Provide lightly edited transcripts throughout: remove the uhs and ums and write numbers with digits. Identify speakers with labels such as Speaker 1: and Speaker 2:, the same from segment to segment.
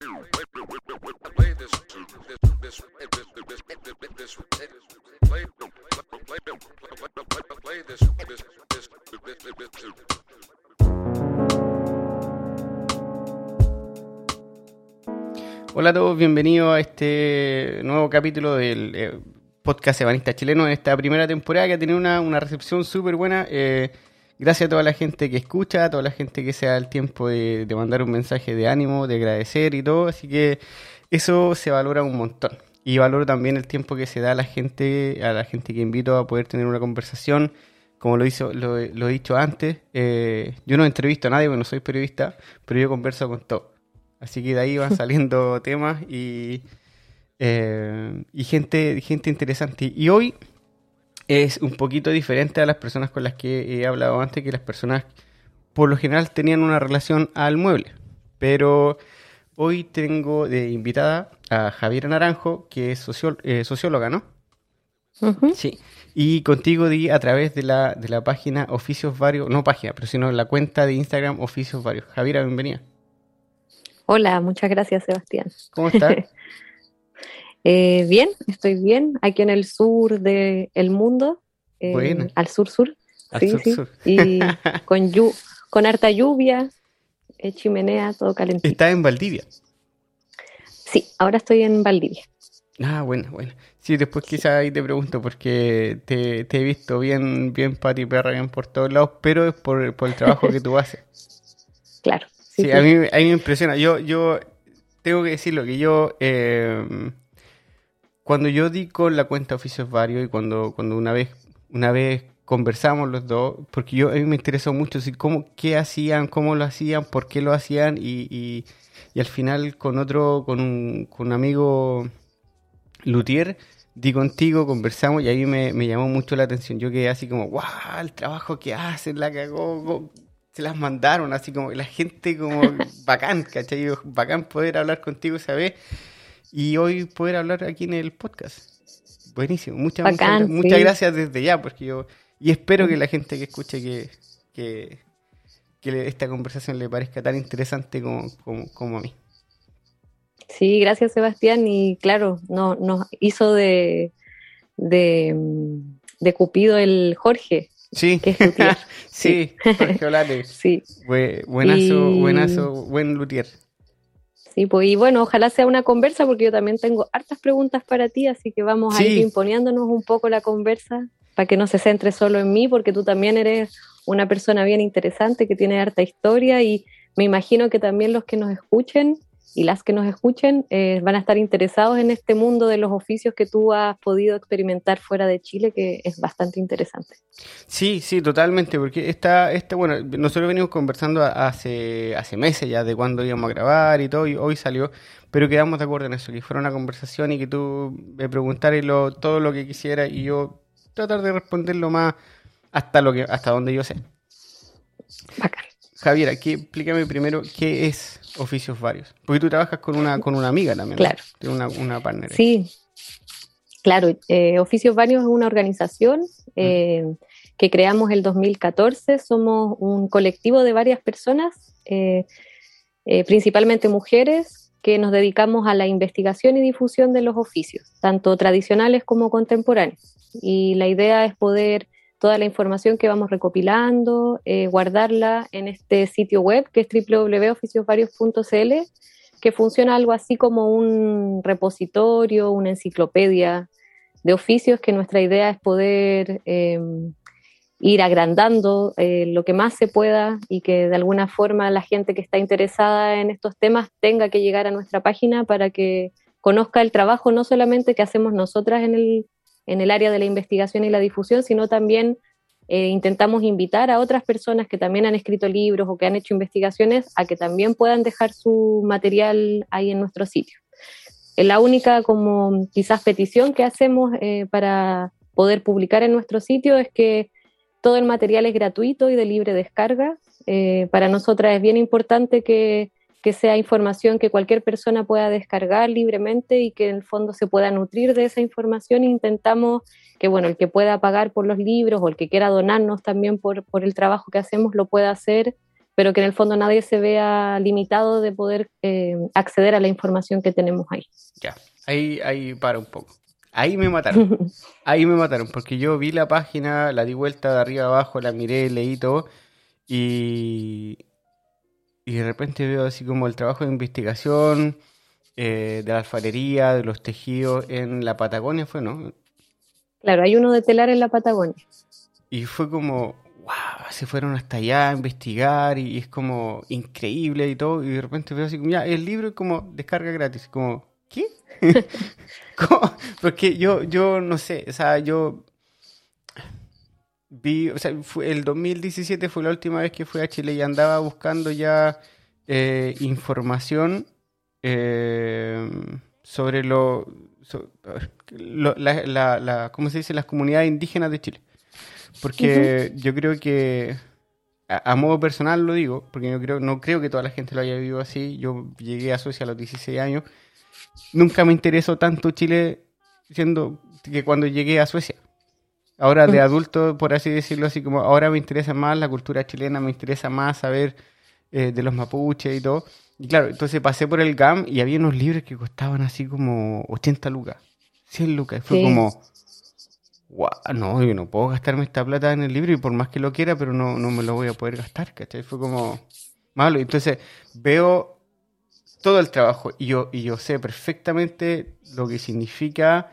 Speaker 1: Hola a todos, bienvenidos a este nuevo capítulo del podcast Ebanista Chileno en esta primera temporada que ha tenido una recepción súper buena. Gracias a toda la gente que escucha, a toda la gente que se da el tiempo de mandar un mensaje de ánimo, de agradecer y todo, así que eso se valora un montón. Y valoro también el tiempo que se da a la gente que invito a poder tener una conversación, como lo he dicho antes. Yo no entrevisto a nadie porque no soy periodista, pero yo converso con todos. Así que de ahí van saliendo temas y gente interesante. Y hoy es un poquito diferente a las personas con las que he hablado antes, que las personas por lo general tenían una relación al mueble. Pero hoy tengo de invitada a Javiera Naranjo, que es socióloga, ¿no?
Speaker 2: Uh-huh.
Speaker 1: Sí. Y contigo di a través de la página Oficios Varios, no página, pero sino la cuenta de Instagram Oficios Varios. Javiera, bienvenida.
Speaker 2: Hola, muchas gracias, Sebastián.
Speaker 1: ¿Cómo estás?
Speaker 2: Bien, estoy bien, aquí en el sur del mundo,
Speaker 1: Buena.
Speaker 2: al sur,
Speaker 1: Al
Speaker 2: sí,
Speaker 1: sur.
Speaker 2: y con harta lluvia, chimenea, todo calentito.
Speaker 1: ¿Estás en Valdivia?
Speaker 2: Sí, ahora estoy en Valdivia.
Speaker 1: Ah, buena. Sí, después quizás ahí te pregunto porque te he visto bien Pati Perra, bien por todos lados, pero es por el trabajo que tú haces.
Speaker 2: Claro.
Speaker 1: Sí, a mí me impresiona. Yo tengo que decirlo, que yo cuando yo di con la cuenta Oficios Varios y cuando una vez conversamos los dos, porque a mí me interesó mucho qué hacían, cómo lo hacían, por qué lo hacían y al final con un amigo luthier di contigo, conversamos y ahí me llamó mucho la atención. Yo quedé así como, wow, el trabajo que hacen, la cagó, se las mandaron, así como la gente como bacán, ¿cachai? Bacán poder hablar contigo esa vez y hoy poder hablar aquí en el podcast. Buenísimo, muchas gracias desde ya, porque y espero que la gente que escuche que esta conversación le parezca tan interesante como a mí.
Speaker 2: Sí, gracias, Sebastián, y claro, nos hizo de Cupido el Jorge.
Speaker 1: Sí,
Speaker 2: que es luthier.
Speaker 1: sí, Jorge Olate.
Speaker 2: Sí.
Speaker 1: Buenazo, buen luthier.
Speaker 2: Sí, pues, y bueno, ojalá sea una conversa porque yo también tengo hartas preguntas para ti, así que vamos a ir imponiéndonos un poco la conversa para que no se centre solo en mí, porque tú también eres una persona bien interesante que tiene harta historia y me imagino que también los que nos escuchen y las que nos escuchen van a estar interesados en este mundo de los oficios que tú has podido experimentar fuera de Chile, que es bastante interesante.
Speaker 1: Sí, totalmente, porque bueno, nosotros venimos conversando hace meses ya de cuándo íbamos a grabar y todo, y hoy salió, pero quedamos de acuerdo en eso, que fuera una conversación y que tú me preguntaras todo lo que quisieras y yo tratar de responder lo más hasta donde yo sé.
Speaker 2: Bacán.
Speaker 1: Javiera, explícame primero qué es Oficios Varios, porque tú trabajas con una amiga también,
Speaker 2: claro.
Speaker 1: ¿no? Una partner.
Speaker 2: Sí, claro. Oficios Varios es una organización que creamos el 2014. Somos un colectivo de varias personas, principalmente mujeres, que nos dedicamos a la investigación y difusión de los oficios, tanto tradicionales como contemporáneos. Y la idea es poder toda la información que vamos recopilando, guardarla en este sitio web que es www.oficiosvarios.cl, que funciona algo así como un repositorio, una enciclopedia de oficios, que nuestra idea es poder ir agrandando lo que más se pueda y que de alguna forma la gente que está interesada en estos temas tenga que llegar a nuestra página para que conozca el trabajo no solamente que hacemos nosotras en el área de la investigación y la difusión, sino también intentamos invitar a otras personas que también han escrito libros o que han hecho investigaciones a que también puedan dejar su material ahí en nuestro sitio. La única como quizás petición que hacemos para poder publicar en nuestro sitio es que todo el material es gratuito y de libre descarga. Para nosotras es bien importante que sea información que cualquier persona pueda descargar libremente y que en el fondo se pueda nutrir de esa información. Intentamos que, bueno, el que pueda pagar por los libros o el que quiera donarnos también por el trabajo que hacemos lo pueda hacer pero que en el fondo nadie se vea limitado de poder acceder a la información que tenemos ahí.
Speaker 1: Ya, ahí para un poco. Ahí me mataron. Ahí me mataron, porque yo vi la página, la di vuelta de arriba a abajo, la miré, leí todo, y, y de repente veo así como el trabajo de investigación de la alfarería, de los tejidos en la Patagonia, fue, ¿no?
Speaker 2: Claro, hay uno de telar en la Patagonia.
Speaker 1: Y fue como, wow, se fueron hasta allá a investigar y es como increíble y todo. Y de repente veo así como, ya, el libro es como descarga gratis. Como, ¿qué? ¿Cómo? Porque yo no sé, o sea, yo vi, o sea, el 2017 fue la última vez que fui a Chile y andaba buscando ya información eh, sobre ¿cómo se dice? Las comunidades indígenas de Chile. Porque yo creo que, a modo personal lo digo, porque no creo que toda la gente lo haya vivido así. Yo llegué a Suecia a los 16 años. Nunca me interesó tanto Chile siendo que cuando llegué a Suecia. Ahora de adulto, por así decirlo, así como ahora me interesa más la cultura chilena, me interesa más saber de los mapuches y todo. Y claro, entonces pasé por el GAM y había unos libros que costaban así como 80 lucas, 100 lucas. Y fue
Speaker 2: Sí.
Speaker 1: como, guau, no, yo no puedo gastarme esta plata en el libro y por más que lo quiera, pero no me lo voy a poder gastar, ¿cachai? Fue como malo. Entonces veo todo el trabajo y yo sé perfectamente lo que significa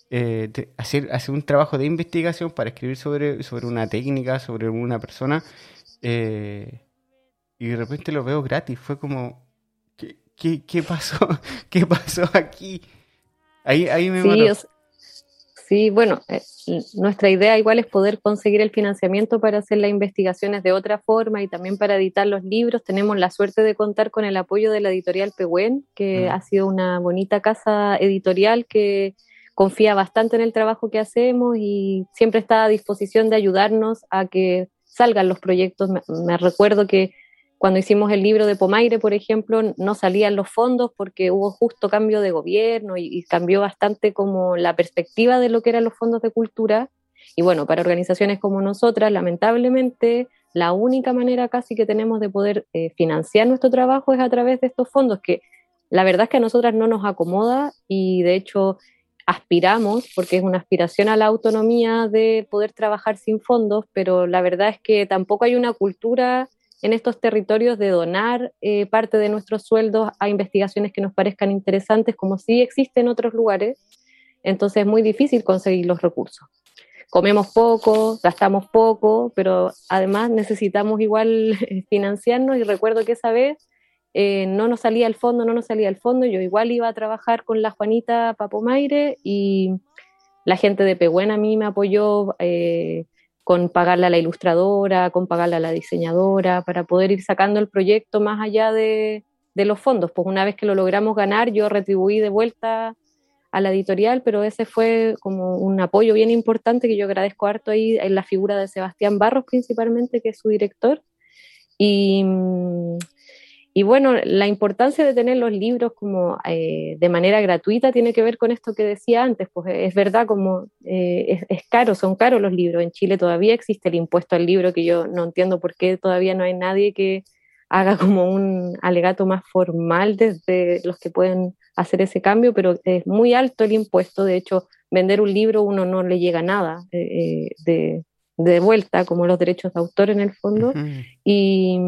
Speaker 1: hacer un trabajo de investigación para escribir sobre una técnica, sobre una persona, eh, y de repente lo veo gratis. Fue como, ¿qué pasó? ¿Qué pasó aquí? Ahí me
Speaker 2: Sí,
Speaker 1: mató.
Speaker 2: sí, bueno, nuestra idea igual es poder conseguir el financiamiento para hacer las investigaciones de otra forma y también para editar los libros. Tenemos la suerte de contar con el apoyo de la editorial Pehuen, que
Speaker 1: Mm.
Speaker 2: ha sido una bonita casa editorial que confía bastante en el trabajo que hacemos y siempre está a disposición de ayudarnos a que salgan los proyectos. Me recuerdo que cuando hicimos el libro de Pomaire, por ejemplo, no salían los fondos porque hubo justo cambio de gobierno y cambió bastante como la perspectiva de lo que eran los fondos de cultura. Y bueno, para organizaciones como nosotras, lamentablemente, la única manera casi que tenemos de poder financiar nuestro trabajo es a través de estos fondos, que la verdad es que a nosotras no nos acomoda y de hecho aspiramos, porque es una aspiración a la autonomía de poder trabajar sin fondos, pero la verdad es que tampoco hay una cultura en estos territorios de donar parte de nuestros sueldos a investigaciones que nos parezcan interesantes, como sí existe en otros lugares. Entonces es muy difícil conseguir los recursos. Comemos poco, gastamos poco, pero además necesitamos igual financiarnos y recuerdo que esa vez no nos salía el fondo, no nos salía el fondo, yo igual iba a trabajar con la Juanita Papomaire y la gente de Pehuen a mí me apoyó con pagarle a la ilustradora, con pagarle a la diseñadora, para poder ir sacando el proyecto más allá de los fondos. Pues una vez que lo logramos ganar, yo retribuí de vuelta a la editorial, pero ese fue como un apoyo bien importante que yo agradezco harto ahí en la figura de Sebastián Barros principalmente, que es su director. Y, y bueno, la importancia de tener los libros como de manera gratuita tiene que ver con esto que decía antes, pues es verdad como es caro, son caros los libros. En Chile todavía existe el impuesto al libro, que yo no entiendo por qué todavía no hay nadie que haga como un alegato más formal desde los que pueden hacer ese cambio, pero es muy alto el impuesto. De hecho, vender un libro uno no le llega nada de vuelta, como los derechos de autor en el fondo.
Speaker 1: Ujú.
Speaker 2: Y,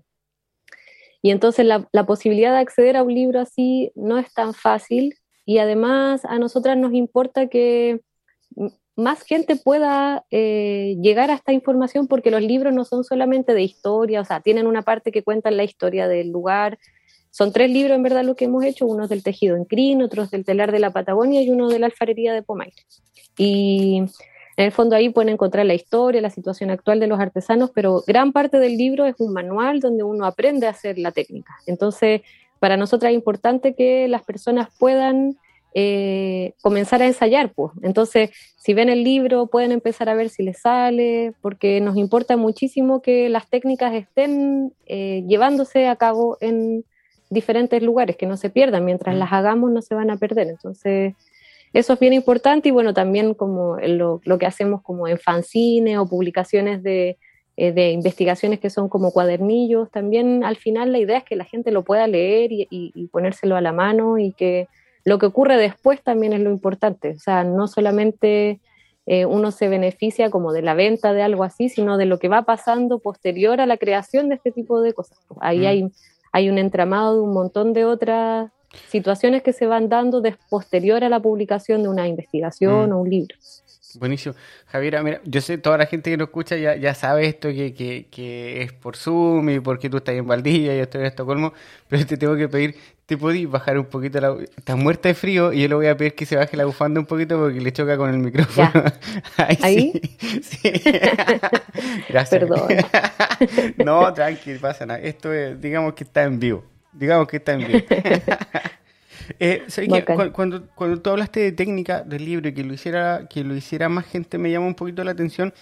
Speaker 2: y entonces la posibilidad de acceder a un libro así no es tan fácil y además a nosotras nos importa que más gente pueda llegar a esta información porque los libros no son solamente de historia, o sea, tienen una parte que cuentan la historia del lugar. Son 3 libros en verdad lo que hemos hecho, uno del tejido en crin, otros del telar de la Patagonia y uno de la alfarería de Pomaire. Y en el fondo ahí pueden encontrar la historia, la situación actual de los artesanos, pero gran parte del libro es un manual donde uno aprende a hacer la técnica. Entonces, para nosotros es importante que las personas puedan comenzar a ensayar, pues. Entonces, si ven el libro, pueden empezar a ver si les sale, porque nos importa muchísimo que las técnicas estén llevándose a cabo en diferentes lugares, que no se pierdan, mientras las hagamos no se van a perder. Entonces, eso es bien importante y bueno, también como lo que hacemos como en fanzines o publicaciones de de investigaciones que son como cuadernillos. También al final la idea es que la gente lo pueda leer y ponérselo a la mano, y que lo que ocurre después también es lo importante. O sea, no solamente uno se beneficia como de la venta de algo así, sino de lo que va pasando posterior a la creación de este tipo de cosas. Ahí hay un entramado de un montón de otras situaciones que se van dando posterior a la publicación de una investigación o un libro.
Speaker 1: Buenísimo. Javiera, mira, yo sé, toda la gente que nos escucha ya sabe esto, que es por Zoom y porque tú estás en Valdivia y yo estoy en Estocolmo, pero te tengo que pedir, ¿te podís bajar un poquito estás muerta de frío y yo le voy a pedir que se baje la bufanda un poquito porque le choca con el micrófono.
Speaker 2: ¿Ahí?
Speaker 1: Sí. Gracias.
Speaker 2: Perdón.
Speaker 1: No, tranqui, pasa nada. Esto es, digamos que está en vivo. Digamos que está en vivo. ¿Sabes qué? Cuando tú hablaste de técnica del libro y que lo hiciera más gente, me llama un poquito la atención.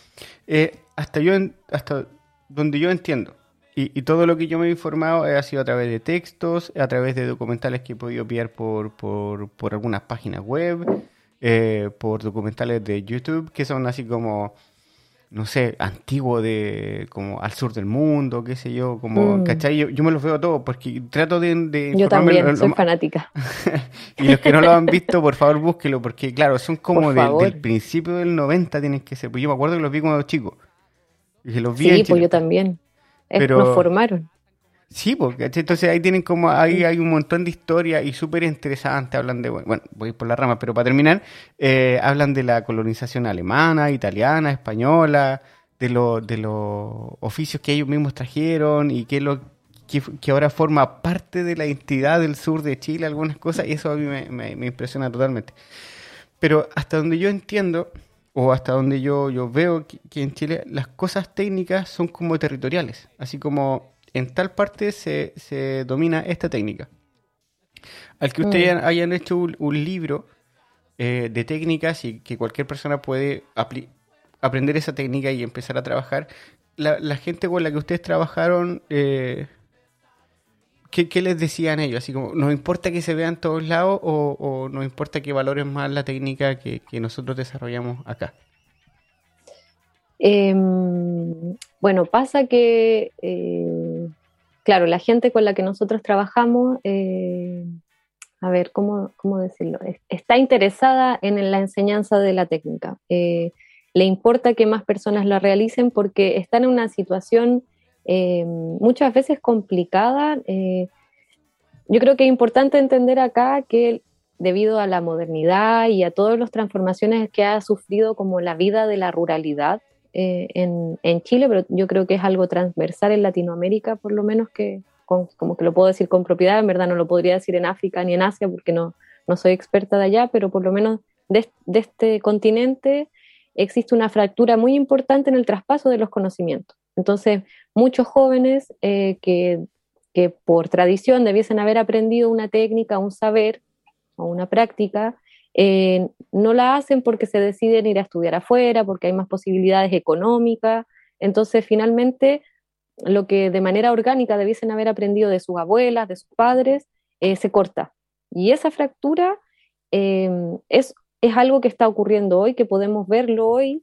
Speaker 1: Hasta donde yo entiendo, y todo lo que yo me he informado ha sido a través de textos, a través de documentales que he podido pillar por algunas páginas web, por documentales de YouTube que son así como, no sé, antiguo, de como Al Sur del Mundo, qué sé yo, como, ¿cachai? Yo me los veo todos porque trato de informarme.
Speaker 2: Yo también, soy fanática.
Speaker 1: Y los que no lo han visto, por favor, búsquelo, porque claro, son como del principio del 90 tienen que ser, pues yo me acuerdo que los vi cuando chico. Y que los vi
Speaker 2: sí, pues yo también.
Speaker 1: Pero
Speaker 2: nos formaron.
Speaker 1: sí, porque entonces ahí tienen como, ahí hay un montón de historias y súper interesantes, hablan de, bueno, voy por la rama, pero para terminar, hablan de la colonización alemana, italiana, española, de los oficios que ellos mismos trajeron y que ahora forma parte de la identidad del sur de Chile, algunas cosas, y eso a mí me impresiona totalmente. Pero hasta donde yo entiendo, o hasta donde yo veo que en Chile las cosas técnicas son como territoriales, así como en tal parte se domina esta técnica. Al que ustedes hayan hecho un libro de técnicas y que cualquier persona puede aprender esa técnica y empezar a trabajar, la gente con la que ustedes trabajaron, ¿qué les decían ellos? Así como, ¿nos importa que se vea en todos lados o nos importa que valoren más la técnica que nosotros desarrollamos acá?
Speaker 2: Bueno, pasa que, claro, la gente con la que nosotros trabajamos, a ver, ¿cómo decirlo? Está interesada en la enseñanza de la técnica. Le importa que más personas la realicen porque están en una situación muchas veces complicada. Yo creo que es importante entender acá que debido a la modernidad y a todas las transformaciones que ha sufrido como la vida de la ruralidad en Chile, pero yo creo que es algo transversal en Latinoamérica, por lo menos como que lo puedo decir con propiedad. En verdad no lo podría decir en África ni en Asia porque no soy experta de allá, pero por lo menos de este continente existe una fractura muy importante en el traspaso de los conocimientos. Entonces, muchos jóvenes que por tradición debiesen haber aprendido una técnica, un saber o una práctica, no la hacen porque se deciden ir a estudiar afuera, porque hay más posibilidades económicas. Entonces, finalmente, lo que de manera orgánica debiesen haber aprendido de sus abuelas, de sus padres, se corta. Y esa fractura es algo que está ocurriendo hoy, que podemos verlo hoy,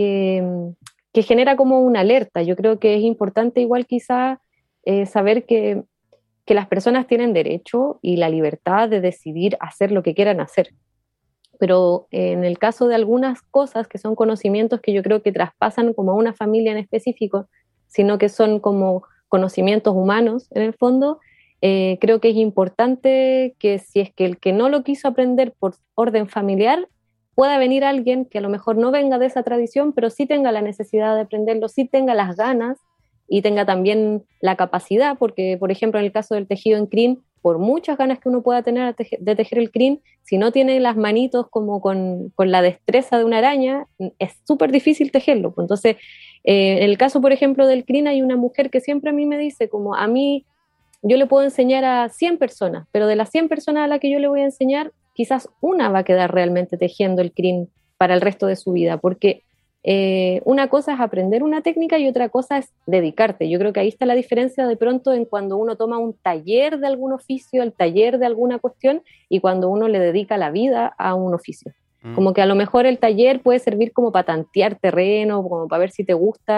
Speaker 2: que genera como una alerta. Yo creo que es importante igual quizá saber que las personas tienen derecho y la libertad de decidir hacer lo que quieran hacer. Pero en el caso de algunas cosas que son conocimientos que yo creo que traspasan como a una familia en específico, sino que son como conocimientos humanos en el fondo, creo que es importante que si es que el que no lo quiso aprender por orden familiar, pueda venir alguien que a lo mejor no venga de esa tradición, pero sí tenga la necesidad de aprenderlo, sí tenga las ganas y tenga también la capacidad, porque por ejemplo en el caso del tejido en crin, por muchas ganas que uno pueda tener de tejer el crin, si no tiene las manitos como con la destreza de una araña, es súper difícil tejerlo. Entonces, en el caso por ejemplo del crin, hay una mujer que siempre a mí me dice, como a mí, yo le puedo enseñar a 100 personas, pero de las 100 personas a las que yo le voy a enseñar, quizás una va a quedar realmente tejiendo el crin para el resto de su vida, porque una cosa es aprender una técnica y otra cosa es dedicarte. Yo creo que ahí está la diferencia de pronto en cuando uno toma un taller de algún oficio, el taller de alguna cuestión, y cuando uno le dedica la vida a un oficio. Como que a lo mejor el taller puede servir como para tantear terreno, como para ver si te gusta,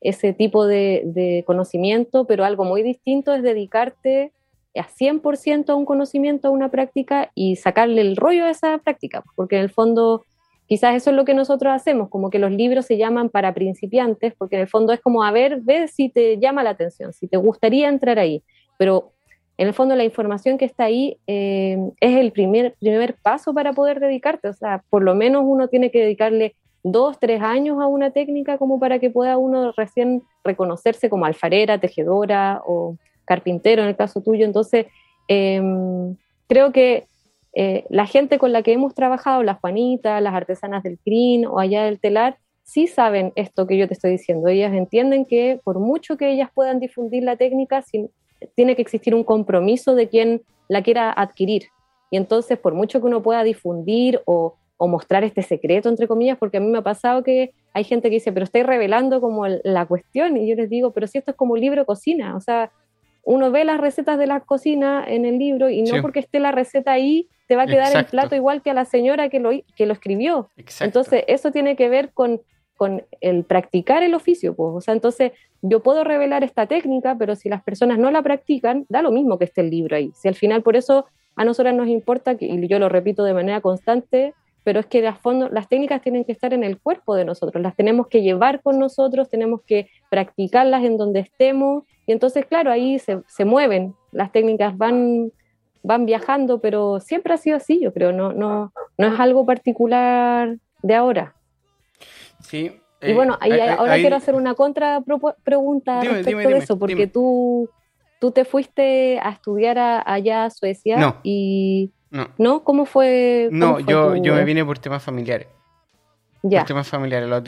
Speaker 2: ese tipo de conocimiento, pero algo muy distinto es dedicarte a 100% a un conocimiento, a una práctica y sacarle el rollo a esa práctica, porque en el fondo quizás eso es lo que nosotros hacemos, como que los libros se llaman para principiantes, porque en el fondo es como, a ver, ve si te llama la atención, si te gustaría entrar ahí, pero en el fondo la información que está ahí es el primer paso para poder dedicarte, o sea, por lo menos uno tiene que dedicarle 2, 3 años a una técnica como para que pueda uno recién reconocerse como alfarera, tejedora o carpintero en el caso tuyo. Entonces, creo que la gente con la que hemos trabajado, las Juanitas, las artesanas del CRIN o allá del telar, sí saben esto que yo te estoy diciendo. Ellas entienden que por mucho que ellas puedan difundir la técnica, tiene que existir un compromiso de quien la quiera adquirir. Y entonces, por mucho que uno pueda difundir o mostrar este secreto, entre comillas, porque a mí me ha pasado que hay gente que dice, pero estoy revelando como la cuestión, y yo les digo, pero si esto es como un libro de cocina, o sea, uno ve las recetas de la cocina en el libro y no porque esté la receta ahí, te va a quedar el plato igual que a la señora que lo escribió. Exacto. Entonces, eso tiene que ver con el practicar el oficio, pues. O sea, entonces yo puedo revelar esta técnica, pero si las personas no la practican, da lo mismo que esté el libro ahí. Si al final, por eso a nosotras nos importa, y yo lo repito de manera constante, pero es que las técnicas tienen que estar en el cuerpo de nosotros, las tenemos que llevar con nosotros, tenemos que practicarlas en donde estemos, y entonces, claro, ahí se mueven, las técnicas van viajando, pero siempre ha sido así, yo creo, no es algo particular de ahora.
Speaker 1: Sí.
Speaker 2: Y bueno, ahora quiero hacer una pregunta respecto de eso, porque tú te fuiste a estudiar allá a Suecia.
Speaker 1: No.
Speaker 2: Y... ¿No? ¿Cómo fue?
Speaker 1: No, yo me vine por temas familiares. Ya. Por temas familiares. A los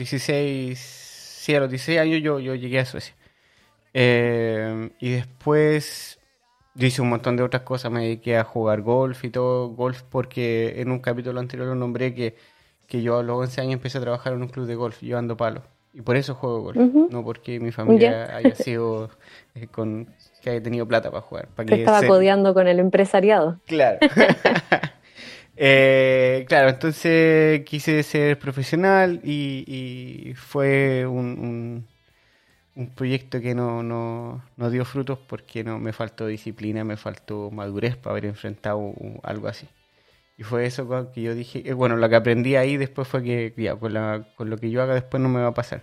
Speaker 1: 16 años yo llegué a Suecia. Y después yo hice un montón de otras cosas. Me dediqué a jugar golf y todo. Golf porque en un capítulo anterior lo nombré que yo a los 11 años empecé a trabajar en un club de golf llevando palos. Y por eso juego golf. No porque mi familia haya sido que haya tenido plata para jugar.
Speaker 2: Que estaba codeando con el empresariado.
Speaker 1: Claro. Claro, entonces quise ser profesional y fue un proyecto que no dio frutos porque me faltó disciplina, me faltó madurez para haber enfrentado algo así. Y fue eso que yo dije, bueno, lo que aprendí ahí después fue que ya, con lo que yo haga después no me va a pasar.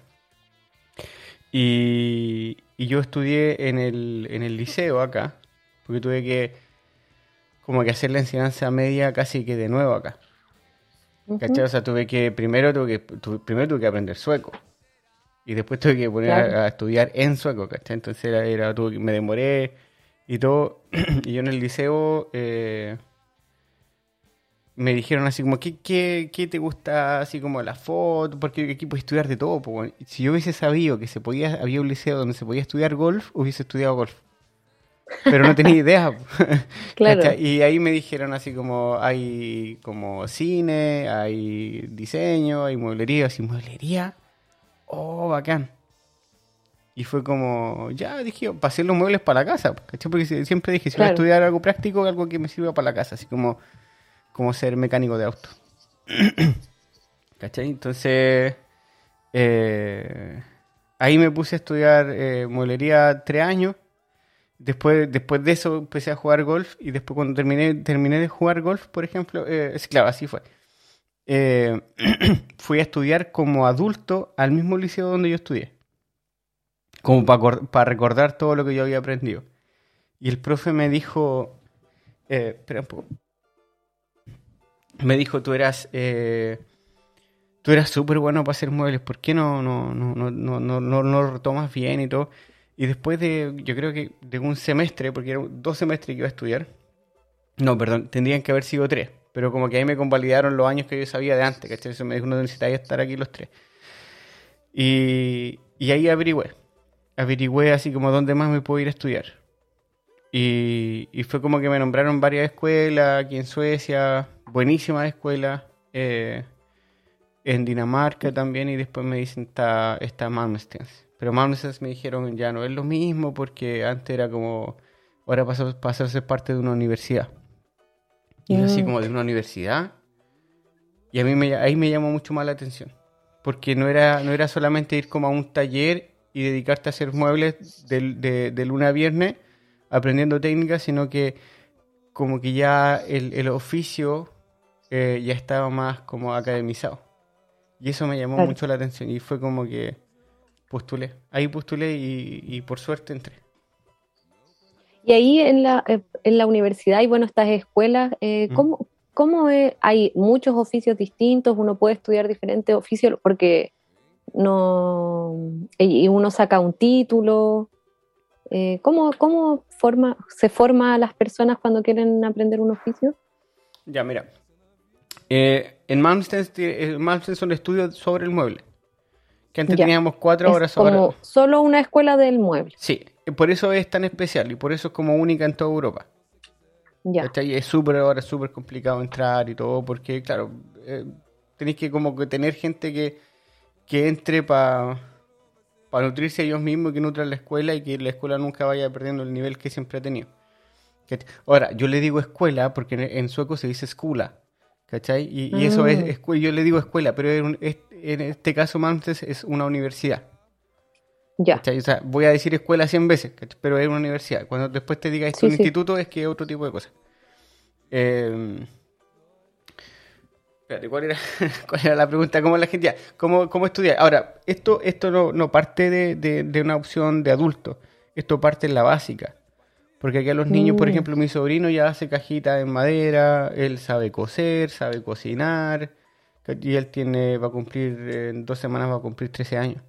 Speaker 1: Y yo estudié en el liceo acá, porque tuve que como que hacer la enseñanza media casi que de nuevo acá. ¿Cachai? O sea, primero tuve que aprender sueco. Y después tuve que poner a estudiar en sueco, ¿cachai? Entonces me demoré y todo. Y yo en el liceo me dijeron así como, ¿qué te gusta así como la foto? Porque aquí puedes estudiar de todo. Pues, si yo hubiese sabido que había un liceo donde se podía estudiar golf, hubiese estudiado golf. Pero no tenía idea. Claro. Y ahí me dijeron así como, hay como cine, hay diseño, hay mueblería. Así, mueblería, oh, bacán. Y fue como, ya dije, pasé los muebles para la casa, ¿cachai? Porque siempre dije, si voy a estudiar algo práctico, algo que me sirva para la casa, así como ser mecánico de auto. ¿Cachai? Entonces, ahí me puse a estudiar mueblería 3 años. Después de eso empecé a jugar golf y después cuando terminé de jugar golf, por ejemplo, claro, así fue. Fui a estudiar como adulto al mismo liceo donde yo estudié. Como para recordar todo lo que yo había aprendido. Y el profe me dijo, espera un poco. Me dijo, tú eras súper bueno para hacer muebles, ¿por qué no lo retomas bien y todo? Y después yo creo que de un semestre, porque eran 2 semestres que iba a estudiar, no, perdón, tendrían que haber sido 3, pero como que ahí me convalidaron los años que yo sabía de antes, ¿cachai? Eso me dijo, no necesitáis estar aquí los 3. Y ahí averigüé así como dónde más me puedo ir a estudiar. Y fue como que me nombraron varias escuelas aquí en Suecia, buenísimas escuelas, en Dinamarca también, y después me dicen está Malmstens. Pero Malmstens me dijeron ya no es lo mismo porque antes era como, ahora pasó a ser parte de una universidad. Y yo así como de una universidad. Y ahí me llamó mucho más la atención. Porque no era solamente ir como a un taller y dedicarte a hacer muebles de lunes a viernes aprendiendo técnicas, sino que como que ya el oficio ya estaba más como academizado. Y eso me llamó
Speaker 2: Claro.
Speaker 1: mucho la atención y fue como que postulé. Ahí postulé y por suerte entré.
Speaker 2: Y ahí en la universidad y bueno, estas escuelas,
Speaker 1: ¿Mm?
Speaker 2: cómo es? Hay muchos oficios distintos, uno puede estudiar diferentes oficios porque no, y uno saca un título. Se forma a las personas cuando quieren aprender un oficio?
Speaker 1: Ya, mira. En Malmsten son estudios sobre el mueble. Que antes
Speaker 2: Ya,
Speaker 1: teníamos 4
Speaker 2: es
Speaker 1: horas, ahora...
Speaker 2: como solo una escuela del mueble.
Speaker 1: Sí, por eso es tan especial y por eso es como única en toda Europa.
Speaker 2: Ya.
Speaker 1: ¿Cachai? Es súper ahora súper complicado entrar y todo porque, claro, tenéis que como que tener gente que entre para nutrirse ellos mismos, que nutran la escuela y que la escuela nunca vaya perdiendo el nivel que siempre ha tenido. ¿Cachai? Ahora, yo le digo escuela porque en sueco se dice skula, ¿cachai? Y eso es,
Speaker 2: Mm,
Speaker 1: yo le digo escuela, pero en este caso Malmstes es una universidad.
Speaker 2: ya,
Speaker 1: ¿Cachai? O sea, voy a decir escuela 100 veces, ¿cachai? Pero es una universidad. Cuando después te diga esto
Speaker 2: sí,
Speaker 1: un
Speaker 2: sí.
Speaker 1: instituto es que es otro tipo de cosas. Eh, Espérate, cuál era la pregunta? ¿Cómo la gente ya? ¿Cómo estudiar? Ahora, esto no parte de una opción de adulto. Esto parte en la básica. Porque aquí a los niños, por
Speaker 2: Mm.
Speaker 1: ejemplo, mi sobrino ya hace cajitas en madera, él sabe coser, sabe cocinar, y él va a cumplir, en 2 semanas va a cumplir 13 años.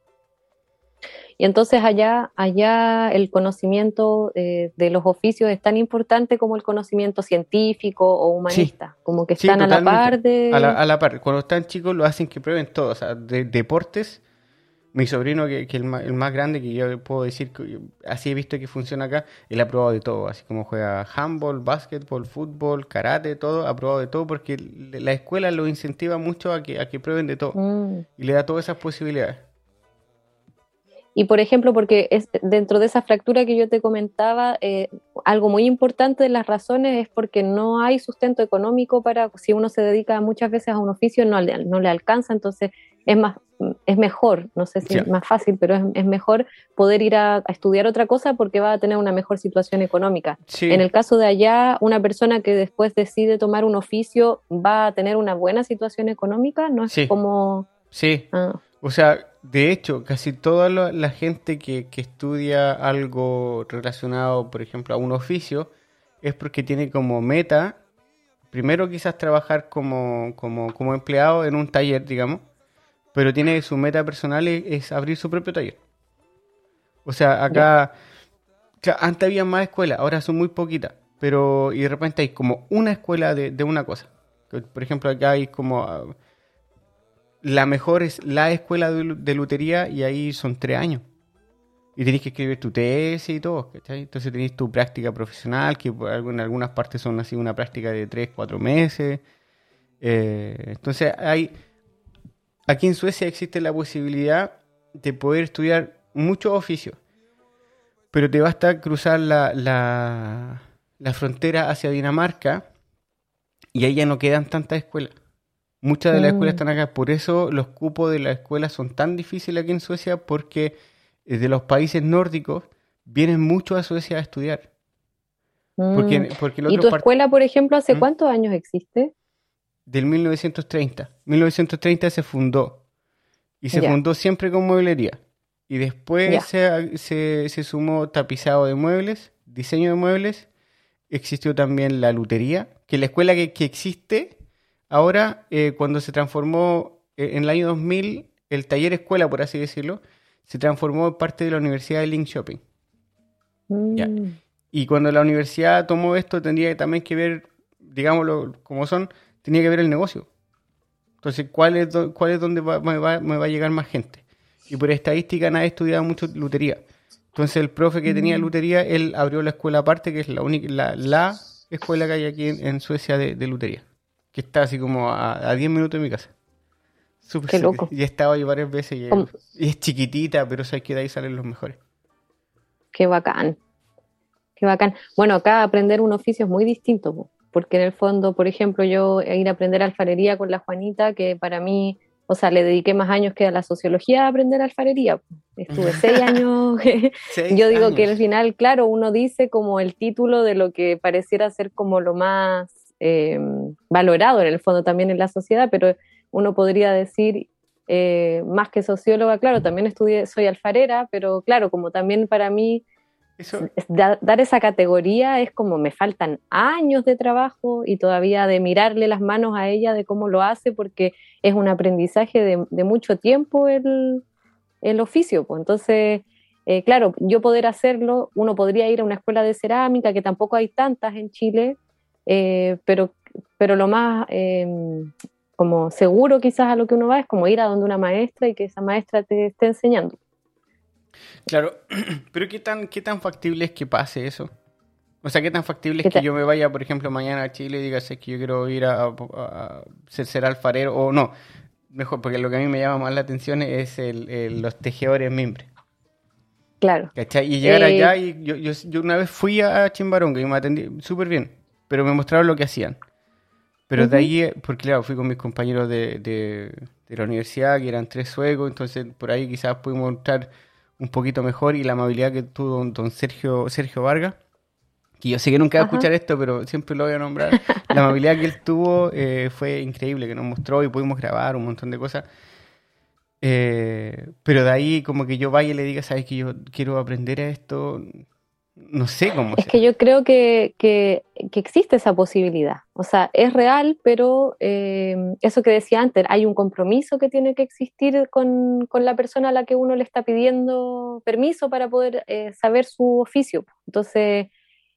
Speaker 2: Y entonces allá el conocimiento de los oficios es tan importante como el conocimiento científico o
Speaker 1: Sí,
Speaker 2: humanista, como que
Speaker 1: sí,
Speaker 2: están a la
Speaker 1: totalmente.
Speaker 2: par de...
Speaker 1: A la par. Cuando están chicos lo hacen que prueben todo. O sea, de deportes, mi sobrino, que el más grande, que yo puedo decir que así he visto que funciona acá, él ha probado de todo. Así como juega handball, básquetbol, fútbol, karate, todo, ha probado de todo porque la escuela lo incentiva mucho a que prueben de todo.
Speaker 2: Mm.
Speaker 1: Y le da todas esas posibilidades.
Speaker 2: Y por ejemplo, porque es dentro de esa fractura que yo te comentaba, algo muy importante de las razones es porque no hay sustento económico para, si uno se dedica muchas veces a un oficio, no le alcanza, entonces es más, es mejor, no sé si
Speaker 1: Sí,
Speaker 2: es más fácil, pero es mejor poder ir a estudiar otra cosa porque va a tener una mejor situación económica. En
Speaker 1: sí,
Speaker 2: el caso de allá, una persona que después decide tomar un oficio va a tener una buena situación económica, no es
Speaker 1: sí,
Speaker 2: como...
Speaker 1: sí.
Speaker 2: ah,
Speaker 1: O sea, de hecho, casi toda la gente que estudia algo relacionado, por ejemplo, a un oficio, es porque tiene como meta, primero quizás trabajar como empleado en un taller, digamos, pero tiene su meta personal es abrir su propio taller. O sea,
Speaker 2: ya.
Speaker 1: acá, antes había más escuelas, ahora son muy poquitas, pero y de repente hay como una escuela de una cosa. Por ejemplo, acá hay como la mejor es la escuela de lutería y ahí son 3 años. Y tenés que escribir tu tesis y todo, ¿cachai? Entonces tenés tu práctica profesional, que en algunas partes son así una práctica de 3, 4 meses. Entonces aquí en Suecia existe la posibilidad de poder estudiar muchos oficios, pero te basta cruzar la frontera hacia Dinamarca y ahí ya no quedan tantas escuelas. Muchas de las escuelas
Speaker 2: Mm.
Speaker 1: están acá, por eso los cupos de las escuelas son tan difíciles aquí en Suecia, porque de los países nórdicos vienen muchos a Suecia a estudiar.
Speaker 2: Mm.
Speaker 1: Porque el
Speaker 2: ¿Y
Speaker 1: otro
Speaker 2: tu
Speaker 1: parte
Speaker 2: escuela, por ejemplo, hace cuántos años existe?
Speaker 1: del 1930. 1930 se fundó y se
Speaker 2: Ya,
Speaker 1: fundó siempre con mueblería. Y después
Speaker 2: ya.
Speaker 1: se sumó tapizado de muebles, diseño de muebles, existió también la lutería, que la escuela que existe ahora, cuando se transformó en el año 2000, el taller escuela, por así decirlo, se transformó en parte de la Universidad de Linköping. Ya.
Speaker 2: Mm.
Speaker 1: Y cuando la universidad tomó esto, tendría también que ver, digámoslo como son, tenía que ver el negocio. Entonces, ¿cuál es donde me va a llegar más gente? Y por estadística nadie estudiaba mucho lutería. Entonces el profe que tenía
Speaker 2: Mm.
Speaker 1: lutería, él abrió la escuela aparte, que es la única, la escuela que hay aquí en Suecia de lutería. Que está así como a 10 minutos de mi casa. Súper
Speaker 2: Qué
Speaker 1: cerca.
Speaker 2: loco.
Speaker 1: Y he estado ahí varias veces
Speaker 2: Como-
Speaker 1: y es chiquitita, pero sabes que de ahí salen los mejores.
Speaker 2: Qué bacán, qué bacán. Bueno, acá aprender un oficio es muy distinto, po, porque en el fondo, por ejemplo, yo ir a aprender alfarería con la Juanita, que para mí o sea, le dediqué más años que a la sociología a aprender alfarería. Estuve 6 años. Yo digo que al final, claro, uno dice como el título de lo que pareciera ser como lo más valorado en el fondo también en la sociedad, pero uno podría decir, más que socióloga, claro, también estudié, soy alfarera, pero claro, como también para mí dar esa categoría es como me faltan años de trabajo y todavía de mirarle las manos a ella de cómo lo hace, porque es un aprendizaje de mucho tiempo el oficio, pues. Entonces, claro, yo poder hacerlo, uno podría ir a una escuela de cerámica, que tampoco hay tantas en Chile, pero lo más como seguro quizás a lo que uno va es como ir a donde una maestra y que esa maestra te esté enseñando.
Speaker 1: Claro, pero ¿qué tan factible es que pase eso? O sea, ¿qué tan factible es que yo me vaya, por ejemplo, mañana a Chile y diga que yo quiero ir a ser alfarero? O no, mejor, porque lo que a mí me llama más la atención es los tejedores mimbre.
Speaker 2: Claro.
Speaker 1: ¿Cachai? Y llegar allá, y yo una vez fui a Chimbaronga y me atendí súper bien, pero me mostraron lo que hacían. Pero de ahí, porque claro, fui con mis compañeros de la universidad, que eran 3 suecos, entonces por ahí quizás pudimos mostrar un poquito mejor, y la amabilidad que tuvo don Sergio Vargas, que yo sé que nunca va a escuchar esto, pero siempre lo voy a nombrar. La amabilidad que él tuvo fue increíble, que nos mostró y pudimos grabar un montón de cosas. Pero de ahí como que yo vaya y le diga, sabes que yo quiero aprender esto, no sé cómo
Speaker 2: es que yo creo que existe esa posibilidad, o sea, es real, pero eso que decía antes, hay un compromiso que tiene que existir con la persona a la que uno le está pidiendo permiso para poder saber su oficio. Entonces,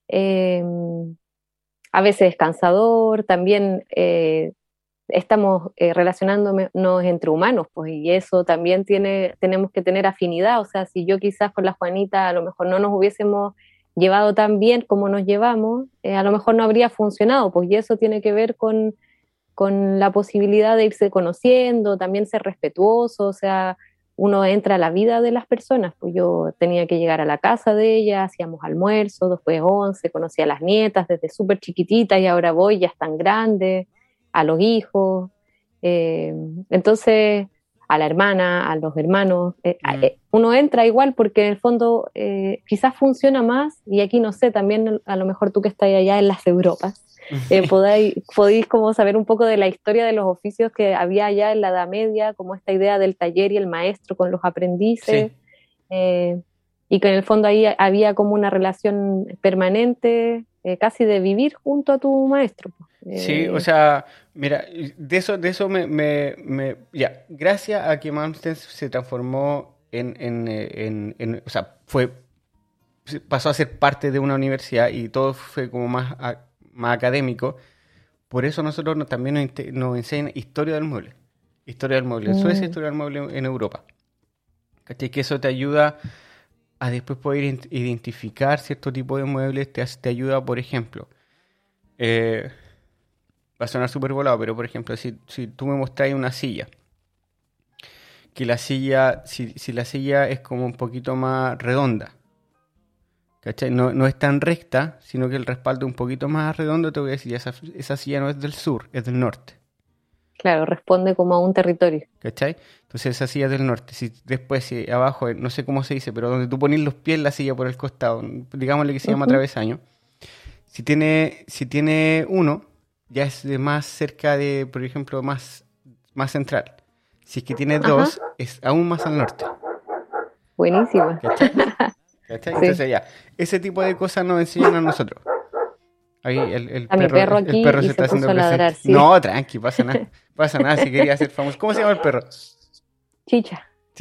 Speaker 2: a veces es cansador, también estamos relacionándonos entre humanos, pues, y eso también tenemos que tener afinidad. O sea, si yo quizás con la Juanita a lo mejor no nos hubiésemos llevado tan bien como nos llevamos, a lo mejor no habría funcionado, pues, y eso tiene que ver con la posibilidad de irse conociendo, también ser respetuoso. O sea, uno entra a la vida de las personas. Pues yo tenía que llegar a la casa de ella, hacíamos almuerzo, después 11, conocí a las nietas desde súper chiquititas y ahora voy, ya están grandes, a los hijos, entonces a la hermana, a los hermanos, uno entra igual porque en el fondo quizás funciona más, y aquí no sé, también a lo mejor tú que estás allá en las Europas, podéis como saber un poco de la historia de los oficios que había allá en la Edad Media, como esta idea del taller y el maestro con los aprendices, y que en el fondo ahí había como una relación permanente, casi de vivir junto a tu maestro.
Speaker 1: Sí, o sea, mira, de eso ya, gracias a que Malmsteen se transformó o sea, pasó a ser parte de una universidad y todo fue como más académico. Por eso nosotros también nos enseñan historia del mueble en Suecia, historia del mueble en Europa. ¿Cachai? Que eso te ayuda a después poder identificar cierto tipo de muebles, te ayuda, por ejemplo, va a sonar súper volado, pero por ejemplo, si tú me mostras una silla, que la silla, si la silla es como un poquito más redonda, ¿cachai? No es tan recta, sino que el respaldo es un poquito más redondo, te voy a decir, esa silla no es del sur, es del norte.
Speaker 2: Claro, responde como a un territorio.
Speaker 1: ¿Cachai? Entonces esa silla es del norte. Si abajo, no sé cómo se dice, pero donde tú pones los pies, la silla por el costado, digámosle que se llama travesaño, si tiene uno, ya es de más cerca de, por ejemplo, más central. Si es que tiene dos, es aún más al norte.
Speaker 2: Buenísimo.
Speaker 1: ¿Cachai? Sí. Entonces ya, ese tipo de cosas nos enseñan a nosotros. Ahí
Speaker 2: mi perro aquí
Speaker 1: el perro
Speaker 2: y
Speaker 1: se está haciendo
Speaker 2: puso a ladrar,
Speaker 1: presente.
Speaker 2: sí.
Speaker 1: No, tranqui, pasa nada si quería ser famoso. ¿Cómo se llama el perro?
Speaker 2: Chicha.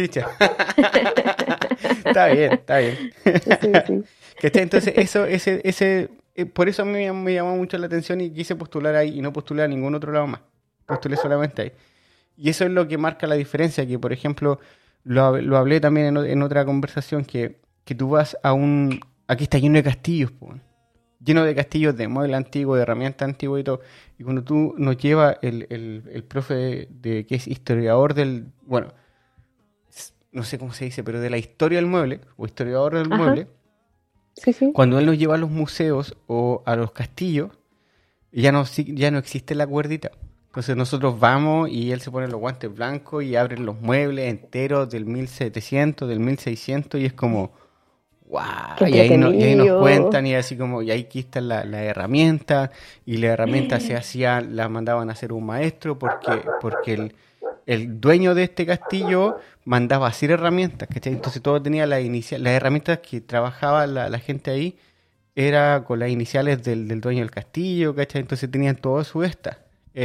Speaker 1: Está bien.
Speaker 2: Sí.
Speaker 1: Entonces, ese por eso a mí me llamó mucho la atención y quise postular ahí y no postulé a ningún otro lado más. Postulé solamente ahí. Y eso es lo que marca la diferencia, que por ejemplo, lo hablé también en otra conversación, que tú vas aquí está lleno de castillos, lleno de castillos de mueble antiguo, de herramientas antiguas y todo. Y cuando tú nos lleva el profe que es historiador bueno, no sé cómo se dice, pero de la historia del mueble, o historiador del mueble,
Speaker 2: sí.
Speaker 1: Cuando él nos lleva a los museos o a los castillos, ya no existe la cuerdita. Entonces nosotros vamos y él se pone los guantes blancos y abre los muebles enteros del 1700, del 1600 y es como,
Speaker 2: Qué
Speaker 1: wow, y ahí nos
Speaker 2: entretenido.
Speaker 1: cuentan y así como, y ahí aquí están las herramientas y las herramientas se hacían, las mandaban a hacer un maestro porque el dueño de este castillo mandaba a hacer herramientas, ¿cachai? Entonces todo tenía las herramientas que trabajaba la gente ahí era con las iniciales del dueño del castillo, ¿cachai? Entonces tenían todo su esta.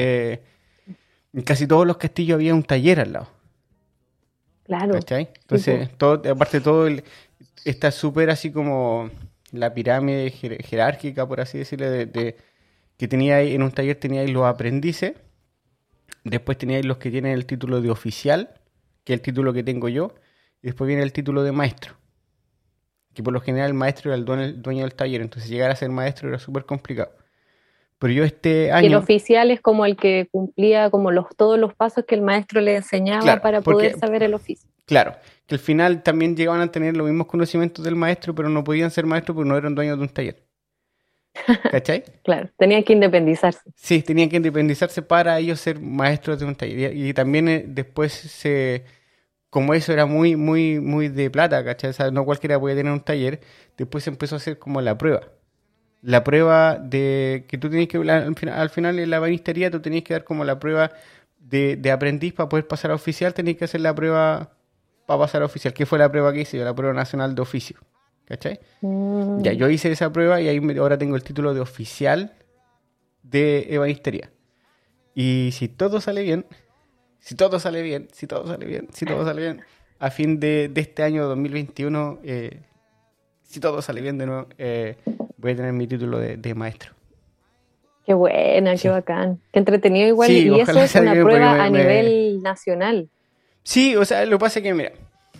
Speaker 1: En casi todos los castillos había un taller al lado,
Speaker 2: Claro,
Speaker 1: ¿cachai?
Speaker 2: sí, po.
Speaker 1: Entonces, todo, aparte de todo, está súper así como la pirámide jerárquica, por así decirlo, que tenía ahí, en un taller tenía ahí los aprendices, después tenía ahí los que tienen el título de oficial, que es el título que tengo yo, y después viene el título de maestro, que por lo general el maestro era el dueño del taller, entonces llegar a ser maestro era súper complicado. Pero yo este
Speaker 2: Y el
Speaker 1: año,
Speaker 2: oficial es como el que cumplía como todos los pasos que el maestro le enseñaba
Speaker 1: claro,
Speaker 2: para poder saber el oficio.
Speaker 1: claro, que al final también llegaban a tener los mismos conocimientos del maestro, pero no podían ser maestros porque no eran dueños de un taller. ¿Cachai?
Speaker 2: Claro, tenían que independizarse.
Speaker 1: Sí, tenían que independizarse para ellos ser maestros de un taller. Y también después como eso era muy, muy, muy de plata, ¿cachai? O sea, no cualquiera podía tener un taller, después se empezó a hacer como la prueba. La prueba de que tú tenías que, al final en la banistería tú tenías que dar como la prueba de aprendiz para poder pasar a oficial, tenías que hacer la prueba para pasar a oficial, que fue la prueba que hice yo, la prueba nacional de oficio, ¿cachai? Ya,
Speaker 2: Mm,
Speaker 1: yo hice esa prueba y ahí ahora tengo el título de oficial de ebanistería. Y si todo sale bien, si todo sale bien, si todo sale bien, si todo sale bien, a fin de este año 2021, si todo sale bien de nuevo, voy a tener mi título de maestro.
Speaker 2: qué buena, qué
Speaker 1: Sí.
Speaker 2: bacán. Qué entretenido igual.
Speaker 1: Sí,
Speaker 2: Y eso
Speaker 1: ojalá
Speaker 2: es
Speaker 1: salga
Speaker 2: una
Speaker 1: bien porque
Speaker 2: prueba a nivel nacional.
Speaker 1: Sí, o sea, lo que pasa es que, mira,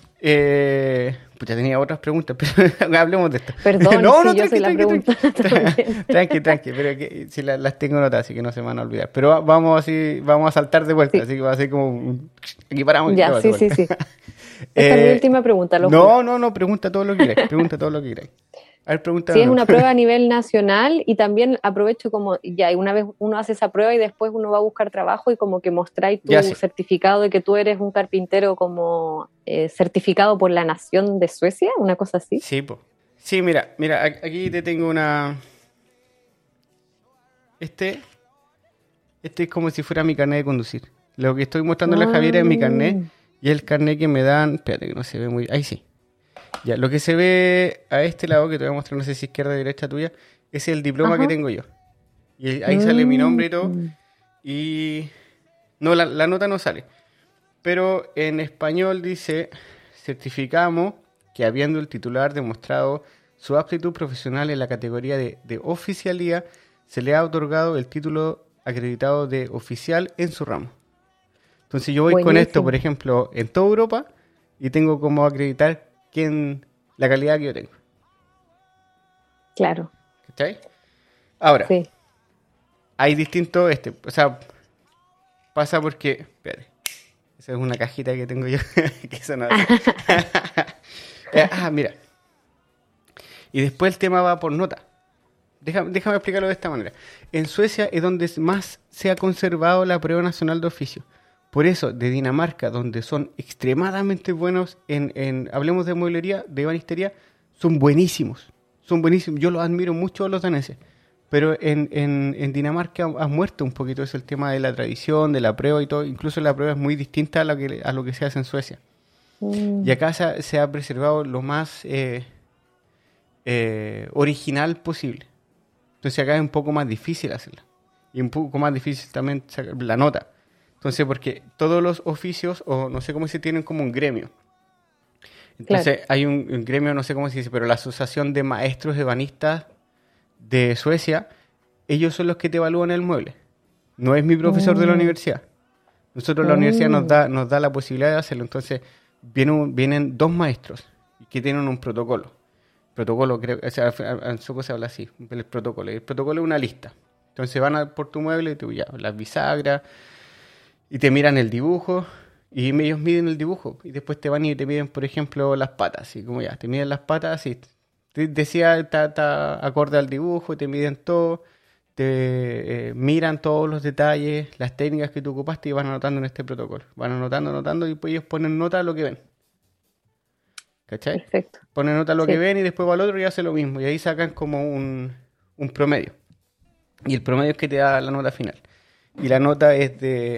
Speaker 1: pues ya tenía otras preguntas, pero hablemos de esto.
Speaker 2: Perdón,
Speaker 1: No,
Speaker 2: si
Speaker 1: no,
Speaker 2: yo
Speaker 1: tranqui,
Speaker 2: soy la
Speaker 1: tranqui, tranqui.
Speaker 2: pregunta también.
Speaker 1: Tranqui, pero que, si las tengo anotadas, así que no se me van a olvidar. Pero vamos así, vamos a saltar de vuelta,
Speaker 2: Sí,
Speaker 1: así que va a ser como aquí paramos y
Speaker 2: ya,
Speaker 1: todo de
Speaker 2: sí, sí,
Speaker 1: vuelta.
Speaker 2: sí. Esta es mi
Speaker 1: Eh,
Speaker 2: última pregunta, lo juro.
Speaker 1: no, pregunta todo lo que queráis, pregunta todo lo que queráis. A ver, pregunta
Speaker 2: Si
Speaker 1: de
Speaker 2: es
Speaker 1: nuevo.
Speaker 2: una prueba a nivel nacional y también aprovecho como, ya, y una vez uno hace esa prueba y después uno va a buscar trabajo y como que mostráis
Speaker 1: Ya
Speaker 2: tu
Speaker 1: sí,
Speaker 2: certificado de que tú eres un carpintero como certificado por la nación de Suecia, una cosa así.
Speaker 1: sí, pues. Sí, mira, aquí te tengo una... Este, este es como si fuera mi carnet de conducir. Lo que estoy mostrándole a Javier es mi carnet
Speaker 2: Ah,
Speaker 1: y el carnet que me dan. Espérate que no se ve muy. Ahí sí. Ya, lo que se ve a este lado, que te voy a mostrar, no sé si izquierda o derecha tuya, es el diploma que
Speaker 2: ajá.
Speaker 1: tengo yo. Y ahí sale mi
Speaker 2: Mm,
Speaker 1: nombre y todo. Y. No, la nota no sale. Pero en español dice: certificamos que habiendo el titular demostrado su aptitud profesional en la categoría de oficialía, se le ha otorgado el título acreditado de oficial en su ramo. Entonces yo voy con esto, por
Speaker 2: buenísimo,
Speaker 1: ejemplo, en toda Europa y tengo como acreditar la calidad que yo tengo.
Speaker 2: claro,
Speaker 1: ¿Cachai? Ahora,
Speaker 2: sí.
Speaker 1: hay distintos, o sea, pasa porque, espérate, esa es una cajita que tengo yo, que eso no hace. Mira, y después el tema va por nota. Déjame explicarlo de esta manera. En Suecia es donde más se ha conservado la prueba nacional de oficio. Por eso, de Dinamarca, donde son extremadamente buenos hablemos de mueblería, de ebanistería, son buenísimos. Son buenísimos. Yo los admiro mucho a los daneses. Pero en Dinamarca ha muerto un poquito eso, el tema de la tradición, de la prueba y todo. Incluso la prueba es muy distinta a lo que se hace en Suecia. Y
Speaker 2: Mm,
Speaker 1: acá se ha preservado lo más original posible. Entonces acá es un poco más difícil hacerla. Y un poco más difícil también sacar la nota. Entonces, porque todos los oficios, o no sé cómo se tienen como un gremio.
Speaker 2: claro.
Speaker 1: Entonces hay un gremio, no sé cómo se dice, pero la Asociación de Maestros Ebanistas de Suecia, ellos son los que te evalúan el mueble. No es mi profesor de la
Speaker 2: Mm,
Speaker 1: universidad. Nosotros la universidad
Speaker 2: mm,
Speaker 1: nos da la posibilidad de hacerlo. Entonces vienen dos maestros que tienen un protocolo. Protocolo, creo, o sea, en Soco se habla así, el protocolo. El protocolo es una lista. Entonces van por tu mueble y tú ya, las bisagras, y te miran el dibujo, y ellos miden el dibujo, y después te van y te miden, por ejemplo, las patas, y como ya, te miden las patas, y decía, está acorde al dibujo, te miden todo, miran todos los detalles, las técnicas que tú ocupaste y van anotando en este protocolo. Van anotando y pues ellos ponen nota a lo que ven. ¿Cachai?
Speaker 2: Perfecto.
Speaker 1: Ponen nota a lo que
Speaker 2: Sí,
Speaker 1: ven y después va al otro y hace lo mismo. Y ahí sacan como un promedio. Y el promedio es que te da la nota final. Y la nota es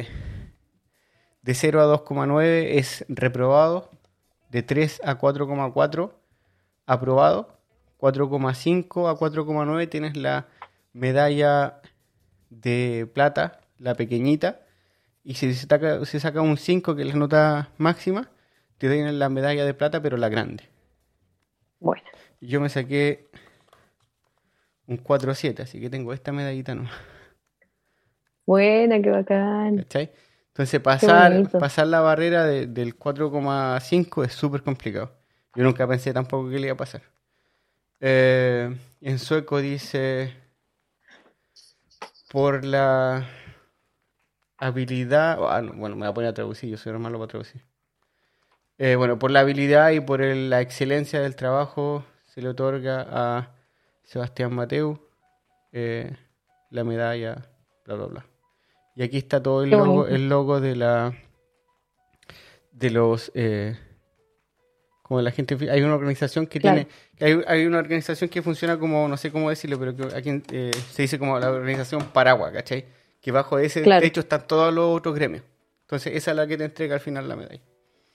Speaker 1: de 0 a 2,9 es reprobado, de 3 a 4,4 aprobado, 4,5 a 4,9 tienes la medalla de plata, la pequeñita, y si se saca un 5, que es la nota máxima, te dan la medalla de plata, pero la grande.
Speaker 2: bueno,
Speaker 1: Yo me saqué un 4,7, así que tengo esta medallita nomás.
Speaker 2: buena, qué bacán,
Speaker 1: ¿Cachai? Entonces
Speaker 2: qué bonito.
Speaker 1: pasar la barrera del 4,5 es súper complicado. Yo nunca pensé tampoco que le iba a pasar. En sueco dice, por la habilidad, no, bueno, me voy a poner a traducir, yo soy malo para traducir. Bueno, por la habilidad y por la excelencia del trabajo se le otorga a Sebastián Mateu eh, la medalla, bla, bla, bla. Y aquí está todo
Speaker 2: Qué bonito.
Speaker 1: el logo de los como la gente, hay una organización que
Speaker 2: Claro,
Speaker 1: tiene, hay una organización que funciona como, no sé cómo decirlo, pero que aquí se dice como la organización paraguas, ¿cachai? Que bajo ese
Speaker 2: claro.
Speaker 1: techo están todos los otros gremios. Entonces esa es la que te entrega al final la medalla.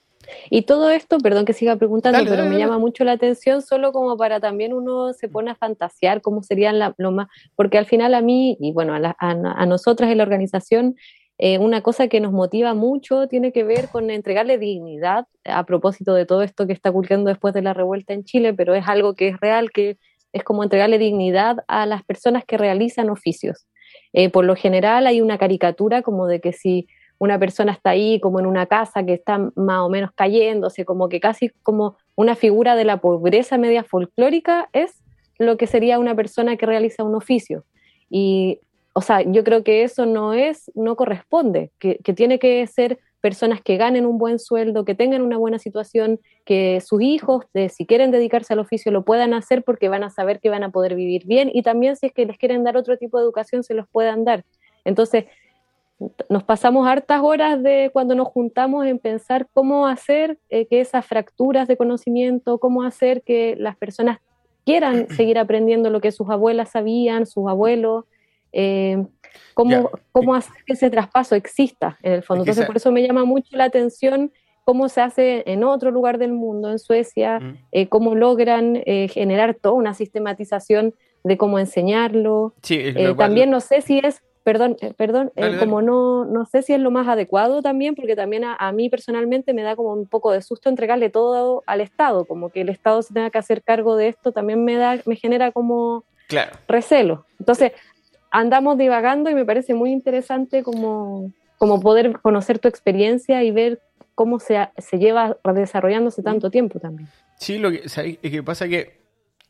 Speaker 2: Y todo esto, perdón que siga preguntando,
Speaker 1: Dale,
Speaker 2: pero
Speaker 1: dale,
Speaker 2: me
Speaker 1: dale.
Speaker 2: llama mucho la atención solo como para también uno se pone a fantasear cómo serían lo más, porque al final a mí y bueno, a nosotras en la organización, una cosa que nos motiva mucho tiene que ver con entregarle dignidad a propósito de todo esto que está ocurriendo después de la revuelta en Chile, pero es algo que es real, que es como entregarle dignidad a las personas que realizan oficios. Por lo general hay una caricatura como de que si una persona está ahí como en una casa que está más o menos cayéndose, como que casi como una figura de la pobreza media folclórica es lo que sería una persona que realiza un oficio. Y, o sea, yo creo que eso no corresponde, que tiene que ser personas que ganen un buen sueldo, que tengan una buena situación, que sus hijos, si quieren dedicarse al oficio, lo puedan hacer porque van a saber que van a poder vivir bien y también si es que les quieren dar otro tipo de educación, se los puedan dar. Entonces, nos pasamos hartas horas de cuando nos juntamos en pensar cómo hacer que esas fracturas de conocimiento, cómo hacer que las personas quieran seguir aprendiendo lo que sus abuelas sabían, sus abuelos, eh,
Speaker 1: Ya,
Speaker 2: cómo hacer que ese traspaso exista en el
Speaker 1: es
Speaker 2: fondo.
Speaker 1: que
Speaker 2: Entonces, por eso me llama mucho la atención cómo se hace en otro lugar del mundo, en Suecia,
Speaker 1: mm,
Speaker 2: cómo logran generar toda una sistematización de cómo enseñarlo.
Speaker 1: sí,
Speaker 2: También no sé si es
Speaker 1: dale, dale.
Speaker 2: como no sé si es lo más adecuado también, porque también a mí personalmente me da como un poco de susto entregarle todo al Estado, como que el Estado se tenga que hacer cargo de esto, también me genera como
Speaker 1: Claro.
Speaker 2: recelo.
Speaker 1: Sí,
Speaker 2: Entonces, andamos divagando y me parece muy interesante como poder conocer tu experiencia y ver cómo se lleva desarrollándose
Speaker 1: mm,
Speaker 2: tanto tiempo también.
Speaker 1: sí, lo que, ¿sabes? Es que pasa que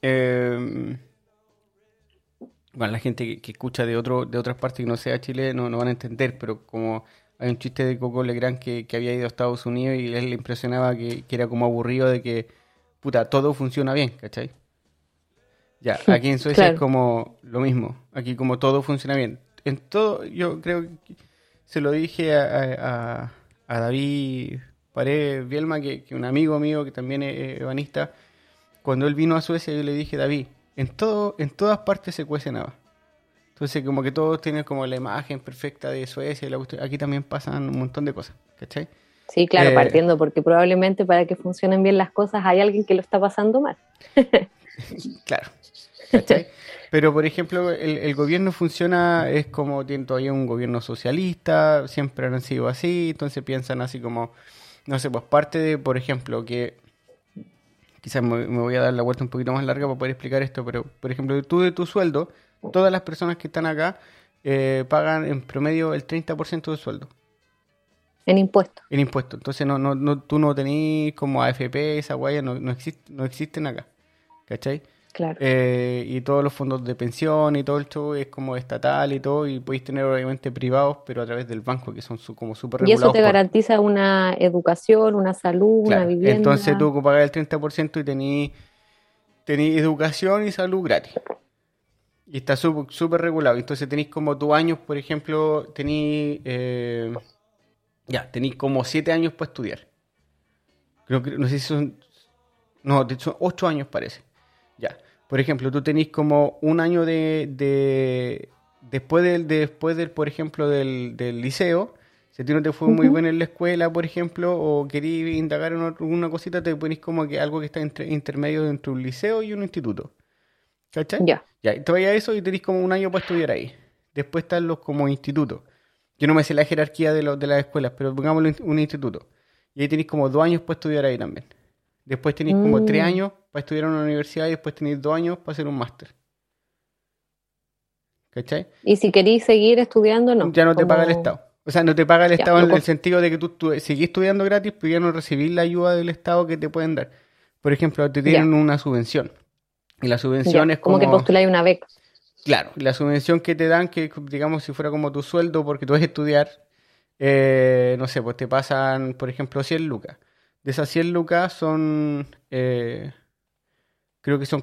Speaker 1: eh, bueno, la gente que escucha de otras partes que no sea Chile no van a entender, pero como hay un chiste de Coco Legrand que había ido a Estados Unidos y a él le impresionaba que era como aburrido de que, puta, todo funciona bien, ¿cachai? Ya, aquí en Suecia es
Speaker 2: Claro,
Speaker 1: como lo mismo, aquí como todo funciona bien. En todo, yo creo que se lo dije a David Paredes Bielma, que un amigo mío que también es ebanista, cuando él vino a Suecia yo le dije, David, en todas partes se cuece nada. Entonces, como que todos tienen como la imagen perfecta de Suecia y aquí también pasan un montón de cosas, ¿cachai?
Speaker 2: sí, claro,
Speaker 1: Eh,
Speaker 2: partiendo, porque probablemente para que funcionen bien las cosas hay alguien que lo está pasando mal.
Speaker 1: claro, ¿cachai? Pero, por ejemplo, el gobierno funciona, es como tiene todavía un gobierno socialista, siempre han sido así, entonces piensan así como, no sé, pues parte de, por ejemplo, que quizás me voy a dar la vuelta un poquito más larga para poder explicar esto, pero, por ejemplo, tú de tu sueldo, todas las personas que están acá pagan en promedio el 30% del sueldo.
Speaker 2: En impuestos,
Speaker 1: En impuestos. Entonces tú no tenés como AFP, esa guaya, no existen acá. ¿Cachai?
Speaker 2: claro.
Speaker 1: Y todos los fondos de pensión y todo el show es como estatal y todo, y podéis tener obviamente privados, pero a través del banco, que son como súper
Speaker 2: Y eso
Speaker 1: regulados
Speaker 2: te
Speaker 1: por...
Speaker 2: garantiza una educación, una salud, una
Speaker 1: Claro, entonces
Speaker 2: vivienda.
Speaker 1: tú pagas el 30% y tenés educación y salud gratis. Y está súper regulado. Entonces tenéis como 2 años, por ejemplo, tenéis como 7 años para estudiar. Creo que, no sé si son, no, de hecho, 8 años parece. Ya. Por ejemplo, tú tenés como un año después del, por ejemplo, del liceo. Si a ti no te fue muy
Speaker 2: Ujú.
Speaker 1: bien en la escuela, por ejemplo, o querías indagar en una cosita, te ponés como que algo que está intermedio entre un liceo y un instituto. ¿Cachai?
Speaker 2: Ya.
Speaker 1: Ya, y te vayas a eso y tenés como un año para estudiar ahí. Después están los como institutos. Yo no me sé la jerarquía de las escuelas, pero pongámoslo un instituto. Y ahí tenéis como 2 años para estudiar ahí también. Después tenéis como tres
Speaker 2: Mm.
Speaker 1: años para estudiar en una universidad y después tenéis 2 años para hacer un máster. ¿Cachai?
Speaker 2: Y si queréis seguir estudiando, no.
Speaker 1: Ya no te paga el
Speaker 2: Como,
Speaker 1: Estado. O sea, no te paga el
Speaker 2: ya,
Speaker 1: Estado en el sentido de que tú seguís estudiando gratis, pero ya no recibís la ayuda del Estado que te pueden dar. Por ejemplo, te
Speaker 2: ya,
Speaker 1: tienen una subvención. Y la subvención
Speaker 2: ya.
Speaker 1: es
Speaker 2: Como que
Speaker 1: como,
Speaker 2: postuláis una beca.
Speaker 1: claro, la subvención que te dan, que digamos si fuera como tu sueldo porque tú vas a estudiar, no sé, pues te pasan, por ejemplo, 100 lucas. De esas 100 lucas creo que son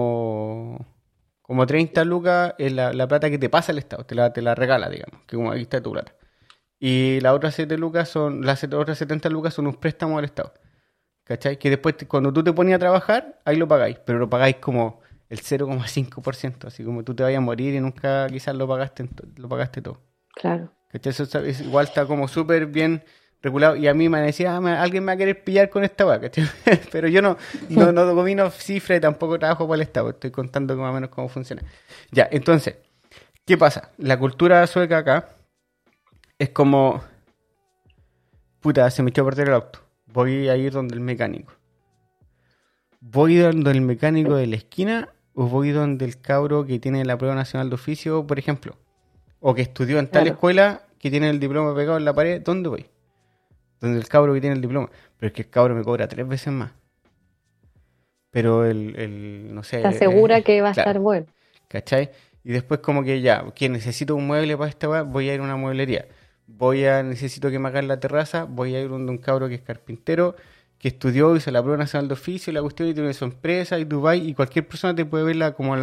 Speaker 1: como 30 lucas la plata que te pasa el Estado, te la regala, digamos, que como ahí está tu plata. Y las otras 70 lucas son un préstamo al Estado, ¿cachai? Que después cuando tú te pones a trabajar, ahí lo pagáis, pero lo pagáis como el 0,5%, así como tú te vayas a morir y nunca quizás lo pagaste todo.
Speaker 2: Claro.
Speaker 1: ¿Cachai? Igual está como súper bien regulado. Y a mí me decía, alguien me va a querer pillar con esta weá, ¿cachai? Pero yo no domino cifras y tampoco trabajo para el Estado. Estoy contando más o menos cómo funciona. Ya, entonces, ¿qué pasa? La cultura sueca acá es como, puta, se me echó a perder el auto. Voy a ir donde el mecánico. ¿Voy donde el mecánico de la esquina o voy donde el cabro que tiene la prueba nacional de oficio, por ejemplo? O que estudió en tal
Speaker 2: Claro.
Speaker 1: escuela que tiene el diploma pegado en la pared, ¿dónde voy? Donde el cabro que tiene el diploma. Pero es que el cabro me cobra 3 veces más. Pero no sé,
Speaker 2: Está segura que va a
Speaker 1: claro,
Speaker 2: estar bueno.
Speaker 1: ¿cachai? Y después como que ya, que necesito un mueble para esta weá, voy a ir a una mueblería. Necesito que me hagan la terraza, voy a ir donde un cabro que es carpintero, que estudió, hizo la prueba nacional de oficio, la cuestión y tiene su empresa y tú vas y cualquier persona te puede ver como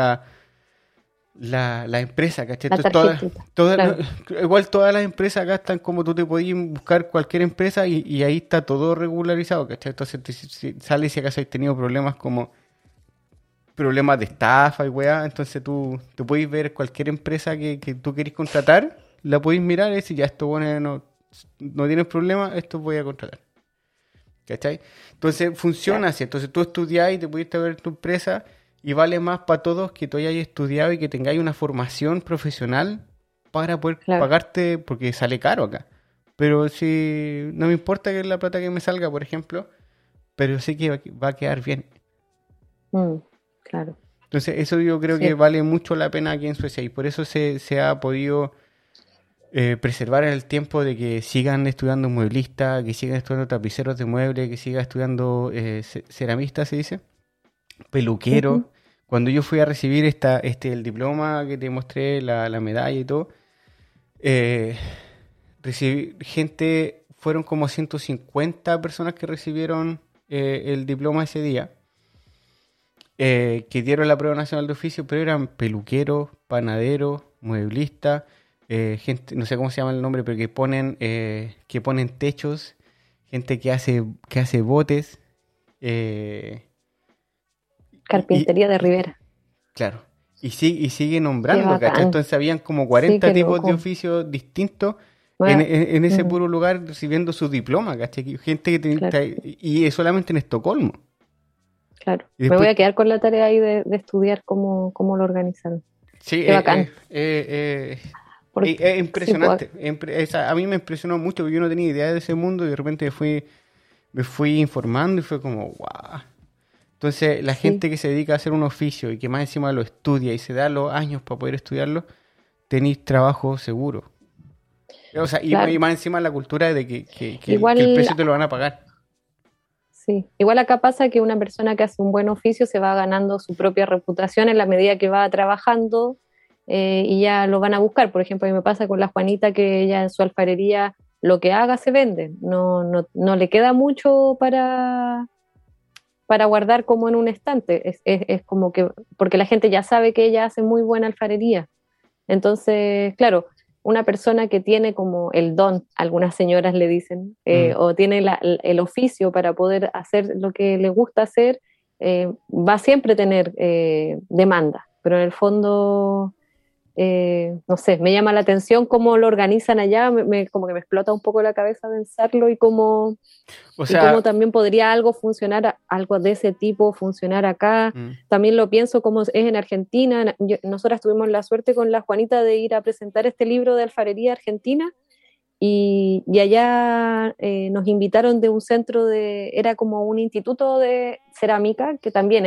Speaker 1: la empresa, ¿cachai?
Speaker 2: La
Speaker 1: Entonces,
Speaker 2: tarjetita. Claro.
Speaker 1: igual todas las empresas acá están como tú te podías buscar cualquier empresa y ahí está todo regularizado, ¿cachai? Entonces, si sales si acaso has tenido problemas como problemas de estafa y weá, entonces tú puedes ver cualquier empresa que tú querés contratar, la podéis mirar y decir, ya, esto bueno, no tienes problema, esto voy a contratar. ¿Cachai? Entonces funciona
Speaker 2: Claro.
Speaker 1: así. Entonces tú estudiás y te pudiste ver tu empresa y vale más para todos que tú hayas estudiado y que tengáis una formación profesional para poder
Speaker 2: Claro.
Speaker 1: pagarte, porque sale caro acá. Pero si no me importa que la plata que me salga, por ejemplo, pero sé que va a quedar bien.
Speaker 2: Mm, claro.
Speaker 1: Entonces eso yo creo que
Speaker 2: Sí.
Speaker 1: vale mucho la pena aquí en Suecia y por eso se ha podido preservar el tiempo de que sigan estudiando mueblistas, que sigan estudiando tapiceros de muebles, que sigan estudiando ceramistas, se dice,
Speaker 2: Ujú.
Speaker 1: peluquero. Cuando yo fui a recibir el diploma que te mostré, la medalla y todo, eh, recibí fueron como 150 personas que recibieron el diploma ese día, que dieron la prueba nacional de oficio, pero eran peluqueros, panaderos, mueblistas, gente, no sé cómo se llama el nombre, pero que ponen techos, gente que hace botes, eh, y,
Speaker 2: Carpintería de Rivera.
Speaker 1: claro, y sigue
Speaker 2: Qué
Speaker 1: nombrando, ¿cachai?
Speaker 2: bacán.
Speaker 1: Entonces habían como
Speaker 2: Sí,
Speaker 1: 40
Speaker 2: qué
Speaker 1: tipos de
Speaker 2: loco.
Speaker 1: oficios distintos en,
Speaker 2: Bueno,
Speaker 1: en- en ese
Speaker 2: mm,
Speaker 1: puro lugar recibiendo su diploma, ¿cachai? Gente
Speaker 2: claro,
Speaker 1: y es solamente en Estocolmo.
Speaker 2: claro.
Speaker 1: Y
Speaker 2: Me voy
Speaker 1: después,
Speaker 2: a quedar con la tarea ahí de estudiar cómo lo organizaron.
Speaker 1: sí,
Speaker 2: Qué bacán.
Speaker 1: es
Speaker 2: Sí, pues,
Speaker 1: impresionante. A mí me impresionó mucho porque yo no tenía idea de ese mundo y de repente me fui informando y fue como, wow. Entonces, la
Speaker 2: sí.
Speaker 1: gente que se dedica a hacer un oficio y que más encima lo estudia y se da los años para poder estudiarlo, tenéis trabajo seguro. O sea, y
Speaker 2: Claro.
Speaker 1: más encima la cultura de que el
Speaker 2: Igual,
Speaker 1: precio te lo van a pagar.
Speaker 2: sí. Igual acá pasa que una persona que hace un buen oficio se va ganando su propia reputación en la medida que va trabajando y ya lo van a buscar. Por ejemplo, a mí me pasa con la Juanita que ella en su alfarería lo que haga se vende. No le queda mucho para guardar como en un estante. Es como que, porque la gente ya sabe que ella hace muy buena alfarería. Entonces, claro, una persona que tiene como el don, algunas señoras le dicen,
Speaker 1: Mm.
Speaker 2: o tiene el oficio para poder hacer lo que le gusta hacer, va a siempre tener demanda, pero en el fondo, no sé, me llama la atención cómo lo organizan allá, como que me explota un poco la cabeza pensarlo
Speaker 1: O
Speaker 2: y cómo
Speaker 1: sea,
Speaker 2: también podría algo funcionar, algo de ese tipo funcionar acá.
Speaker 1: mm,
Speaker 2: También lo pienso como es en Argentina. Nosotras tuvimos la suerte con la Juanita de ir a presentar este libro de alfarería argentina y allá nos invitaron de un centro era como un instituto de cerámica que también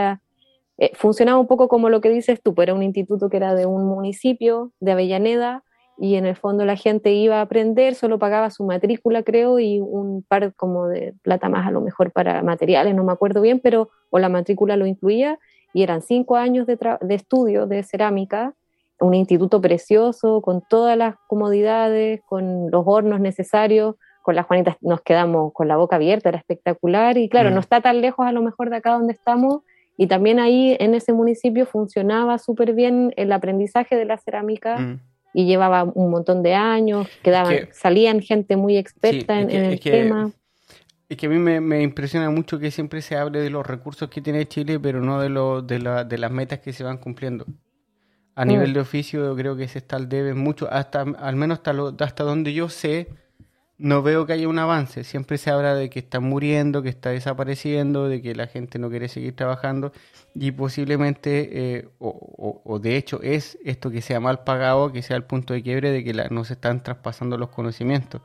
Speaker 2: funcionaba un poco como lo que dices tú, pues era un instituto que era de un municipio de Avellaneda y en el fondo la gente iba a aprender, solo pagaba su matrícula, creo, y un par como de plata más a lo mejor para materiales, no me acuerdo bien, pero o la matrícula lo incluía y eran 5 años de estudio de cerámica, un instituto precioso, con todas las comodidades, con los hornos necesarios. Con las Juanitas nos quedamos con la boca abierta, era espectacular y claro, no
Speaker 1: mm,
Speaker 2: está tan lejos a lo mejor de acá donde estamos y también ahí en ese municipio funcionaba súper bien el aprendizaje de la cerámica
Speaker 1: mm.
Speaker 2: y llevaba un montón de años,
Speaker 1: Es que,
Speaker 2: salían gente muy
Speaker 1: sí,
Speaker 2: experta en
Speaker 1: es
Speaker 2: el
Speaker 1: que
Speaker 2: tema.
Speaker 1: Es que a mí me impresiona mucho que siempre se hable de los recursos que tiene Chile, pero no de las metas que se van cumpliendo. A
Speaker 2: Mm.
Speaker 1: nivel de oficio, yo creo que se está al debe mucho, hasta, al menos hasta donde yo sé, no veo que haya un avance. Siempre se habla de que están muriendo, que está desapareciendo, de que la gente no quiere seguir trabajando y posiblemente, o de hecho es esto que sea mal pagado, que sea el punto de quiebre de que no se están traspasando los conocimientos.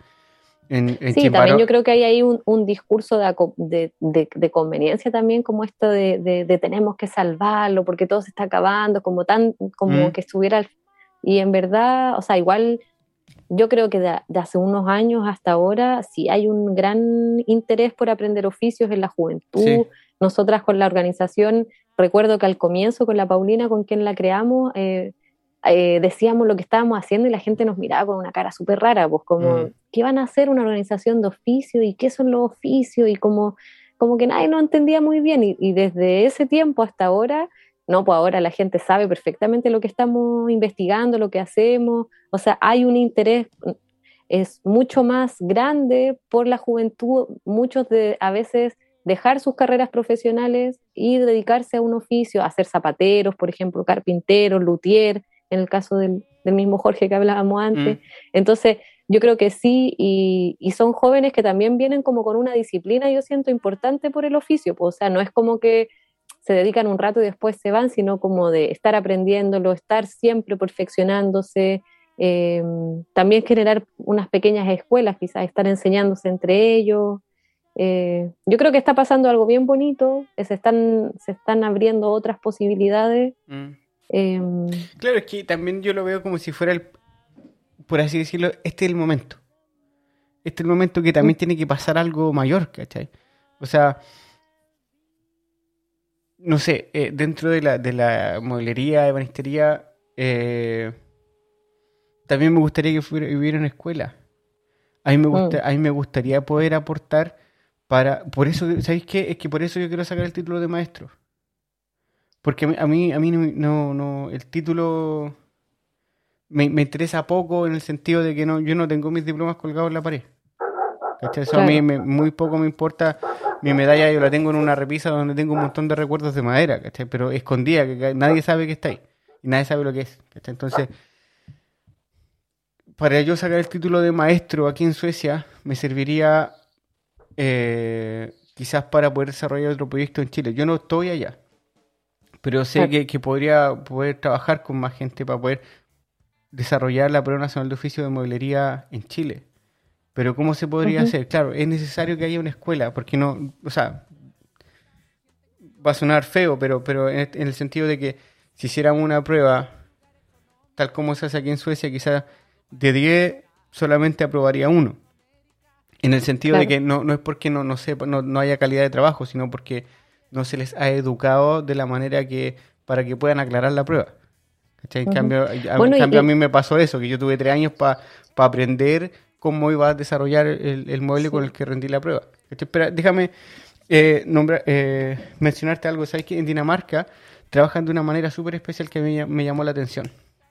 Speaker 1: En
Speaker 2: Sí, también yo
Speaker 1: Chimbaró,
Speaker 2: creo que hay ahí un discurso de conveniencia también, como esto de tenemos que salvarlo porque todo se está acabando, como
Speaker 1: mm,
Speaker 2: que estuviera. Y en verdad, o sea, igual yo creo que de hace unos años hasta ahora sí hay un gran interés por aprender oficios en la
Speaker 1: sí.
Speaker 2: juventud. Nosotras con la organización, recuerdo que al comienzo con la Paulina, con quien la creamos, decíamos lo que estábamos haciendo y la gente nos miraba con una cara súper rara, pues
Speaker 1: Mm.
Speaker 2: como, ¿qué van a hacer una organización de oficios y qué son los oficios? Y como que nadie lo entendía muy bien. Y desde ese tiempo hasta ahora, no, pues ahora la gente sabe perfectamente lo que estamos investigando, lo que hacemos. O sea, hay un interés, es mucho más grande por la juventud, muchos de a veces dejar sus carreras profesionales y dedicarse a un oficio, a ser zapateros, por ejemplo, carpinteros, luthier, en el caso del mismo Jorge que hablábamos
Speaker 1: Mm.
Speaker 2: antes. Entonces, yo creo que sí, y son jóvenes que también vienen como con una disciplina, yo siento, importante por el oficio, pues, o sea, no es como que se dedican un rato y después se van, sino como de estar aprendiéndolo, estar siempre perfeccionándose, eh, también generar unas pequeñas escuelas, quizás estar enseñándose entre ellos. Yo creo que está pasando algo bien bonito, se están abriendo otras posibilidades.
Speaker 1: Mm.
Speaker 2: eh,
Speaker 1: Claro, es que también yo lo veo como si fuera por así decirlo, este es el momento. Este es el momento que también tiene que pasar algo mayor, ¿cachai? O sea, no sé, dentro de la mueblería, ebanistería, también me gustaría que hubiera una escuela.
Speaker 2: mm,
Speaker 1: A mí me gustaría poder aportar por eso, ¿sabéis qué? Es que por eso yo quiero sacar el título de maestro. Porque a mí el título me interesa poco en el sentido de que yo no tengo mis diplomas colgados en la pared. ¿Cachai? Eso a mí
Speaker 2: claro.
Speaker 1: muy poco me importa. Mi medalla yo la tengo en una repisa donde tengo un montón de recuerdos de madera, ¿cachai? Pero escondida, que nadie sabe que está ahí. Y nadie sabe lo que es, ¿cachai? Entonces, para yo sacar el título de maestro aquí en Suecia, me serviría quizás para poder desarrollar otro proyecto en Chile. Yo no estoy allá, pero sé
Speaker 2: Claro.
Speaker 1: que podría poder trabajar con más gente para poder desarrollar la Prueba Nacional de Oficio de Mueblería en Chile. Pero ¿cómo se podría
Speaker 2: Ujú.
Speaker 1: hacer? Claro, es necesario que haya una escuela, porque no, o sea, va a sonar feo, pero en el sentido de que si hiciéramos una prueba, tal como se hace aquí en Suecia, quizás de 10 solamente aprobaría uno. En el sentido de
Speaker 2: Claro.
Speaker 1: que no es porque no haya calidad de trabajo, sino porque no se les ha educado de la manera que para que puedan aclarar la prueba. ¿Cachai?
Speaker 2: Ujú.
Speaker 1: En
Speaker 2: Bueno,
Speaker 1: cambio a mí me pasó eso, que yo tuve 3 años para aprender cómo iba a desarrollar el mueble con el
Speaker 2: sí.
Speaker 1: que rendí la prueba. ¿Cachai? Espera, déjame, mencionarte algo, ¿sabes que en Dinamarca trabajan de una manera súper especial que me llamó la atención?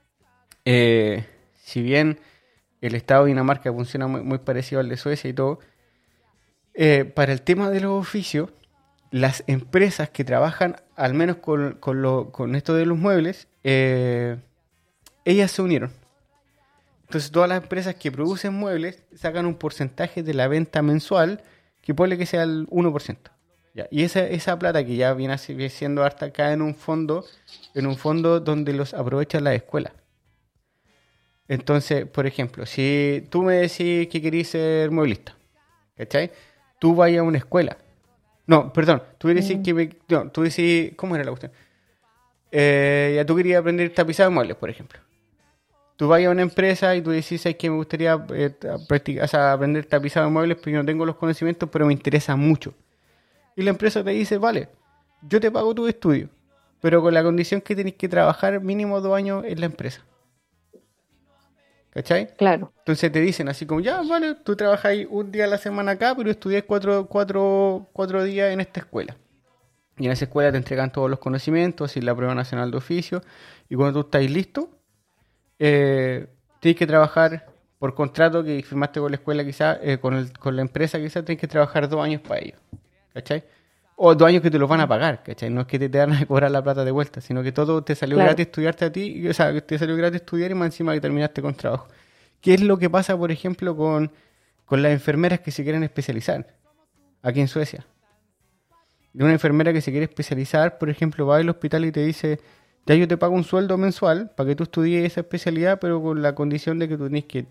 Speaker 1: Si bien el Estado de Dinamarca funciona muy parecido al de Suecia y todo, para el tema de los oficios, las empresas que trabajan, al menos con esto de los muebles, ellas se unieron. Entonces todas las empresas que producen muebles sacan un porcentaje de la venta mensual que puede que sea el 1%. ¿Ya? Y esa plata que ya viene siendo harta cae en un fondo donde los aprovechan las escuelas. Entonces, por ejemplo, si tú me decís que querís ser mueblista, ¿cachai? Tú vas a una escuela. No, perdón, tú decís no, tú decís, ¿cómo era la cuestión? Ya tú querías aprender tapizado de muebles, por ejemplo. Tú vas a una empresa y tú decís, "Ay, que me gustaría practicar, o sea, aprender tapizado de muebles, pero yo no tengo los conocimientos, pero me interesa mucho." Y la empresa te dice, vale, yo te pago tu estudio, pero con la condición que tenés que trabajar mínimo 2 años en la empresa. ¿Cachai?
Speaker 2: Claro,
Speaker 1: Entonces te dicen así como, ya, vale, tú trabajas ahí un día a la semana acá, pero estudias cuatro días en esta escuela. Y en esa escuela te entregan todos los conocimientos y la prueba nacional de oficio. Y cuando tú estás listo, tienes que trabajar por contrato que firmaste con la escuela quizás, con la empresa quizás, tienes que trabajar 2 años para ello. ¿Cachai? O 2 años que te los van a pagar, ¿cachai? No es que te van a cobrar la plata de vuelta, sino que todo te salió
Speaker 2: claro.
Speaker 1: gratis estudiarte a ti, o sea, que te salió gratis estudiar y más encima que terminaste con trabajo. ¿Qué es lo que pasa, por ejemplo, con las enfermeras que se quieren especializar aquí en Suecia? De una enfermera que se quiere especializar, por ejemplo, va al hospital y te dice, ya yo te pago un sueldo mensual para que tú estudies esa especialidad, pero con la condición de que tú tenés que,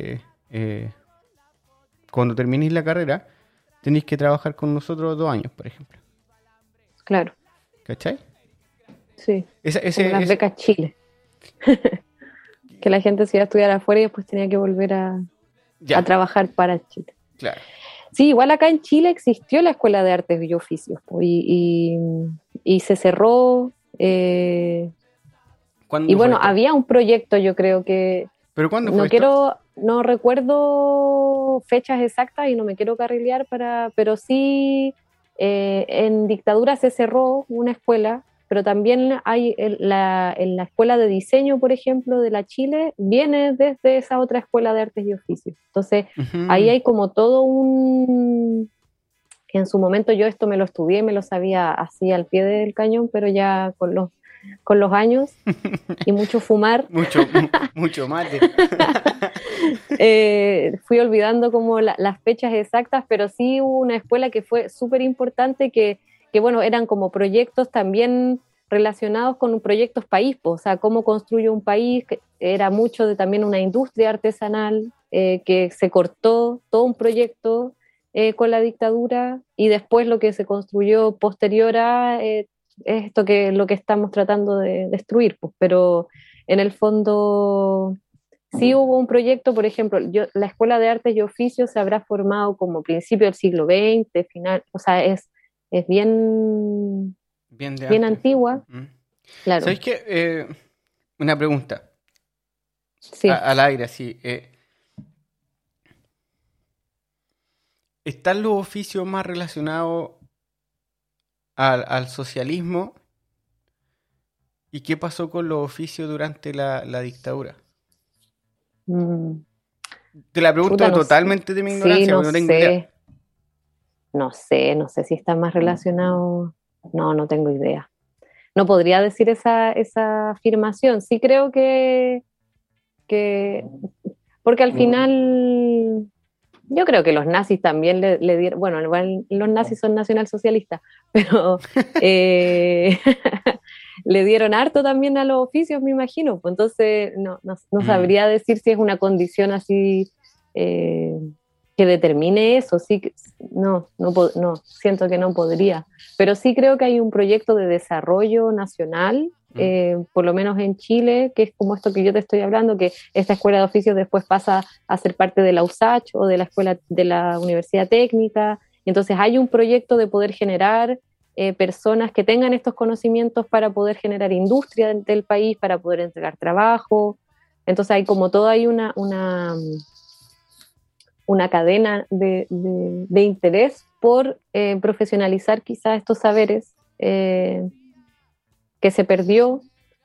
Speaker 1: cuando termines la carrera, tenés que trabajar con nosotros 2 años, por ejemplo.
Speaker 2: Claro,
Speaker 1: ¿Cachai?
Speaker 2: sí,
Speaker 1: Esa-
Speaker 2: como
Speaker 1: ese,
Speaker 2: las
Speaker 1: ese,
Speaker 2: becas Chile, que la gente se iba a estudiar afuera y después tenía que volver a
Speaker 1: ya,
Speaker 2: trabajar para Chile.
Speaker 1: claro.
Speaker 2: Sí, igual acá en Chile existió la Escuela de Artes y Oficios po, y se cerró. Y
Speaker 1: ¿Cuándo fue
Speaker 2: bueno,
Speaker 1: esto?
Speaker 2: había un proyecto, yo creo que
Speaker 1: ¿Pero cuándo fue esto?
Speaker 2: no recuerdo fechas exactas y no me quiero carrilear pero sí en dictadura se cerró una escuela, pero también hay en la escuela de diseño, por ejemplo, de la Chile, viene desde esa otra escuela de artes y oficios. Entonces, ahí
Speaker 1: Ujú.
Speaker 2: hay como todo que en su momento yo esto me lo estudié, me lo sabía así al pie del cañón, pero ya con los años y mucho fumar,
Speaker 1: Mucho mate.
Speaker 2: fui olvidando como las fechas exactas, pero sí hubo una escuela que fue súper importante que, bueno, eran como proyectos también relacionados con proyectos país, o sea, cómo construye un país, que era mucho de también una industria artesanal, que se cortó todo un proyecto con la dictadura y después lo que se construyó posterior a esto que lo que estamos tratando de destruir, pues, pero en el fondo sí hubo un proyecto, por ejemplo, la Escuela de Artes y Oficios se habrá formado como principio del siglo XX, final, o sea, es bien,
Speaker 1: Bien de
Speaker 2: bien
Speaker 1: antes.
Speaker 2: antigua,
Speaker 1: Mm.
Speaker 2: claro,
Speaker 1: ¿Sabéis qué? Una pregunta.
Speaker 2: sí.
Speaker 1: Al aire, así. ¿Están los oficios más relacionados al socialismo? ¿Y qué pasó con los oficios durante la dictadura?
Speaker 2: Mm,
Speaker 1: Te la
Speaker 2: chuta,
Speaker 1: pregunto
Speaker 2: no sé.
Speaker 1: totalmente de mi
Speaker 2: Sí,
Speaker 1: ignorancia,
Speaker 2: no
Speaker 1: porque no tengo idea.
Speaker 2: sé, no sé si está más relacionado, no tengo idea. No podría decir esa afirmación. Sí creo que porque al final yo creo que los nazis también le dieron, bueno, igual los nazis son nacionalsocialistas, pero eh, le dieron harto también a los oficios, me imagino. Pues entonces no
Speaker 1: Mm.
Speaker 2: sabría decir si es una condición así eh, que determine eso. Sí, no, siento que no podría. Pero sí creo que hay un proyecto de desarrollo nacional,
Speaker 1: Mm.
Speaker 2: por lo menos en Chile, que es como esto que yo te estoy hablando, que esta escuela de oficios después pasa a ser parte de la USACH o de la escuela de la Universidad Técnica. Y entonces hay un proyecto de poder generar personas que tengan estos conocimientos para poder generar industria del país, para poder entregar trabajo. Entonces hay como todo hay una cadena de interés por profesionalizar quizás estos saberes que se perdió.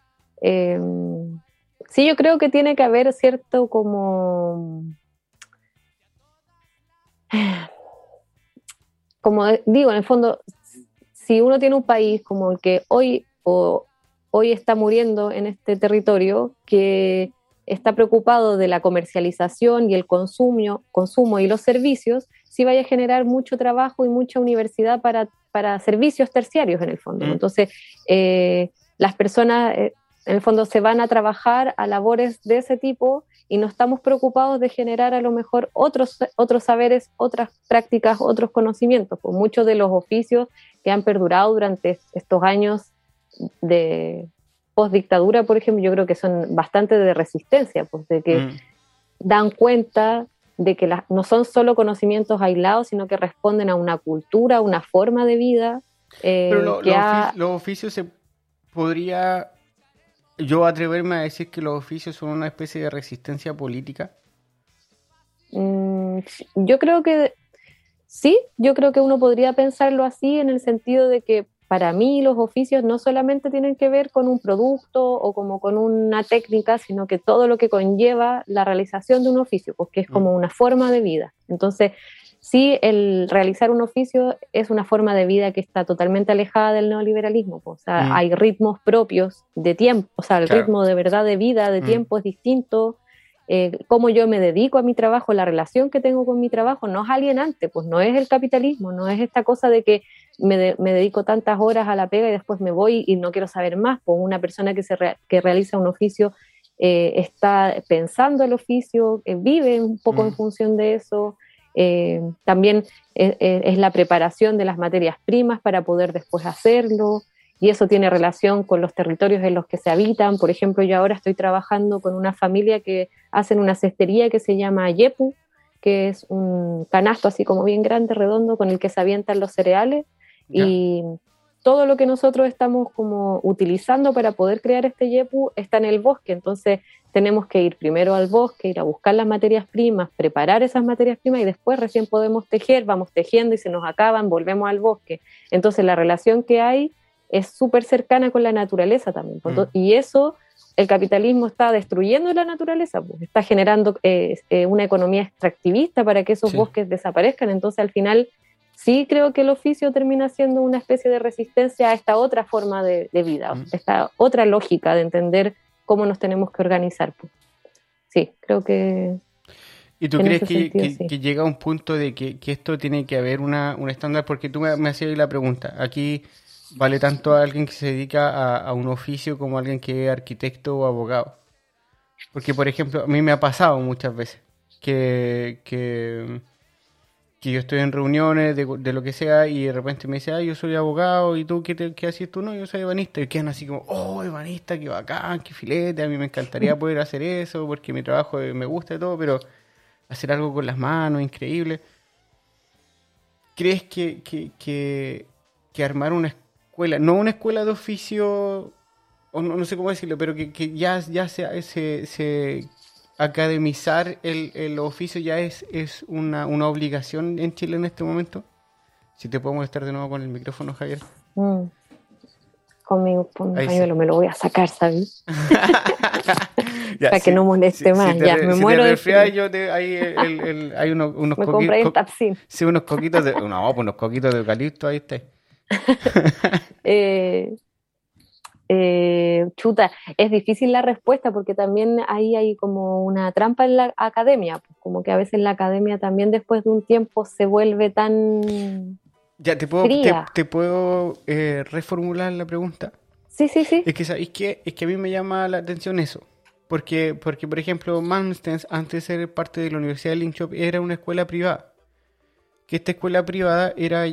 Speaker 2: Sí, yo creo que tiene que haber cierto como digo, en el fondo, si uno tiene un país como el que hoy está muriendo en este territorio, que está preocupado de la comercialización y el consumo y los servicios, sí vaya a generar mucho trabajo y mucha universidad para servicios terciarios en el fondo. Entonces, las personas en el fondo se van a trabajar a labores de ese tipo y no estamos preocupados de generar a lo mejor otros saberes, otras prácticas, otros conocimientos. Pues muchos de los oficios que han perdurado durante estos años de postdictadura, por ejemplo, yo creo que son bastante de resistencia, pues de que dan cuenta de que no son solo conocimientos aislados, sino que responden a una cultura, a una forma de vida.
Speaker 1: Pero los oficios se podría yo atreverme a decir que los oficios son una especie de resistencia política.
Speaker 2: Yo creo que sí, yo creo que uno podría pensarlo así en el sentido de que para mí los oficios no solamente tienen que ver con un producto o como con una técnica, sino que todo lo que conlleva la realización de un oficio, porque es como una forma de vida. Entonces, sí, el realizar un oficio es una forma de vida que está totalmente alejada del neoliberalismo. O sea, hay ritmos propios de tiempo, o sea, el ritmo de verdad de vida, de tiempo es distinto. Cómo yo me dedico a mi trabajo, la relación que tengo con mi trabajo no es alienante, pues no es el capitalismo, no es esta cosa de que me dedico tantas horas a la pega y después me voy y no quiero saber más. Pues una persona que realiza un oficio está pensando el oficio, vive un poco en función de eso. También es la preparación de las materias primas para poder después hacerlo, y eso tiene relación con los territorios en los que se habitan. Por ejemplo, yo ahora estoy trabajando con una familia que hacen una cestería que se llama yepu, que es un canasto así como bien grande, redondo, con el que se avientan los cereales. ¿Ya? Y todo lo que nosotros estamos como utilizando para poder crear este yepu está en el bosque. Entonces tenemos que ir primero al bosque, ir a buscar las materias primas, preparar esas materias primas y después recién podemos tejer. Vamos tejiendo y se nos acaban, volvemos al bosque. Entonces la relación que hay es súper cercana con la naturaleza también. Y eso, el capitalismo está destruyendo la naturaleza, pues, está generando una economía extractivista para que esos bosques desaparezcan. Entonces al final sí creo que el oficio termina siendo una especie de resistencia a esta otra forma de vida, esta otra lógica de entender cómo nos tenemos que organizar. Pues. Sí, creo que...
Speaker 1: ¿Y tú crees que llega a un punto de que esto tiene que haber un estándar? Porque tú me hacías la pregunta. Aquí vale tanto a alguien que se dedica a un oficio como a alguien que es arquitecto o abogado. Porque, por ejemplo, a mí me ha pasado muchas veces que yo estoy en reuniones de lo que sea y de repente me dice, yo soy abogado, ¿y tú qué haces tú? No, yo soy ebanista. Y quedan así como, ebanista, qué bacán, qué filete, a mí me encantaría poder hacer eso porque mi trabajo me gusta y todo, pero hacer algo con las manos, increíble. ¿Crees que armar una escuela, no una escuela de oficio, o no sé cómo decirlo, pero que ya se academizar el oficio ya es una obligación en Chile en este momento? Si te puedo molestar de nuevo con el micrófono, Javier.
Speaker 2: Conmigo, con un pañuelo me lo voy a sacar, ¿sabes? Para que no moleste más. Me muero de frío.
Speaker 1: Hay unos
Speaker 2: me compré el Tapsin.
Speaker 1: Sí, unos coquitos de... No, pues unos coquitos de eucalipto, ahí está.
Speaker 2: Chuta, es difícil la respuesta porque también ahí hay como una trampa en la academia, pues como que a veces la academia también después de un tiempo se vuelve tan fría.
Speaker 1: ¿Te puedo reformular la pregunta?
Speaker 2: Sí.
Speaker 1: Es que, ¿sabéis qué? Es que a mí me llama la atención eso. Porque por ejemplo, Manstens, antes de ser parte de la Universidad de Linköping, era una escuela privada. Que esta escuela privada era...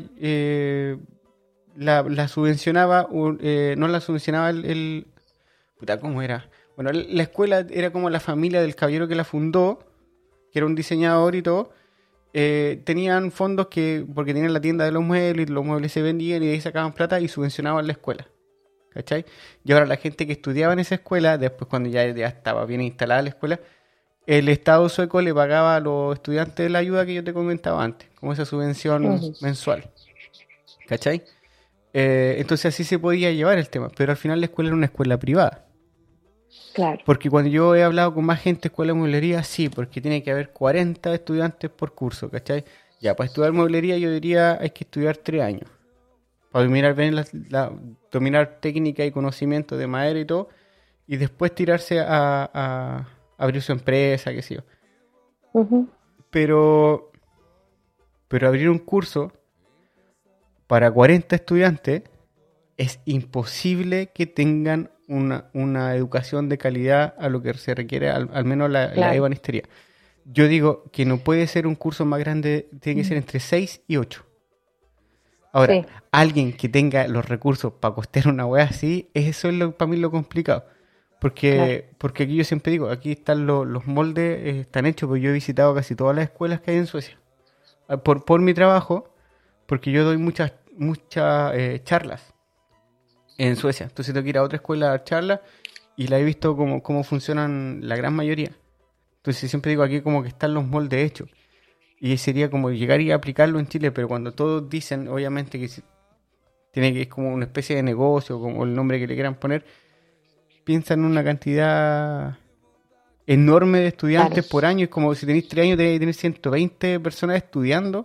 Speaker 1: La subvencionaba, no la subvencionaba puta, ¿cómo era? Bueno, la escuela era como la familia del caballero que la fundó, que era un diseñador y todo. Tenían fondos porque tenían la tienda de los muebles se vendían y de ahí sacaban plata y subvencionaban la escuela. ¿Cachai? Y ahora la gente que estudiaba en esa escuela, después cuando ya estaba bien instalada la escuela, el Estado sueco le pagaba a los estudiantes la ayuda que yo te comentaba antes, como esa subvención mensual. ¿Cachai? Entonces así se podía llevar el tema, pero al final la escuela era una escuela privada.
Speaker 2: Claro.
Speaker 1: Porque cuando yo he hablado con más gente de escuela de mueblería, sí, porque tiene que haber 40 estudiantes por curso, ¿cachai? Ya, para estudiar mueblería yo diría hay que estudiar 3 años. Para dominar bien dominar técnica y conocimiento de madera y todo, y después tirarse a abrir su empresa, qué sé yo.
Speaker 2: Ujú.
Speaker 1: Pero abrir un curso para 40 estudiantes es imposible que tengan una educación de calidad a lo que se requiere, al menos la
Speaker 2: Claro.
Speaker 1: ebanistería. Yo digo que no puede ser un curso más grande, tiene que ser entre 6 y 8. Ahora,
Speaker 2: Sí,
Speaker 1: alguien que tenga los recursos para costear una wea así, eso es para mí lo complicado.
Speaker 2: claro.
Speaker 1: Porque aquí yo siempre digo, aquí están los moldes, están hechos, porque yo he visitado casi todas las escuelas que hay en Suecia. Por mi trabajo, porque yo doy muchas charlas en Suecia. Entonces tengo que ir a otra escuela a dar charlas y la he visto cómo funcionan la gran mayoría. Entonces siempre digo aquí como que están los moldes hechos. Y sería como llegar y aplicarlo en Chile, pero cuando todos dicen, obviamente, tiene que es como una especie de negocio, como el nombre que le quieran poner, piensan en una cantidad enorme de
Speaker 2: Claro.
Speaker 1: estudiantes por año. Es como si tenéis 3 años, tenéis que tener 120 personas estudiando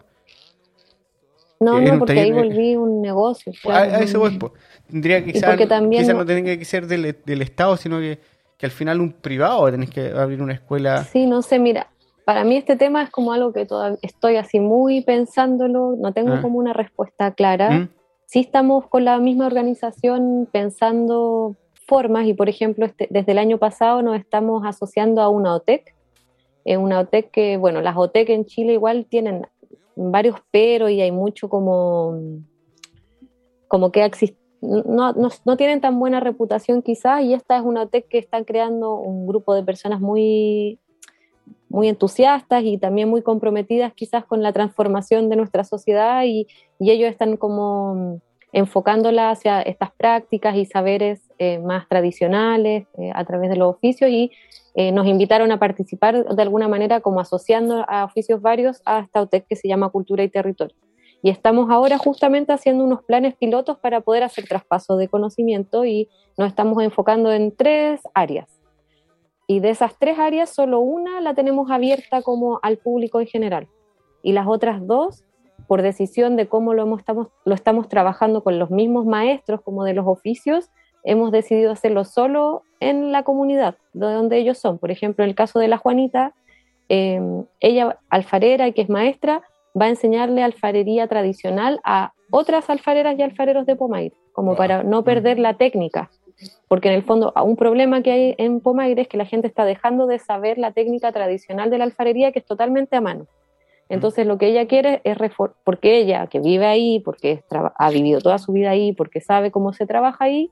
Speaker 2: No,
Speaker 1: en
Speaker 2: no,
Speaker 1: un
Speaker 2: porque ahí
Speaker 1: taller.
Speaker 2: volví un negocio,
Speaker 1: A
Speaker 2: claro.
Speaker 1: eso voy, po. Tendría
Speaker 2: Y
Speaker 1: quizás
Speaker 2: porque también
Speaker 1: no tenga que ser del Estado, sino que al final un privado tenés que abrir una escuela.
Speaker 2: sí, no sé, mira, para mí este tema es como algo que todavía estoy así muy pensándolo, no tengo
Speaker 1: ¿Ah?
Speaker 2: como una respuesta clara.
Speaker 1: ¿Mm?
Speaker 2: Sí estamos con la misma organización pensando formas y, por ejemplo, desde el año pasado nos estamos asociando a una OTEC que, bueno, las OTEC en Chile igual tienen varios peros y hay mucho como que no tienen tan buena reputación quizás, y esta es una OTEC que están creando un grupo de personas muy entusiastas y también muy comprometidas quizás con la transformación de nuestra sociedad, y ellos están como enfocándola hacia estas prácticas y saberes más tradicionales a través de los oficios, y nos invitaron a participar de alguna manera como asociando a oficios varios a esta OTEC que se llama Cultura y Territorio. Y estamos ahora justamente haciendo unos planes pilotos para poder hacer traspaso de conocimiento, y nos estamos enfocando en 3 áreas. Y de esas 3 áreas, solo una la tenemos abierta como al público en general. Y las otras 2, por decisión de cómo lo estamos trabajando con los mismos maestros como de los oficios, hemos decidido hacerlo solo en la comunidad de donde ellos son. Por ejemplo, en el caso de la Juanita, ella, alfarera y que es maestra, va a enseñarle alfarería tradicional a otras alfareras y alfareros de Pomaire, como
Speaker 1: Wow.
Speaker 2: para no perder la técnica. Porque en el fondo, un problema que hay en Pomaire es que la gente está dejando de saber la técnica tradicional de la alfarería, que es totalmente a mano. Entonces lo que ella quiere es porque ella, que vive ahí, porque ha vivido toda su vida ahí, porque sabe cómo se trabaja ahí,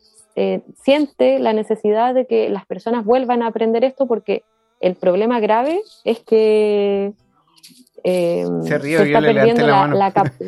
Speaker 2: siente la necesidad de que las personas vuelvan a aprender esto, porque el problema grave es que
Speaker 1: Se río,
Speaker 2: se
Speaker 1: yo
Speaker 2: está
Speaker 1: le levanté
Speaker 2: perdiendo
Speaker 1: la mano.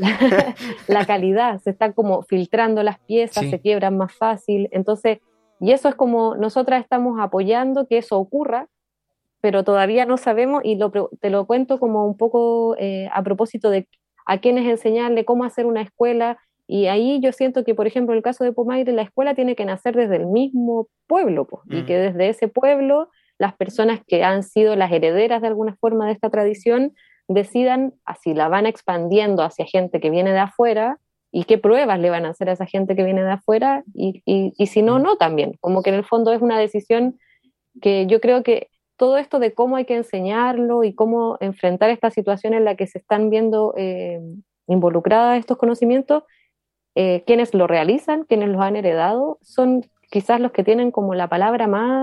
Speaker 2: la calidad, se está como filtrando las piezas, se
Speaker 1: Sí.
Speaker 2: quiebran más fácil. Entonces, y eso es como nosotras estamos apoyando que eso ocurra, pero todavía no sabemos, y te lo cuento como un poco a propósito de a quiénes enseñarle, cómo hacer una escuela. Y ahí yo siento que, por ejemplo, en el caso de Pomaire, la escuela tiene que nacer desde el mismo pueblo, pues, y que desde ese pueblo las personas que han sido las herederas de alguna forma de esta tradición decidan si la van expandiendo hacia gente que viene de afuera, y qué pruebas le van a hacer a esa gente que viene de afuera, y si no, no también. Como que en el fondo es una decisión que yo creo que todo esto de cómo hay que enseñarlo y cómo enfrentar esta situación en la que se están viendo involucradas estos conocimientos, quienes lo realizan, quienes los han heredado, son quizás los que tienen como la palabra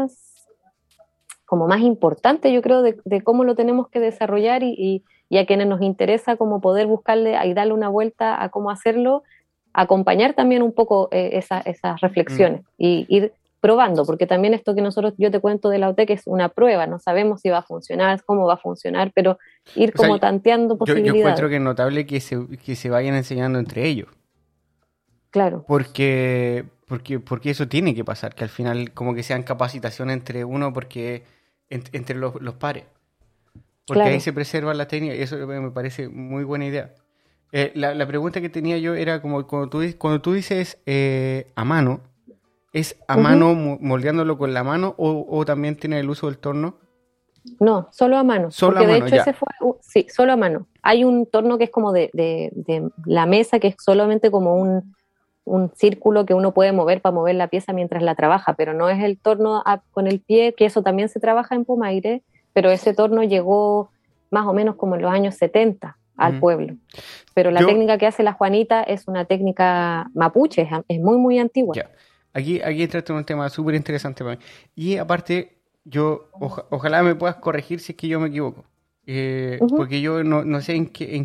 Speaker 2: como más importante, yo creo, de cómo lo tenemos que desarrollar, y a quienes nos interesa como poder buscarle y darle una vuelta a cómo hacerlo, acompañar también un poco esas reflexiones y ir probando, porque también esto que yo te cuento de la UTEC es una prueba, no sabemos si va a funcionar, cómo va a funcionar, pero ir
Speaker 1: O sea,
Speaker 2: como tanteando
Speaker 1: yo encuentro
Speaker 2: posibilidades.
Speaker 1: que es notable que se vayan enseñando entre ellos.
Speaker 2: Claro,
Speaker 1: Porque eso tiene que pasar, que al final como que sean capacitación entre uno, porque entre los pares. Porque
Speaker 2: Claro.
Speaker 1: ahí se preserva la técnica y eso me parece muy buena idea. La pregunta que tenía yo era como cuando tú dices a mano, ¿es a
Speaker 2: Ujú.
Speaker 1: mano moldeándolo con la mano o también tiene el uso del torno?
Speaker 2: No, solo a mano,
Speaker 1: Solo a
Speaker 2: porque de
Speaker 1: mano,
Speaker 2: hecho ese
Speaker 1: ya.
Speaker 2: fue, sí, solo a mano. Hay un torno que es como de la mesa, que es solamente como un círculo que uno puede mover para mover la pieza mientras la trabaja, pero no es el torno con el pie, que eso también se trabaja en Pomaire, pero ese torno llegó más o menos como en los años 70 al
Speaker 1: Ujú.
Speaker 2: pueblo. Pero la
Speaker 1: Yo,
Speaker 2: técnica que hace la Juanita es una técnica mapuche, es muy, muy antigua.
Speaker 1: ya. Aquí entraste en un tema súper interesante para mí. Y aparte, yo, ojalá me puedas corregir si es que yo me equivoco.
Speaker 2: Ujú.
Speaker 1: Porque yo no sé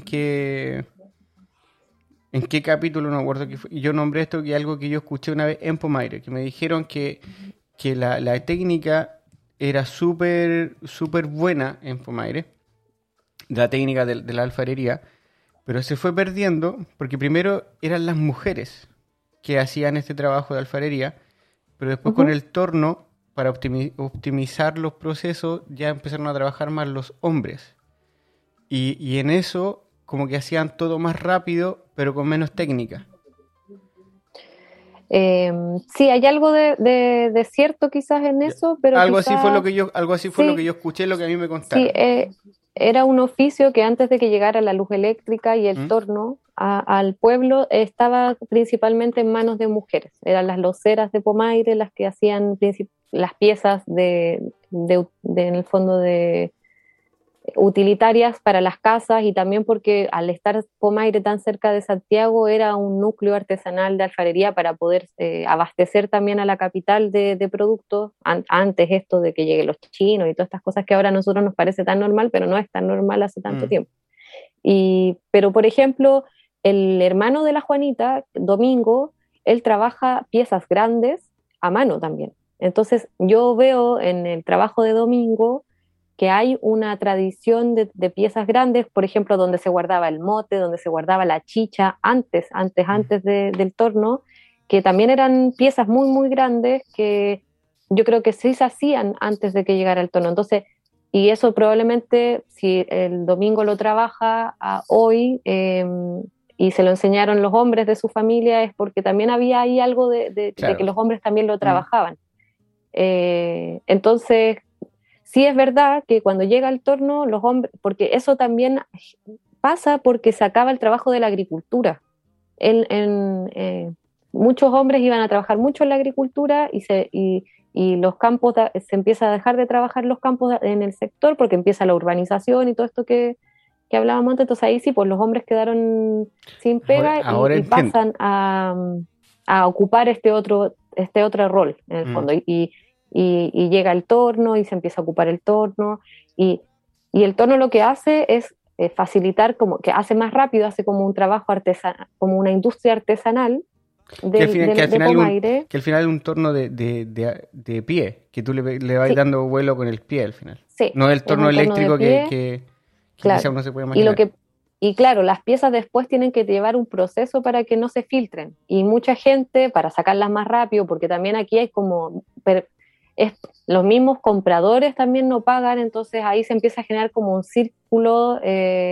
Speaker 1: en qué capítulo, no me acuerdo que fue, y yo nombré esto que algo que yo escuché una vez en Pomaire, que me dijeron que la técnica era súper buena en Pomaire, la técnica de la alfarería, pero se fue perdiendo porque primero eran las mujeres que hacían este trabajo de alfarería, pero después con
Speaker 2: Ujú.
Speaker 1: el torno, para optimizar los procesos, ya empezaron a trabajar más los hombres. Y en eso, como que hacían todo más rápido, pero con menos técnica.
Speaker 2: Eh, sí, hay algo de cierto quizás en
Speaker 1: Ya.
Speaker 2: eso, pero quizás
Speaker 1: Algo así fue lo que
Speaker 2: sí,
Speaker 1: yo escuché, lo que a mí me
Speaker 2: sí,
Speaker 1: contaron.
Speaker 2: era un oficio que antes de que llegara la luz eléctrica y el
Speaker 1: ¿Mm?
Speaker 2: torno al pueblo estaba principalmente en manos de mujeres. Eran las loceras de Pomaire las que hacían las piezas en el fondo de utilitarias para las casas y también porque al estar Pomaire tan cerca de Santiago era un núcleo artesanal de alfarería para poder abastecer también a la capital de productos. Antes esto de que lleguen los chinos y todas estas cosas que ahora a nosotros nos parece tan normal, pero no es tan normal hace tanto
Speaker 1: Mm.
Speaker 2: tiempo. Pero por ejemplo, el hermano de la Juanita, Domingo, él trabaja piezas grandes a mano también. Entonces yo veo en el trabajo de Domingo que hay una tradición de piezas grandes, por ejemplo, donde se guardaba el mote, donde se guardaba la chicha
Speaker 1: Mm.
Speaker 2: antes del torno, que también eran piezas muy, muy grandes que yo creo que sí se hacían antes de que llegara el torno. Entonces, y eso probablemente, si el domingo lo trabaja hoy y se lo enseñaron los hombres de su familia, es porque también había ahí algo de que
Speaker 1: Claro.
Speaker 2: los hombres también lo
Speaker 1: Mm.
Speaker 2: trabajaban. Entonces, sí es verdad que cuando llega el torno, los hombres, porque eso también pasa porque se acaba el trabajo de la agricultura. Muchos hombres iban a trabajar mucho en la agricultura y los campos, se empieza a dejar de trabajar los campos en el sector porque empieza la urbanización y todo esto que hablábamos antes. Entonces ahí sí, pues los hombres quedaron sin pega
Speaker 1: Ahora
Speaker 2: y
Speaker 1: entiendo.
Speaker 2: pasan a ocupar este otro rol en el
Speaker 1: Mm.
Speaker 2: fondo. Y llega el torno y se empieza a ocupar el torno y, y el torno lo que hace es facilitar, como que hace más rápido, hace como un trabajo artesanal, como una industria artesanal de Pomaire.
Speaker 1: Que al final es un torno de pie, que tú le vas
Speaker 2: Sí,
Speaker 1: dando vuelo con el pie al final.
Speaker 2: sí,
Speaker 1: No el
Speaker 2: es
Speaker 1: torno
Speaker 2: un torno de
Speaker 1: eléctrico
Speaker 2: pie,
Speaker 1: que quizá
Speaker 2: claro.
Speaker 1: uno se puede
Speaker 2: Y lo
Speaker 1: imaginar.
Speaker 2: que y claro, las piezas después tienen que llevar un proceso para que no se filtren. Y mucha gente, para sacarlas más rápido, porque también aquí hay como, es, los mismos compradores también no pagan, entonces ahí se empieza a generar como un círculo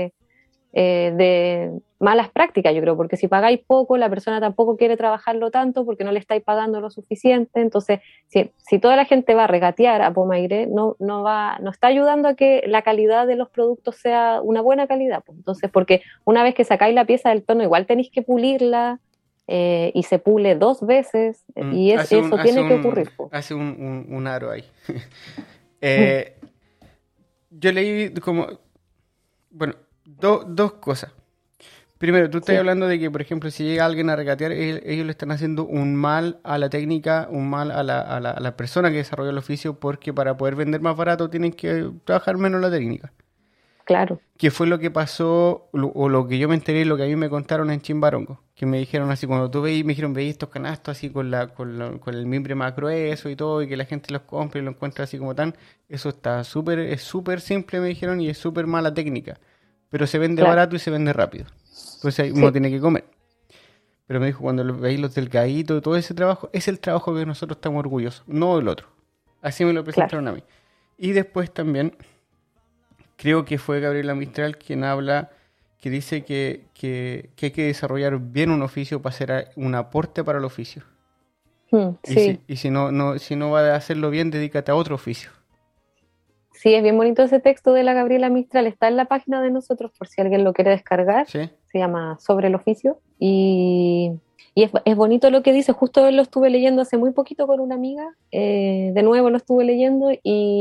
Speaker 2: de malas prácticas, yo creo, porque si pagáis poco, la persona tampoco quiere trabajarlo tanto porque no le estáis pagando lo suficiente. Entonces, si toda la gente va a regatear a Pomaire, no está ayudando a que la calidad de los productos sea una buena calidad. Pues. Entonces, porque una vez que sacáis la pieza del torno, igual tenéis que pulirla y se pule dos veces y eso tiene que ocurrir. Pues.
Speaker 1: Hace un aro ahí. Eh, yo leí como, bueno, dos cosas. Primero, tú estás
Speaker 2: Sí,
Speaker 1: hablando de que, por ejemplo, si llega alguien a regatear, ellos le están haciendo un mal a la técnica, un mal a la persona que desarrolla el oficio, porque para poder vender más barato tienen que trabajar menos la técnica.
Speaker 2: claro.
Speaker 1: ¿Qué fue lo que pasó, o lo que yo me enteré, lo que a mí me contaron en Chimbarongo? Que me dijeron así, cuando tú veis, me dijeron, veis estos canastos así con el mimbre más grueso y todo, y que la gente los compra y lo encuentra así como tan, eso está es súper simple, me dijeron, y es súper mala técnica. Pero se vende
Speaker 2: Claro.
Speaker 1: barato y se vende rápido. Entonces ahí uno
Speaker 2: Sí,
Speaker 1: tiene que comer. Pero me dijo, cuando veis los delgaditos y todo ese trabajo, es el trabajo que nosotros estamos orgullosos, no el otro. Así me lo
Speaker 2: claro.
Speaker 1: presentaron a mí. Y después también, creo que fue Gabriela Mistral quien habla, que dice que hay que desarrollar bien un oficio para hacer un aporte para el oficio.
Speaker 2: Sí.
Speaker 1: Y si no va a hacerlo bien, dedícate a otro oficio.
Speaker 2: Sí, es bien bonito ese texto de la Gabriela Mistral, está en la página de nosotros por si alguien lo quiere descargar,
Speaker 1: ¿Sí?
Speaker 2: se llama Sobre el oficio y es bonito lo que dice, justo lo estuve leyendo hace muy poquito con una amiga, de nuevo lo estuve leyendo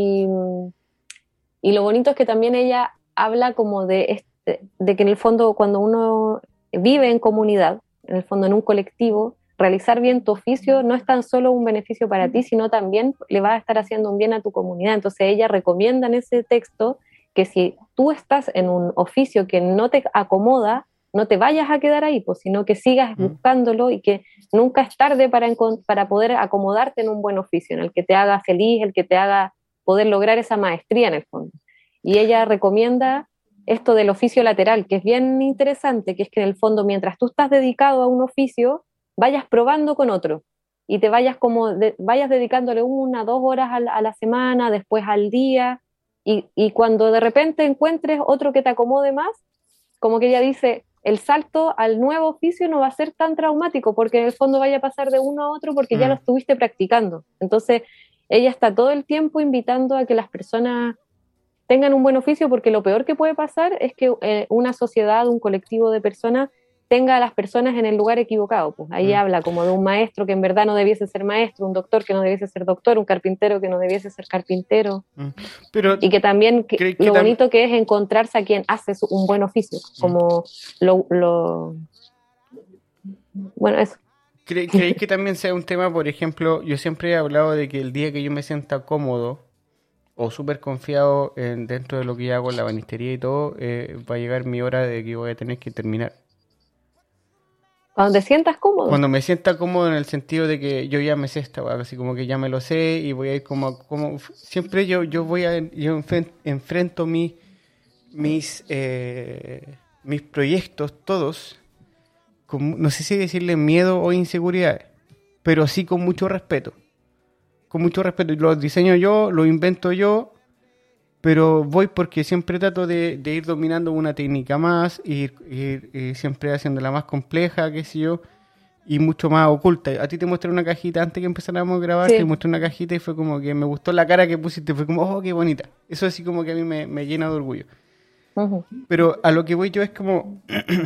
Speaker 2: y lo bonito es que también ella habla como de que en el fondo cuando uno vive en comunidad, en el fondo en un colectivo, realizar bien tu oficio no es tan solo un beneficio para ti, sino también le va a estar haciendo un bien a tu comunidad. Entonces ella recomienda en ese texto que si tú estás en un oficio que no te acomoda, no te vayas a quedar ahí, pues, sino que sigas buscándolo y que nunca es tarde para poder acomodarte en un buen oficio, en el que te haga feliz, el que te haga poder lograr esa maestría en el fondo. Y ella recomienda esto del oficio lateral, que es bien interesante, que es que en el fondo mientras tú estás dedicado a un oficio, vayas probando con otro y te vayas vayas dedicándole 1, 2 horas a la semana, después al día, y cuando de repente encuentres otro que te acomode más, como que ella dice, el salto al nuevo oficio no va a ser tan traumático porque en el fondo vaya a pasar de uno a otro porque ya lo estuviste practicando. Entonces, ella está todo el tiempo invitando a que las personas tengan un buen oficio porque lo peor que puede pasar es que una sociedad, un colectivo de personas tenga a las personas en el lugar equivocado. Pues ahí habla como de un maestro que en verdad no debiese ser maestro, un doctor que no debiese ser doctor, un carpintero que no debiese ser carpintero.
Speaker 1: Pero
Speaker 2: y que también lo bonito que es encontrarse a quien hace un buen oficio, como bueno, eso.
Speaker 1: ¿Creéis que también sea un tema, por ejemplo, yo siempre he hablado de que el día que yo me sienta cómodo o súper confiado dentro de lo que yo hago en la banistería y todo, va a llegar mi hora de que voy a tener que terminar?
Speaker 2: Cuando te sientas cómodo.
Speaker 1: Cuando me sienta cómodo en el sentido de que yo ya me sé esta, así como que ya me lo sé y voy a ir como siempre yo enfrento mis proyectos todos, no sé si decirle miedo o inseguridad, pero sí con mucho respeto. Con mucho respeto. Los diseño yo, los invento yo, pero voy porque siempre trato de ir dominando una técnica más, ir siempre haciéndola más compleja, qué sé yo, y mucho más oculta. A ti te mostré una cajita antes que empezáramos a grabar,
Speaker 2: Sí.
Speaker 1: te mostré una cajita y fue como que me gustó la cara que pusiste, fue como, oh, qué bonita. Eso así como que a mí me llena de orgullo.
Speaker 2: Uh-huh.
Speaker 1: Pero a lo que voy yo es como,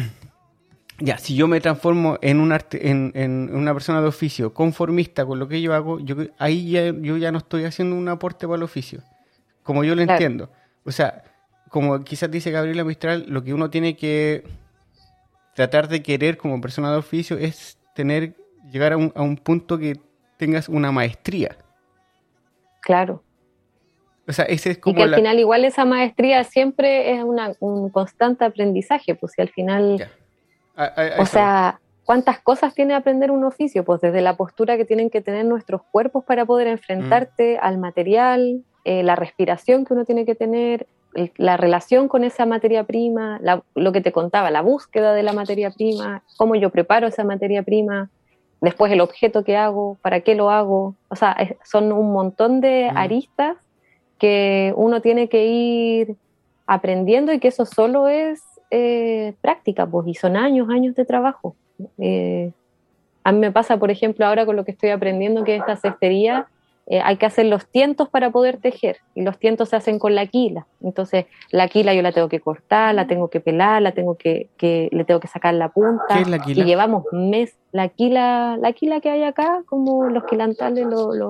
Speaker 1: ya, si yo me transformo en en una persona de oficio conformista con lo que yo hago, yo ya no estoy haciendo un aporte para el oficio, como yo lo entiendo. O sea, como quizás dice Gabriela Mistral, lo que uno tiene que tratar de querer como persona de oficio es llegar a un punto que tengas una maestría.
Speaker 2: Claro.
Speaker 1: O sea, ese es como
Speaker 2: y que al final igual esa maestría siempre es un constante aprendizaje, pues si al final, o sea, ¿cuántas cosas tiene aprender un oficio? Pues desde la postura que tienen que tener nuestros cuerpos para poder enfrentarte al material, la respiración que uno tiene que tener, la relación con esa materia prima, lo que te contaba, la búsqueda de la materia prima, cómo yo preparo esa materia prima, después el objeto que hago, para qué lo hago, o sea, son un montón de aristas que uno tiene que ir aprendiendo y que eso solo es práctica, pues, y son años de trabajo. A mí me pasa, por ejemplo, ahora con lo que estoy aprendiendo, que esta cestería, hay que hacer los tientos para poder tejer, y los tientos se hacen con la quila. Entonces, la quila yo la tengo que cortar, la tengo que pelar, le tengo que sacar la punta.
Speaker 1: ¿Qué es la quila?
Speaker 2: Y llevamos meses. La quila que hay acá, como los quilantales,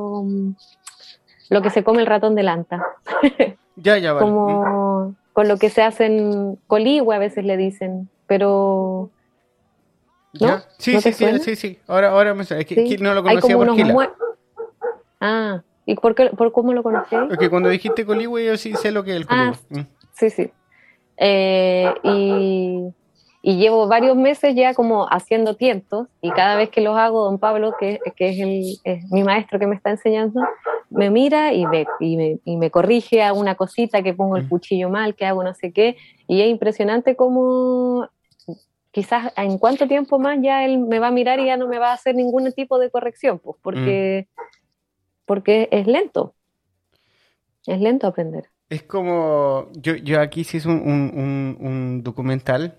Speaker 2: lo que se come el ratón de lanta.
Speaker 1: Ya, vale.
Speaker 2: Como con lo que se hacen coligüe, a veces le dicen, pero... ¿no?
Speaker 1: ¿Ya? Sí,
Speaker 2: ¿No
Speaker 1: sí,
Speaker 2: te
Speaker 1: sí, sí. Ahora me suena. Es que
Speaker 2: sí.
Speaker 1: no lo conocía por quila.
Speaker 2: ¿Y por cómo lo conocí?
Speaker 1: Porque cuando dijiste coligüe, yo sí sé lo que es el coligüe.
Speaker 2: Sí. Y llevo varios meses ya como haciendo tientos, y cada vez que los hago, don Pablo, que es mi maestro que me está enseñando, me mira y me corrige a una cosita, que pongo el cuchillo mal, que hago no sé qué, y es impresionante cómo quizás en cuánto tiempo más ya él me va a mirar y ya no me va a hacer ningún tipo de corrección, pues porque es lento. Es lento aprender.
Speaker 1: Es como, yo aquí sí hice un documental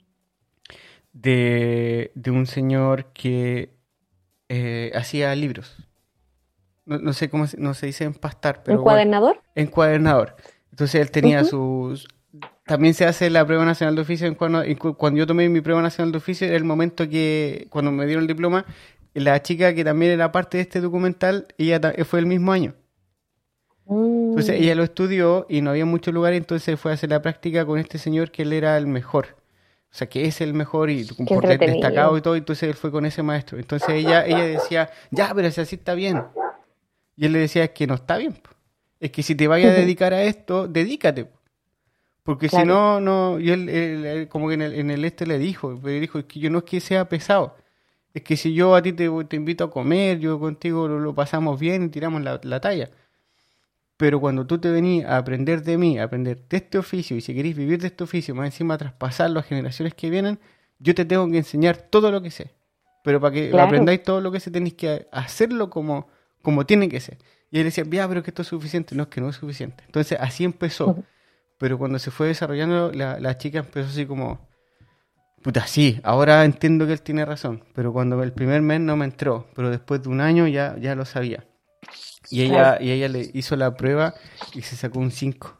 Speaker 1: de un señor que hacía libros. No sé cómo no se dice empastar, pero bueno,
Speaker 2: ¿Encuadernador?
Speaker 1: encuadernador. Entonces él tenía
Speaker 2: Ujú.
Speaker 1: sus... También se hace la prueba nacional de oficio cuando yo tomé mi prueba nacional de oficio, era el momento que, cuando me dieron el diploma, la chica que también era parte de este documental, fue el mismo año. Entonces
Speaker 2: Mm,
Speaker 1: ella lo estudió y no había muchos lugares, entonces fue a hacer la práctica con este señor que él era el mejor. O sea, que es el mejor y
Speaker 2: qué
Speaker 1: destacado
Speaker 2: entretenido.
Speaker 1: y todo, entonces él fue con ese maestro. Entonces ella decía, ya, pero si así está bien. Y él le decía, es que no está bien, po. Es que si te vayas a dedicar a esto, dedícate, po. Porque si
Speaker 2: Claro.
Speaker 1: no, no, y él como que en el le dijo, pero dijo, es que yo no es que sea pesado, es que si yo a ti te invito a comer, yo contigo lo pasamos bien y tiramos la talla. Pero cuando tú te venís a aprender de mí, a aprender de este oficio, y si queréis vivir de este oficio, más encima traspasarlo a generaciones que vienen, yo te tengo que enseñar todo lo que sé. Pero para que
Speaker 2: Claro.
Speaker 1: aprendáis todo lo que sé, tenéis que hacerlo como tiene que ser. Y él decía, ya, pero que esto es suficiente. No, es que no es suficiente. Entonces así empezó. Pero cuando se fue desarrollando, la chica empezó así como, puta, sí, ahora entiendo que él tiene razón. Pero cuando el primer mes no me entró, pero después de un año ya lo sabía.
Speaker 2: Claro.
Speaker 1: Y ella le hizo la prueba y se sacó un 5.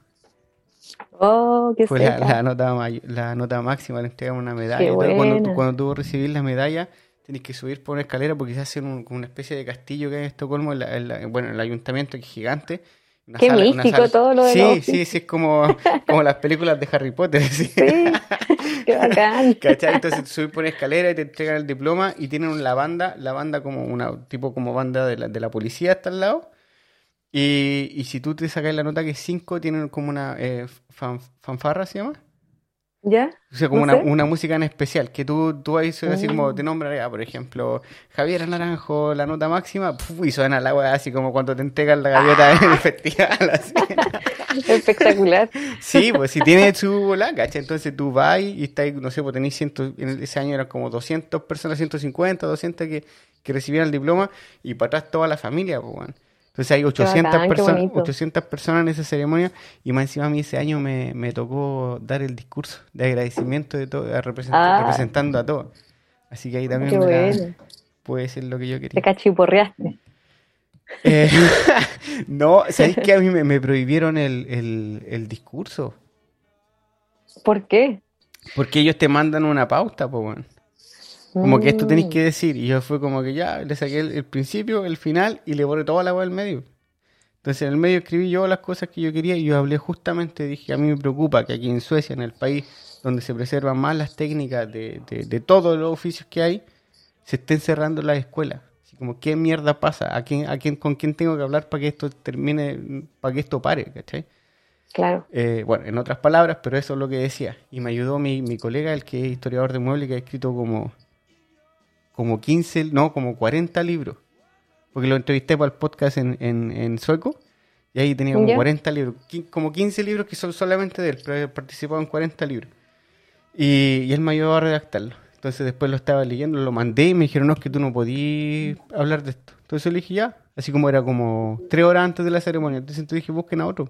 Speaker 2: Oh, qué
Speaker 1: Fue la,
Speaker 2: seca.
Speaker 1: la nota máxima, le entregan una medalla
Speaker 2: Qué
Speaker 1: y todo.
Speaker 2: buena.
Speaker 1: Cuando tú recibís la medalla, tenés que subir por una escalera porque se hace como una especie de castillo que hay en Estocolmo, bueno, el ayuntamiento que es gigante.
Speaker 2: Qué
Speaker 1: Una
Speaker 2: místico
Speaker 1: sala.
Speaker 2: todo lo de los
Speaker 1: Sí, sí, sí,
Speaker 2: oficios.
Speaker 1: es como las películas de Harry Potter, sí.
Speaker 2: Sí, qué bacán.
Speaker 1: ¿Cachai? Entonces tú subís por una escalera y te entregan el diploma y tienen la banda como una, tipo como banda de la policía hasta al lado. Y si tú te sacas la nota que es 5 tienen como una fanfarra, ¿se llama?
Speaker 2: ¿Ya?
Speaker 1: O sea, como
Speaker 2: No sé.
Speaker 1: una música en especial, que tú ahí suena así como te
Speaker 2: Mm,
Speaker 1: nombran, ya, por ejemplo, Javier Naranjo, la nota máxima, puf, y suena la weá así como cuando te entregan la gaviota en el
Speaker 2: ¡Ah!
Speaker 1: festival, así.
Speaker 2: Espectacular.
Speaker 1: Sí, pues si tiene su bola, ¿cachai? Entonces tú vas y estás, ahí, no sé, pues tenés en ese año eran como 200 personas, 150, 200 que recibían el diploma y para atrás toda la familia, pues, weón. Entonces hay
Speaker 2: Qué bacán, qué bonito.
Speaker 1: 800 personas en esa ceremonia y más encima a mí ese año me tocó dar el discurso de agradecimiento de todo,
Speaker 2: Ah,
Speaker 1: representando a todos. Así que ahí también
Speaker 2: qué bueno.
Speaker 1: puede ser lo que yo
Speaker 2: Te
Speaker 1: quería.
Speaker 2: cachiporreaste.
Speaker 1: Eh, no, ¿sabéis que a mí me prohibieron el discurso?
Speaker 2: ¿Por qué?
Speaker 1: Porque ellos te mandan una pauta, pues, bueno. Como que esto tenéis
Speaker 2: Mm,
Speaker 1: que decir. Y yo fue como que ya, le saqué el principio, el final y le borré toda la agua del medio. Entonces en el medio escribí yo las cosas que yo quería y yo hablé justamente, dije, a mí me preocupa que aquí en Suecia, en el país donde se preservan más las técnicas de todos los oficios que hay, se estén cerrando las escuelas. Así como, ¿qué mierda pasa? ¿Con quién tengo que hablar para que esto termine, para que esto pare? ¿Cachai?
Speaker 2: claro.
Speaker 1: Bueno, en otras palabras, pero eso es lo que decía. Y me ayudó mi colega, el que es historiador de muebles, que ha escrito como 15 no, como 40 libros. Porque lo entrevisté para el podcast en sueco. Y ahí tenía como
Speaker 2: ¿Ya?
Speaker 1: 40 libros. Como 15 libros que son solamente de él, pero he participado en 40 libros. Y él me ayudó a redactarlo. Entonces después lo estaba leyendo, lo mandé y me dijeron, no, es que tú no podías hablar de esto. Entonces yo le dije, ya. Así como era como 3 horas antes de la ceremonia. Entonces dije, busquen a otro.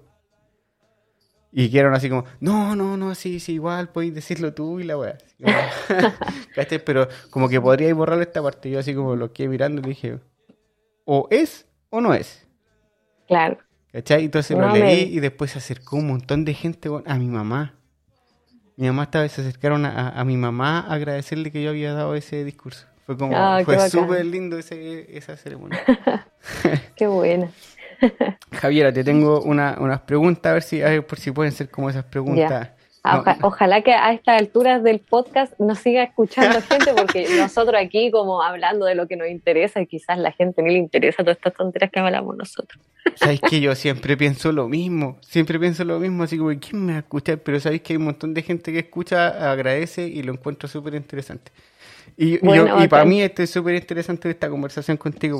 Speaker 1: Y quedaron así como, no, no, no, sí, sí, igual, podéis decirlo tú y la weá. Así como, ¿cachai? Pero como que podríais borrar esta parte. Yo así como lo quedé mirando y dije, o es o no es.
Speaker 2: Claro.
Speaker 1: ¿Cachai? Entonces lo
Speaker 2: No
Speaker 1: leí
Speaker 2: me.
Speaker 1: y después se acercó un montón de gente weón, a mi mamá. Mi mamá esta vez se acercaron a mi mamá a agradecerle que yo había dado ese discurso.
Speaker 2: Ah, qué
Speaker 1: Fue súper
Speaker 2: bacán.
Speaker 1: lindo esa ceremonia.
Speaker 2: Qué buena.
Speaker 1: Javiera, te tengo unas preguntas, a ver por si pueden ser como esas
Speaker 2: Ya.
Speaker 1: preguntas.
Speaker 2: Ah,
Speaker 1: No,
Speaker 2: ojalá que a estas alturas del podcast nos siga escuchando gente, porque nosotros aquí como hablando de lo que nos interesa y quizás la gente no le interesa todas estas tonterías que hablamos nosotros.
Speaker 1: sabéis que yo siempre pienso lo mismo, así como, ¿quién me va a escuchar? Pero sabéis que hay un montón de gente que escucha, agradece y lo encuentro súper interesante.
Speaker 2: Bueno,
Speaker 1: Y para
Speaker 2: bacán.
Speaker 1: mí esto es súper interesante esta conversación contigo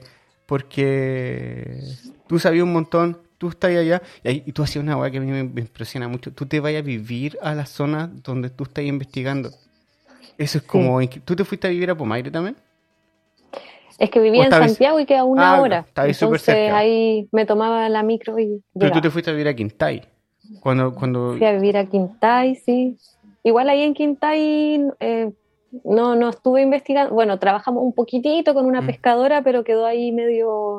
Speaker 1: porque tú sabías un montón, tú estás allá y tú hacías una weá que a mí me impresiona mucho. Tú te vayas a vivir a la zona donde tú estás investigando. Eso es
Speaker 2: Sí.
Speaker 1: como... ¿Tú te fuiste a vivir a Pomaire también?
Speaker 2: Es que vivía en Santiago y queda una hora.
Speaker 1: Está ahí súper cerca.
Speaker 2: Entonces ahí me tomaba la micro y
Speaker 1: Pero
Speaker 2: llegaba.
Speaker 1: tú te fuiste a vivir a Quintay. Cuando...
Speaker 2: Fui a vivir a Quintay, sí. Igual ahí en Quintay no estuve investigando. Bueno, trabajamos un poquitito con una pescadora, pero quedó ahí medio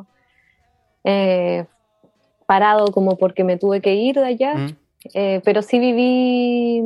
Speaker 2: parado como porque me tuve que ir de allá. Pero sí viví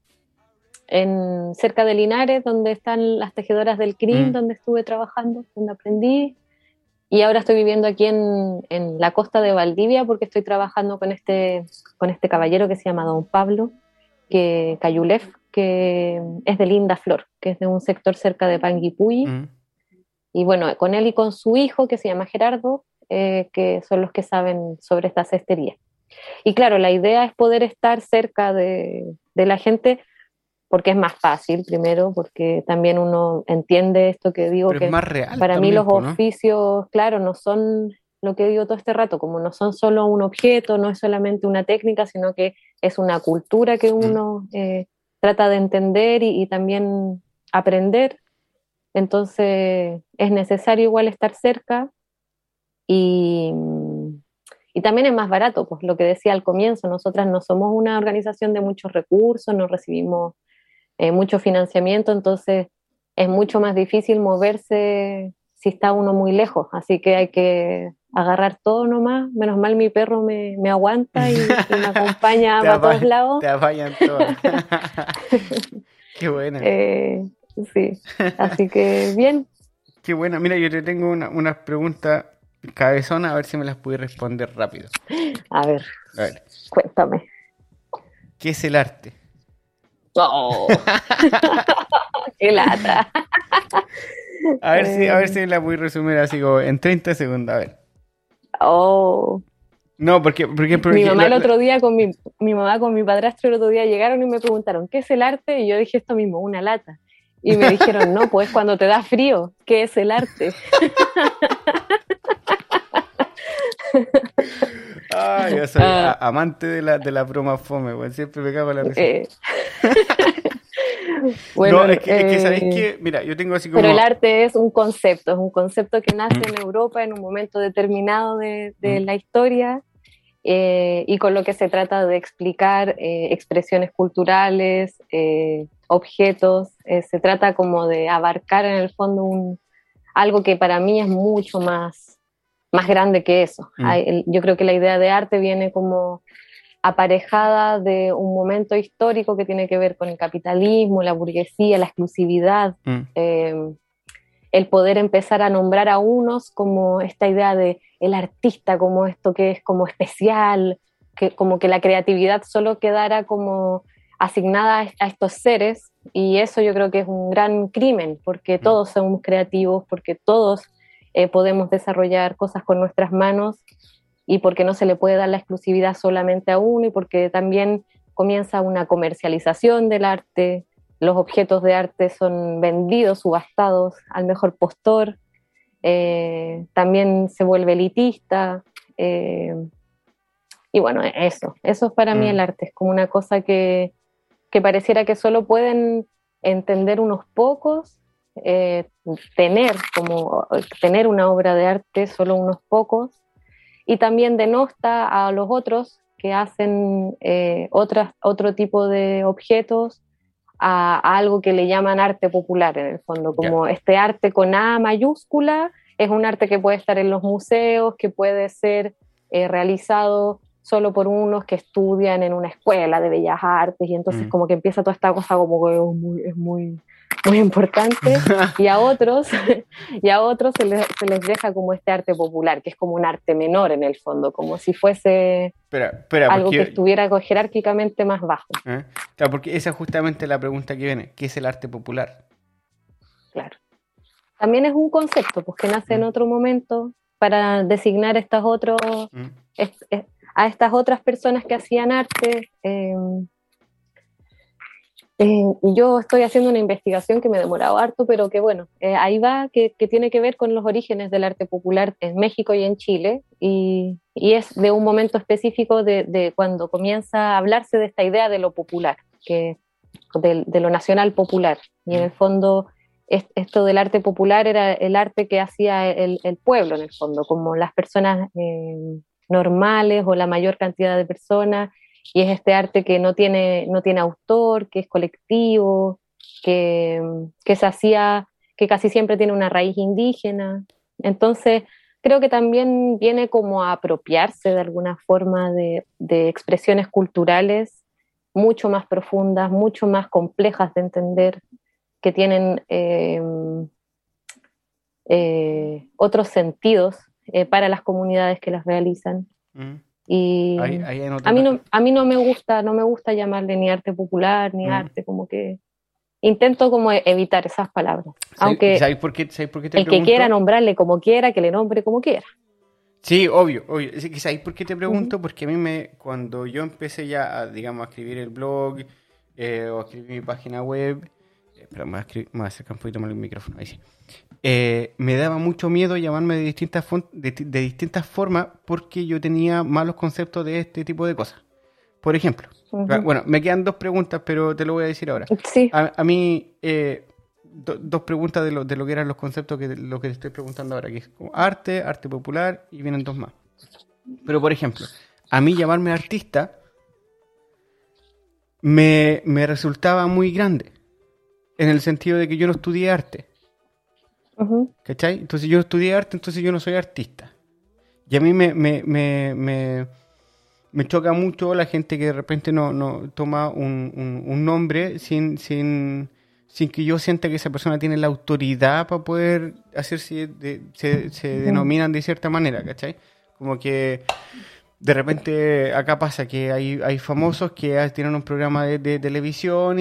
Speaker 2: cerca de Linares, donde están las tejedoras del CRIM, donde estuve trabajando, donde aprendí. Y ahora estoy viviendo aquí en la costa de Valdivia porque estoy trabajando con este caballero que se llama Don Pablo Cayulef, que es de Linda Flor, que es de un sector cerca de Panguipulli. Y bueno, con él y con su hijo, que se llama Gerardo, que son los que saben sobre esta cestería. Y claro, la idea es poder estar cerca de la gente, porque es más fácil, primero, porque también uno entiende esto que digo,
Speaker 1: pero
Speaker 2: que
Speaker 1: es más real
Speaker 2: para
Speaker 1: también,
Speaker 2: mí los
Speaker 1: ¿no?
Speaker 2: oficios, claro, no son lo que digo todo este rato, como no son solo un objeto, no es solamente una técnica, sino que es una cultura que uno trata de entender y también aprender. Entonces es necesario igual estar cerca y también es más barato, pues lo que decía al comienzo, nosotras no somos una organización de muchos recursos, no recibimos mucho financiamiento, entonces es mucho más difícil moverse si está uno muy lejos, así que hay que agarrar todo nomás. Menos mal mi perro me aguanta y me acompaña para todos lados.
Speaker 1: Te apañan todas. Qué buena.
Speaker 2: Sí, así que bien.
Speaker 1: Qué buena. Mira, yo te tengo unas preguntas cabezonas, a ver si me las puedes responder rápido.
Speaker 2: A ver, cuéntame.
Speaker 1: ¿Qué es el arte?
Speaker 2: ¡Oh! ¡Qué lata!
Speaker 1: A ver si la puedes resumir así como en 30 segundos, a ver.
Speaker 2: ¡Oh!
Speaker 1: No, porque
Speaker 2: mi mamá el otro día mi mamá con mi padrastro el otro día llegaron y me preguntaron, ¿qué es el arte? Y yo dije esto mismo, una lata. Y me dijeron, no, pues cuando te da frío, ¿qué es el arte?
Speaker 1: Yo soy amante de la broma fome, bueno, siempre me cago en la risa.
Speaker 2: Bueno,
Speaker 1: no, es que ¿sabéis qué? Mira, yo tengo así como...
Speaker 2: Pero el arte es un concepto que nace en Europa en un momento determinado de la historia, y con lo que se trata de explicar expresiones culturales, objetos, se trata como de abarcar en el fondo algo que para mí es mucho más grande que eso. Yo creo que la idea de arte viene como aparejada de un momento histórico que tiene que ver con el capitalismo, la burguesía, la exclusividad, el poder empezar a nombrar a unos como esta idea de el artista como esto que es como especial, que como que la creatividad solo quedara como asignada a estos seres, y eso yo creo que es un gran crimen, porque todos somos creativos, porque todos podemos desarrollar cosas con nuestras manos, y porque no se le puede dar la exclusividad solamente a uno, y porque también comienza una comercialización del arte, los objetos de arte son vendidos, subastados al mejor postor, también se vuelve elitista, y bueno, eso es para mí el arte, es como una cosa que pareciera que solo pueden entender unos pocos, tener una obra de arte solo unos pocos, y también denosta a los otros que hacen otro tipo de objetos a algo que le llaman arte popular, en el fondo, como este arte con A mayúscula, es un arte que puede estar en los museos, que puede ser realizado solo por unos que estudian en una escuela de bellas artes, y entonces como que empieza toda esta cosa como que es muy importante, y a otros se les deja como este arte popular, que es como un arte menor en el fondo, como si fuese algo que estuviera jerárquicamente más bajo.
Speaker 1: Claro, porque esa es justamente la pregunta que viene, ¿qué es el arte popular?
Speaker 2: Claro. También es un concepto, pues, que nace en otro momento para designar a estas otras personas que hacían arte. Yo estoy haciendo una investigación que me ha demorado harto, pero que bueno, ahí va, que tiene que ver con los orígenes del arte popular en México y en Chile, y es de un momento específico de cuando comienza a hablarse de esta idea de lo popular, de lo nacional popular, y en el fondo esto del arte popular era el arte que hacía el pueblo en el fondo, como las personas normales o la mayor cantidad de personas, y es este arte que no tiene autor, que es colectivo, que, que se hacía, que casi siempre tiene una raíz indígena. Entonces, creo que también viene como a apropiarse de alguna forma de expresiones culturales mucho más profundas, mucho más complejas de entender, que tienen otros sentidos para las comunidades que las realizan.
Speaker 1: Mm.
Speaker 2: Y
Speaker 1: Ahí
Speaker 2: a mí no me gusta llamarle ni arte popular, ni
Speaker 1: Mm.
Speaker 2: arte, como que intento como evitar esas palabras. Aunque
Speaker 1: ¿Sabes por qué te
Speaker 2: el que quiera
Speaker 1: pregunto?
Speaker 2: nombrarle como quiera, que le nombre como quiera.
Speaker 1: Sí, obvio. ¿Sabes por qué te
Speaker 2: Ujú.
Speaker 1: pregunto? Porque cuando yo empecé ya a, digamos, a escribir el blog o a escribir mi página web, pero me voy a acercar un poquito más el micrófono, ahí sí. Me daba mucho miedo llamarme de distintas formas porque yo tenía malos conceptos de este tipo de cosas. Por ejemplo,
Speaker 2: Ujú.
Speaker 1: bueno, me quedan dos preguntas, pero te lo voy a decir ahora.
Speaker 2: Sí.
Speaker 1: A mí, dos preguntas de lo que eran los conceptos lo que te estoy preguntando ahora, que es como arte popular y vienen dos más. Pero, por ejemplo, a mí llamarme artista me resultaba muy grande, en el sentido de que yo no estudié arte,
Speaker 2: Ujú.
Speaker 1: ¿cachai? Entonces yo no estudié arte, entonces yo no soy artista. Y a mí me choca mucho la gente que de repente no toma un nombre sin que yo sienta que esa persona tiene la autoridad para poder hacerse, se
Speaker 2: Ujú.
Speaker 1: denominan de cierta manera, ¿cachai? Como que de repente acá pasa que hay famosos que tienen un programa de televisión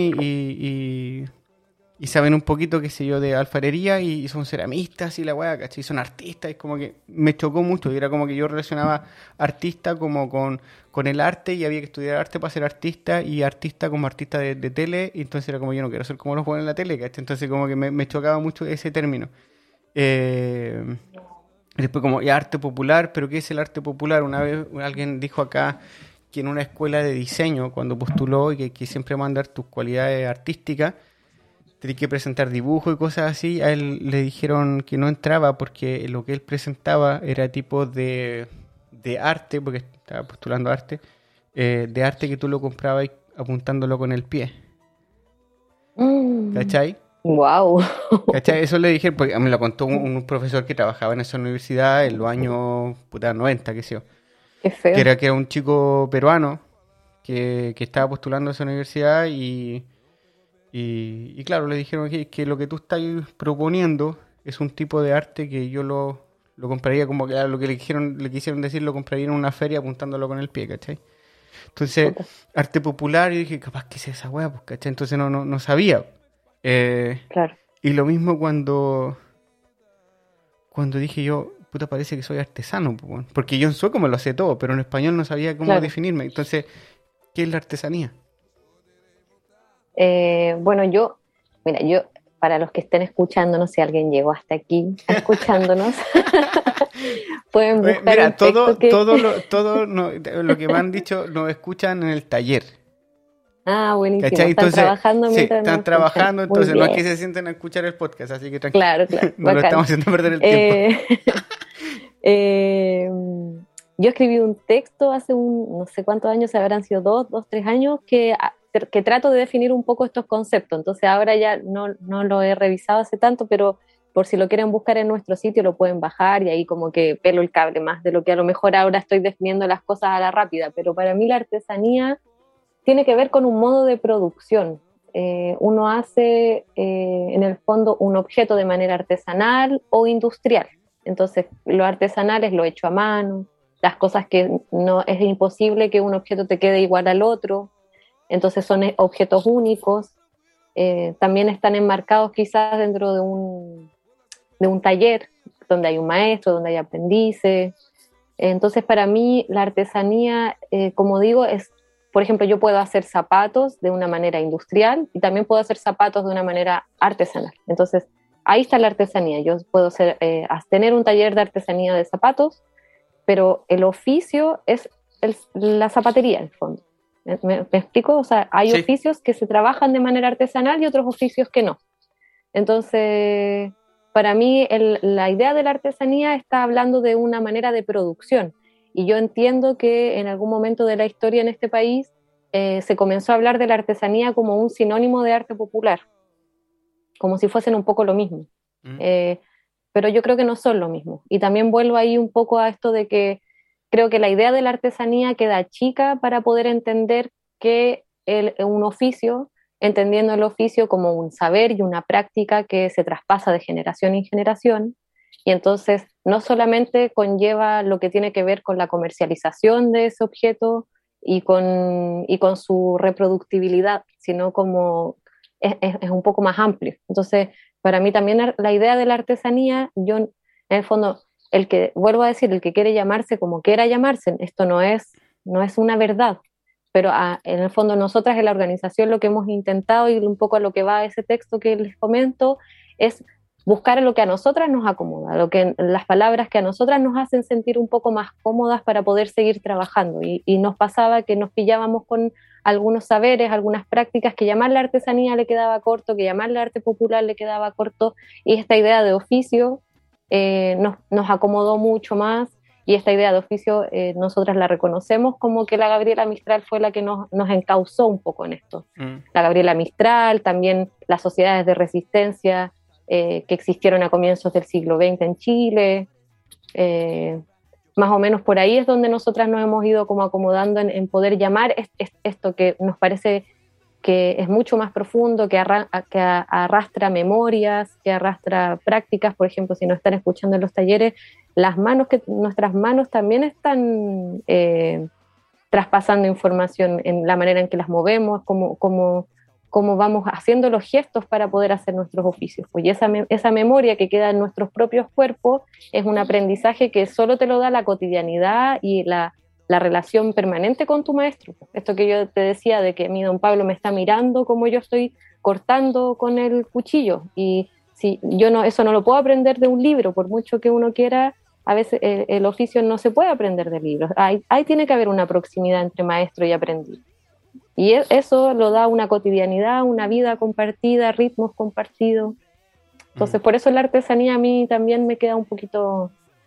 Speaker 1: y saben un poquito, qué sé yo, de alfarería y son ceramistas y la weá, ¿cachai? Son artistas, es como que me chocó mucho y era como que yo relacionaba artista como con el arte y había que estudiar arte para ser artista y artista como artista de tele y entonces era como yo no quiero ser como los buenos en la tele, ¿cachai? Entonces como que me chocaba mucho ese término. Eh, Después como y arte popular, pero ¿qué es el arte popular? Una vez alguien dijo acá que en una escuela de diseño, cuando postuló y que siempre mandar tus cualidades artísticas, tenía que presentar dibujos y cosas así, a él le dijeron que no entraba porque lo que él presentaba era tipo de arte, porque estaba postulando arte, de arte que tú lo comprabas apuntándolo con el pie. ¿Cachai?
Speaker 2: Wow.
Speaker 1: ¿Cachai? Eso le dije, porque a mí me lo contó un profesor que trabajaba en esa universidad en los años puta, 90, qué sé yo.
Speaker 2: Qué
Speaker 1: Que
Speaker 2: feo.
Speaker 1: era un chico peruano que estaba postulando a esa universidad y claro, le dijeron que lo que tú estás proponiendo es un tipo de arte que yo lo compraría como que lo que le quisieron decir, lo compraría en una feria apuntándolo con el pie, ¿cachai? Entonces,
Speaker 2: Puta.
Speaker 1: arte popular, y dije, capaz que sea esa weá, pues, ¿cachai? Entonces no sabía. Eh,
Speaker 2: Claro,
Speaker 1: y lo mismo cuando dije yo, puta, parece que soy artesano, pues, weón. Porque yo en sueco me lo sé todo, pero en español no sabía cómo
Speaker 2: claro.
Speaker 1: definirme. Entonces, ¿qué es la artesanía?
Speaker 2: Bueno, mira, para los que estén escuchándonos, si alguien llegó hasta aquí escuchándonos, pueden
Speaker 1: Oye,
Speaker 2: buscar un
Speaker 1: mira,
Speaker 2: texto que...
Speaker 1: lo que me han dicho lo escuchan en el taller.
Speaker 2: Ah, buenísimo.
Speaker 1: ¿Cachai?
Speaker 2: Están
Speaker 1: Entonces,
Speaker 2: trabajando
Speaker 1: sí,
Speaker 2: mientras nos
Speaker 1: están
Speaker 2: escuchan.
Speaker 1: trabajando,
Speaker 2: Muy
Speaker 1: entonces no es que
Speaker 2: bien.
Speaker 1: se sienten a escuchar el podcast, así que tranquilo,
Speaker 2: Claro, claro.
Speaker 1: no lo
Speaker 2: Bacán.
Speaker 1: estamos haciendo perder el tiempo.
Speaker 2: Eh, eh, yo escribí un texto hace no sé cuántos años, habrán sido 3 años, que trato de definir un poco estos conceptos. Entonces ahora ya no lo he revisado hace tanto, pero por si lo quieren buscar en nuestro sitio lo pueden bajar y ahí como que pelo el cable más de lo que a lo mejor ahora estoy definiendo las cosas a la rápida. Pero para mí la artesanía tiene que ver con un modo de producción. Uno hace en el fondo un objeto de manera artesanal o industrial. Entonces, lo artesanal es lo hecho a mano, las cosas que no es imposible que un objeto te quede igual al otro, entonces son objetos únicos. También están enmarcados quizás dentro de un taller donde hay un maestro, donde hay aprendices. Entonces, para mí, la artesanía, como digo, por ejemplo, yo puedo hacer zapatos de una manera industrial y también puedo hacer zapatos de una manera artesanal. Entonces, ahí está la artesanía. Yo puedo tener un taller de artesanía de zapatos, pero el oficio es la zapatería, en el fondo. ¿Me explico? O sea, hay
Speaker 1: Sí,
Speaker 2: oficios que se trabajan de manera artesanal y otros oficios que no. Entonces, para mí la idea de la artesanía está hablando de una manera de producción. Y yo entiendo que en algún momento de la historia en este país se comenzó a hablar de la artesanía como un sinónimo de arte popular, como si fuesen un poco lo mismo. Eh, pero yo creo que no son lo mismo. Y también vuelvo ahí un poco a esto de que creo que la idea de la artesanía queda chica para poder entender que un oficio, entendiendo el oficio como un saber y una práctica que se traspasa de generación en generación, y entonces no solamente conlleva lo que tiene que ver con la comercialización de ese objeto y con su reproductibilidad, sino como es un poco más amplio. Entonces, para mí también la idea de la artesanía, yo en el fondo, el que, vuelvo a decir, el que quiere llamarse como quiera llamarse, esto no es una verdad, pero en el fondo nosotras en la organización lo que hemos intentado y un poco a lo que va ese texto que les comento es buscar lo que a nosotras nos acomoda, las palabras que a nosotras nos hacen sentir un poco más cómodas para poder seguir trabajando. Y nos pasaba que nos pillábamos con algunos saberes, algunas prácticas que llamarle artesanía le quedaba corto, que llamarle arte popular le quedaba corto, y esta idea de oficio nos acomodó mucho más, y esta idea de oficio nosotras la reconocemos como que la Gabriela Mistral fue la que nos encauzó un poco en esto. La Gabriela Mistral, también las sociedades de resistencia que existieron a comienzos del siglo XX en Chile, más o menos por ahí es donde nosotras nos hemos ido como acomodando en poder llamar esto que nos parece que es mucho más profundo, que arrastra memorias, que arrastra prácticas. Por ejemplo, si nos están escuchando en los talleres, nuestras manos también están traspasando información en la manera en que las movemos, cómo vamos haciendo los gestos para poder hacer nuestros oficios. Pues esa memoria que queda en nuestros propios cuerpos es un aprendizaje que solo te lo da la cotidianidad y la relación permanente con tu maestro. Esto que yo te decía de que mi don Pablo me está mirando como yo estoy cortando con el cuchillo, y si yo eso no lo puedo aprender de un libro, por mucho que uno quiera, a veces el oficio no se puede aprender de libros. Ahí tiene que haber una proximidad entre maestro y aprendiz. Y eso lo da una cotidianidad, una vida compartida, ritmos compartidos. Entonces, por eso la artesanía a mí también me queda un poquito,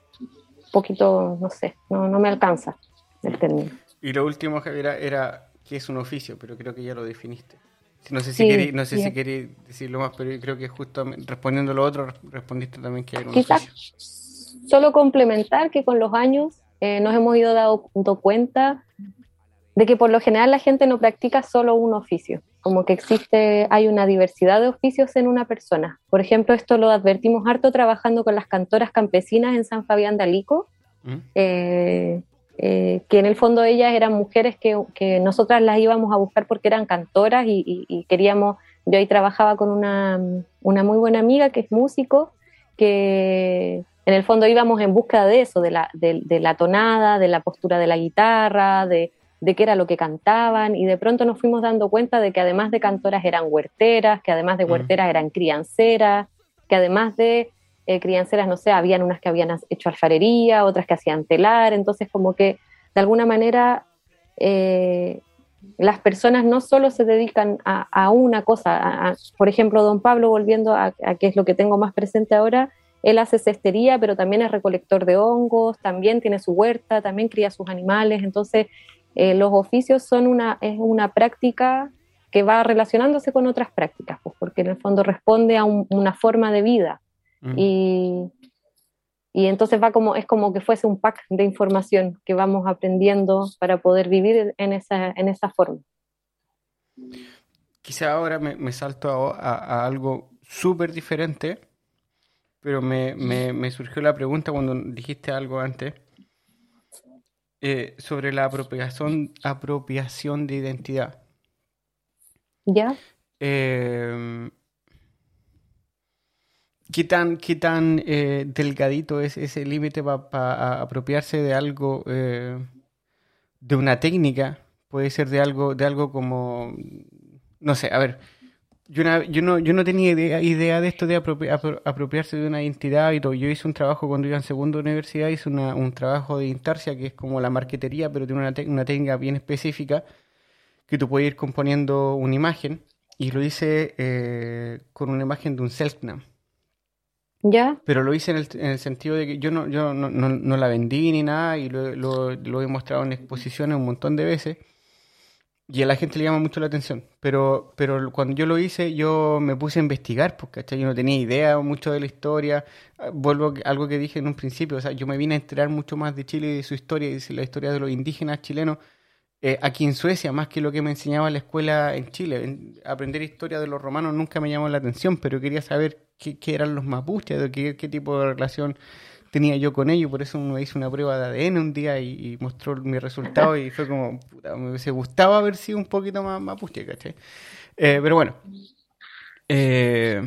Speaker 2: no sé, no me alcanza el término.
Speaker 1: Y lo último, Javier, era ¿qué es un oficio? Pero creo que ya lo definiste. No sé si queréis decirlo más, pero yo creo que justo respondiendo lo otro, respondiste también que era un
Speaker 2: Quizás
Speaker 1: oficio.
Speaker 2: Solo complementar que con los años nos hemos ido dando cuenta de que por lo general la gente no practica solo un oficio, como que hay una diversidad de oficios en una persona. Por ejemplo, esto lo advertimos harto trabajando con las cantoras campesinas en San Fabián de Alico, que en el fondo ellas eran mujeres que nosotras las íbamos a buscar porque eran cantoras y queríamos. Yo ahí trabajaba con una muy buena amiga que es músico, que en el fondo íbamos en busca de eso, de la tonada, de la postura de la guitarra, de qué era lo que cantaban, y de pronto nos fuimos dando cuenta de que además de cantoras eran huerteras, que además de huerteras eran crianceras, que además de crianceras, no sé, habían unas que habían hecho alfarería, otras que hacían telar. Entonces como que de alguna manera las personas no solo se dedican a una cosa. Por ejemplo, don Pablo, volviendo a qué es lo que tengo más presente ahora, él hace cestería, pero también es recolector de hongos, también tiene su huerta, también cría sus animales. Entonces los oficios es una práctica que va relacionándose con otras prácticas, pues, porque en el fondo responde a una forma de vida. Y entonces es como que fuese un pack de información que vamos aprendiendo para poder vivir en esa forma.
Speaker 1: Quizá ahora me salto a algo súper diferente, pero me surgió la pregunta cuando dijiste algo antes sobre la apropiación de identidad.
Speaker 2: ¿Ya?
Speaker 1: ¿Qué tan delgadito es ese límite para apropiarse de algo, de una técnica? Puede ser de algo como, no sé, a ver, yo no tenía idea de esto de apropiarse de una identidad y todo. Yo hice un trabajo cuando iba en segunda universidad, hice un trabajo de Intarsia, que es como la marquetería, pero tiene una técnica bien específica, que tú puedes ir componiendo una imagen y lo hice con una imagen de un Selknam.
Speaker 2: ¿Ya?
Speaker 1: Pero lo hice en el sentido de que yo no la vendí ni nada y lo he mostrado en exposiciones un montón de veces y a la gente le llama mucho la atención. Pero cuando yo lo hice, yo me puse a investigar, porque ¿cachai? Yo no tenía idea mucho de la historia. Vuelvo a algo que dije en un principio, o sea, yo me vine a enterar mucho más de Chile y de su historia y de la historia de los indígenas chilenos aquí en Suecia, más que lo que me enseñaba la escuela en Chile. Aprender historia de los romanos nunca me llamó la atención, pero quería saber qué eran los mapuches, qué tipo de relación tenía yo con ellos. Por eso me hice una prueba de ADN un día y mostró mi resultado y fue como, puta, me hubiese gustado haber sido un poquito más mapuche, ¿cachai? Pero bueno, eh,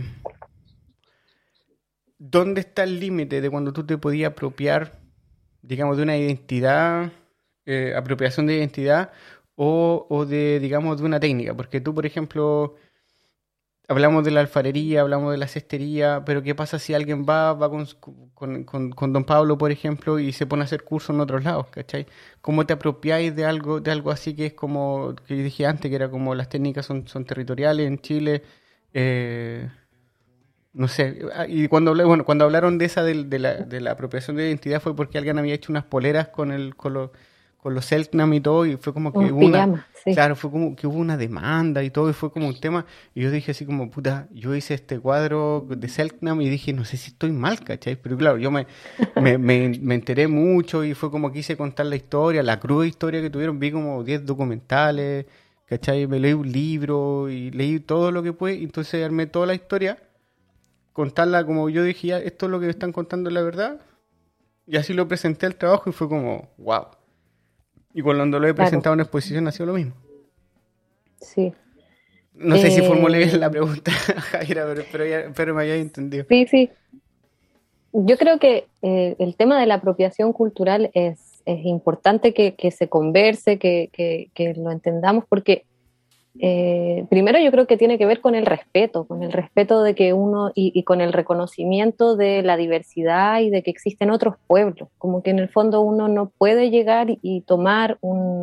Speaker 1: ¿dónde está el límite de cuando tú te podías apropiar, digamos, de una identidad, apropiación de identidad o de, digamos, de una técnica? Porque tú, por ejemplo, hablamos de la alfarería, hablamos de la cestería, pero ¿qué pasa si alguien va con Don Pablo, por ejemplo, y se pone a hacer cursos en otros lados, ¿cachai? ¿Cómo te apropiáis de algo así que es como, que yo dije antes, que era como las técnicas son territoriales en Chile? Eh, no sé, y cuando hablé, bueno, cuando hablaron de esa de la apropiación de identidad fue porque alguien había hecho unas poleras con los Selknam y todo, y fue como que
Speaker 2: Un
Speaker 1: hubo una,
Speaker 2: pijama, sí.
Speaker 1: claro, fue como que hubo una demanda y todo, y fue como un tema, y yo dije así como, puta, yo hice este cuadro de Selknam y dije, no sé si estoy mal, ¿cachai? Pero claro, me enteré mucho y fue como quise contar la historia, la cruda historia que tuvieron, vi como 10 documentales, ¿cachai? Me leí un libro y leí todo lo que pude, y entonces armé toda la historia contarla como yo dije, "Ya, esto es lo que me están contando, es la verdad". Y así lo presenté al trabajo y fue como, wow. Y cuando lo he
Speaker 2: Claro,
Speaker 1: presentado en exposición ha sido lo mismo.
Speaker 2: sí.
Speaker 1: No sé si formulé bien la
Speaker 2: Eh,
Speaker 1: pregunta, Jaira, pero me hayáis entendido.
Speaker 2: sí, sí. Yo creo que el tema de la apropiación cultural es importante que se converse, que lo entendamos, porque primero yo creo que tiene que ver con el respeto de que uno y con el reconocimiento de la diversidad y de que existen otros pueblos, como que en el fondo uno no puede llegar y tomar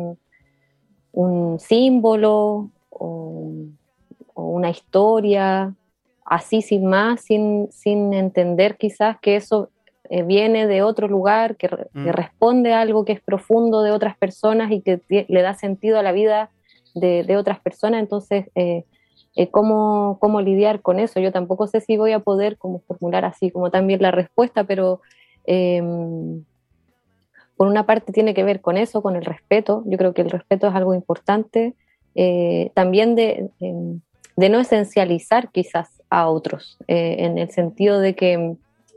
Speaker 2: un símbolo o una historia así sin más, sin entender quizás que eso viene de otro lugar, que
Speaker 1: Mm,
Speaker 2: responde a algo que es profundo de otras personas y que le da sentido a la vida de otras personas. Entonces, ¿cómo lidiar con eso? Yo tampoco sé si voy a poder como formular así como también la respuesta, pero eh, por una parte tiene que ver con eso, con el respeto. Yo creo que el respeto es algo importante. También de no esencializar quizás a otros, en el sentido de que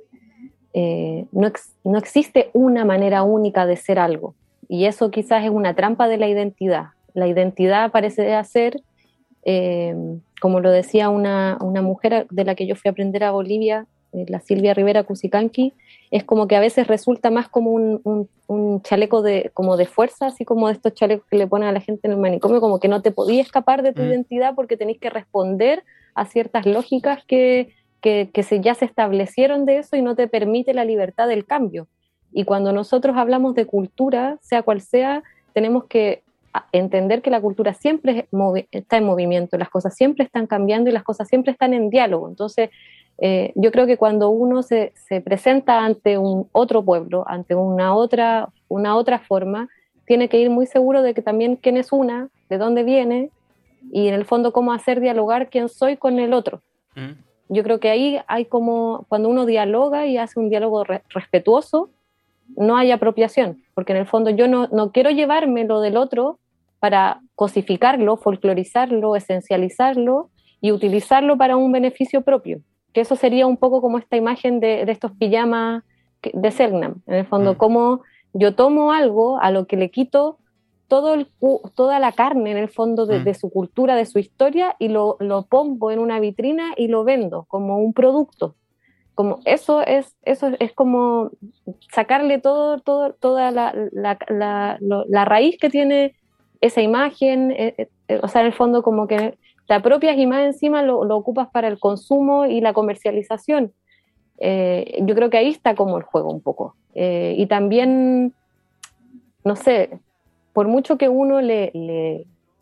Speaker 2: no existe una manera única de ser algo. Y eso quizás es una trampa de la identidad. La identidad parece ser, eh, como lo decía una mujer de la que yo fui a aprender a Bolivia, la Silvia Rivera Cusicanqui, es como que a veces resulta más como un chaleco como de fuerza, así como de estos chalecos que le ponen a la gente en el manicomio, como que no te podías escapar de tu
Speaker 1: mm,
Speaker 2: identidad porque tenés que responder a ciertas lógicas ya se establecieron de eso y no te permite la libertad del cambio. Y cuando nosotros hablamos de cultura, sea cual sea, tenemos que entender que la cultura siempre está en movimiento, las cosas siempre están cambiando y las cosas siempre están en diálogo. Entonces, yo creo que cuando uno se presenta ante un otro pueblo, ante una otra forma, tiene que ir muy seguro de que también quién es una, de dónde viene y en el fondo cómo hacer dialogar quién soy con el otro.
Speaker 1: mm,
Speaker 2: Yo creo que ahí hay como, cuando uno dialoga y hace un diálogo respetuoso, no hay apropiación, porque en el fondo yo no quiero llevarme lo del otro para cosificarlo, folclorizarlo, esencializarlo y utilizarlo para un beneficio propio, que eso sería un poco como esta imagen de estos pijamas de Selknam, en el fondo,
Speaker 1: mm,
Speaker 2: como yo tomo algo a lo que le quito toda la carne en el fondo
Speaker 1: mm,
Speaker 2: de su cultura, de su historia, y lo pongo en una vitrina y lo vendo como un producto. Como eso es como sacarle toda la raíz que tiene esa imagen, o sea, en el fondo como que te apropias y más encima lo ocupas para el consumo y la comercialización. Yo creo que ahí está como el juego un poco. Y también, no sé, por mucho que uno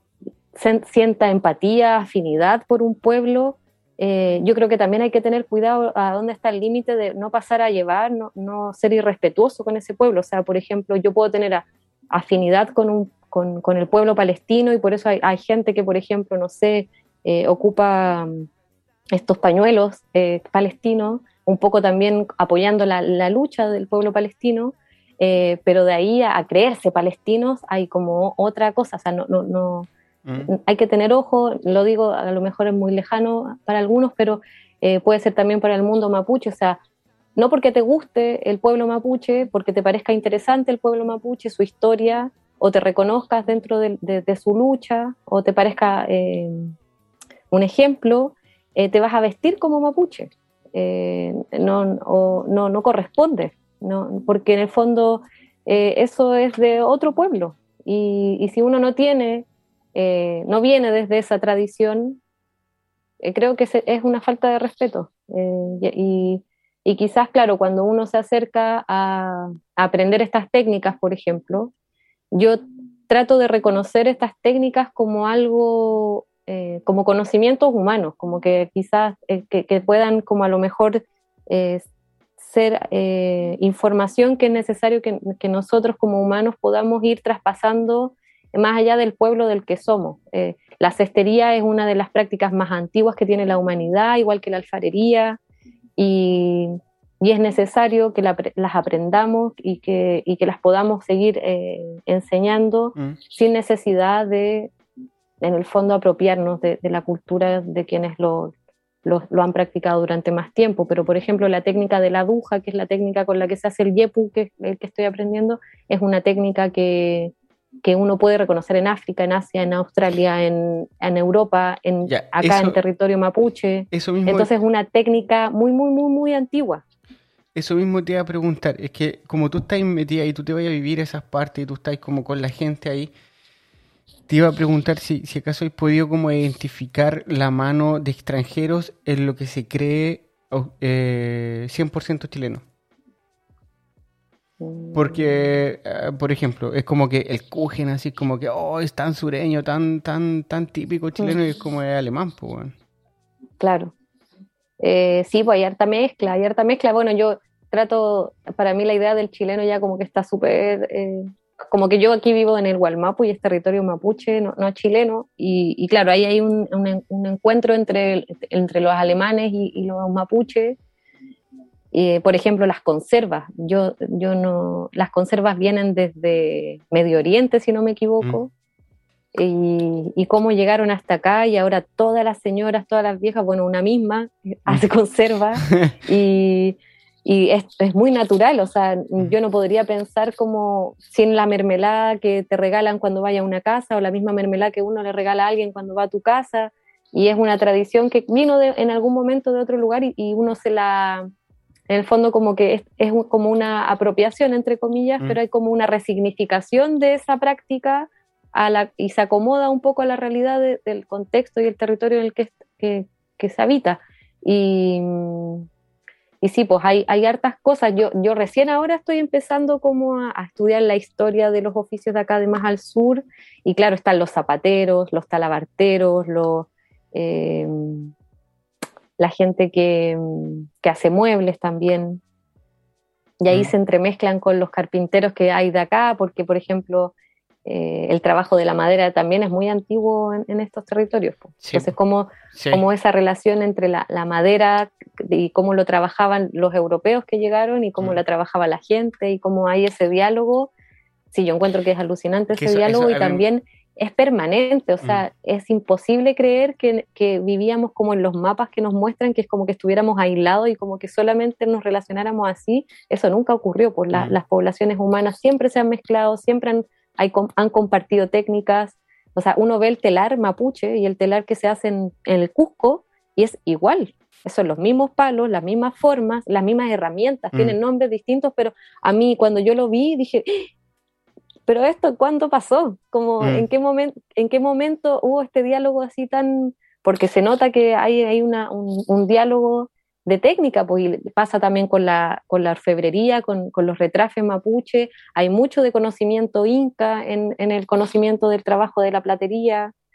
Speaker 2: sienta empatía, afinidad por un pueblo. Yo creo que también hay que tener cuidado a dónde está el límite de no pasar a llevar, no ser irrespetuoso con ese pueblo. O sea, por ejemplo, yo puedo tener afinidad con el pueblo palestino y por eso hay gente que, por ejemplo, no sé, ocupa estos pañuelos palestinos, un poco también apoyando la lucha del pueblo palestino, pero de ahí a creerse palestinos hay como otra cosa. O sea, hay que tener ojo, lo digo, a lo mejor es muy lejano para algunos, pero puede ser también para el mundo mapuche. O sea, no porque te guste el pueblo mapuche, porque te parezca interesante el pueblo mapuche, su historia, o te reconozcas dentro de su lucha, o te parezca un ejemplo, te vas a vestir como mapuche. No corresponde, ¿no? Porque en el fondo eso es de otro pueblo. Y si uno no tiene, no viene desde esa tradición, creo que es una falta de respeto. Y quizás, claro, cuando uno se acerca a aprender estas técnicas, por ejemplo, yo trato de reconocer estas técnicas como algo, como conocimientos humanos, como que quizás que puedan como a lo mejor eh, ser información que es necesario que nosotros como humanos podamos ir traspasando más allá del pueblo del que somos. La cestería es una de las prácticas más antiguas que tiene la humanidad, igual que la alfarería, y, y es necesario que las aprendamos y que las podamos seguir enseñando sin necesidad de, en el fondo, apropiarnos de la cultura de quienes lo han practicado durante más tiempo. Pero, por ejemplo, la técnica de la aguja, que es la técnica con la que se hace el yepu, que es el que estoy aprendiendo, es una técnica que uno puede reconocer en África, en Asia, en Australia, en Europa,
Speaker 1: Ya,
Speaker 2: acá en territorio mapuche.
Speaker 1: eso mismo,
Speaker 2: Entonces es una técnica muy, muy, muy, muy antigua.
Speaker 1: eso mismo te iba a preguntar. Es que como tú estás metida y tú te vayas a vivir esas partes y tú estás como con la gente ahí, te iba a preguntar si acaso has podido como identificar la mano de extranjeros en lo que se cree 100% chileno. Porque, por ejemplo, es como que el Kuchen así como que, oh, es tan sureño, tan típico chileno y es como es alemán, pues, weón.
Speaker 2: Claro. Sí, pues hay harta mezcla, hay harta mezcla. Bueno, yo trato, para mí la idea del chileno ya como que está súper, como que yo aquí vivo en el Gualmapu y es territorio mapuche, no chileno, y claro, ahí hay un encuentro entre los alemanes y los mapuches. Por ejemplo, las conservas. Yo no, las conservas vienen desde Medio Oriente, si no me
Speaker 1: Mm.
Speaker 2: equivoco, y cómo llegaron hasta acá y ahora todas las señoras, todas las viejas, bueno, una misma hace conserva y, y es muy natural, o sea, yo no podría pensar como sin la mermelada que te regalan cuando vaya a una casa o la misma mermelada que uno le regala a alguien cuando va a tu casa y es una tradición que vino en algún momento de otro lugar y uno en el fondo como que como una apropiación, entre comillas, pero hay como una resignificación de esa práctica y se acomoda un poco a la realidad del contexto y el territorio en el que se habita. Y, y sí, pues hay hartas cosas. Yo recién ahora estoy empezando como a estudiar la historia de los oficios de acá de más al sur, y claro, están los zapateros, los talabarteros, eh, la gente que hace muebles también, y ahí se entremezclan con los carpinteros que hay de acá, porque por ejemplo el trabajo de la madera también es muy antiguo en estos territorios.
Speaker 1: Sí,
Speaker 2: Entonces,
Speaker 1: sí.
Speaker 2: como esa relación entre la madera y cómo lo trabajaban los europeos que llegaron y cómo la trabajaba la gente y cómo hay ese diálogo, sí, yo encuentro que es alucinante
Speaker 1: Que
Speaker 2: ese diálogo y
Speaker 1: a mí-
Speaker 2: también es permanente, o
Speaker 1: mm,
Speaker 2: sea, es imposible creer que vivíamos como en los mapas que nos muestran, que es como que estuviéramos aislados y como que solamente nos relacionáramos así. Eso nunca ocurrió, pues
Speaker 1: mm,
Speaker 2: las poblaciones humanas siempre se han mezclado, siempre han compartido técnicas. O sea, uno ve el telar mapuche y el telar que se hace en el Cusco y es igual. Son los mismos palos, las mismas formas, las mismas herramientas,
Speaker 1: mm,
Speaker 2: tienen nombres distintos, pero a mí cuando yo lo vi dije, pero esto, ¿cuándo pasó? Como,
Speaker 1: mm.
Speaker 2: en qué momento hubo este diálogo así tan...? Porque se nota que hay un diálogo de técnica, pues y pasa también con la orfebrería, con los retrafes mapuche, hay mucho de conocimiento inca en el conocimiento del trabajo de la platería,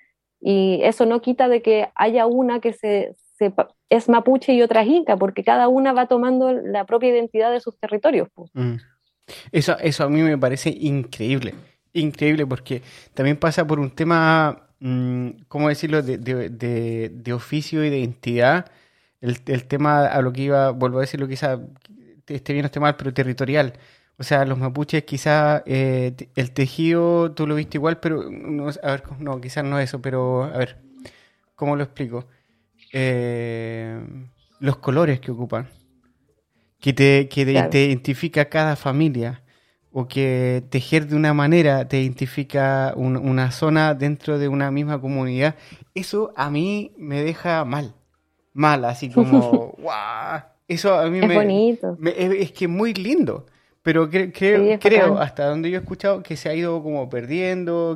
Speaker 2: Y eso no quita de que haya una que es mapuche y otra es inca, porque cada una va tomando la propia identidad de sus territorios, pues.
Speaker 1: Mm. Eso a mí me parece increíble, increíble porque también pasa por un tema, ¿cómo decirlo?, de oficio y de identidad. El tema a lo que iba, vuelvo a decirlo, quizá esté bien o esté mal, pero territorial. O sea, los mapuches quizá el tejido tú lo viste igual, pero no, a ver, no, quizás no eso, pero a ver, ¿cómo lo explico? Eh, los colores que ocupan
Speaker 2: Claro.
Speaker 1: te identifica cada familia o que tejer de una manera te identifica una zona dentro de una misma comunidad, eso a mí me deja mal, mal, así como, ¡guau! Eso a mí
Speaker 2: Es bonito,
Speaker 1: es que es muy lindo, pero
Speaker 2: sí, es
Speaker 1: creo,
Speaker 2: bacán.
Speaker 1: hasta donde yo he escuchado, que se ha ido como perdiendo,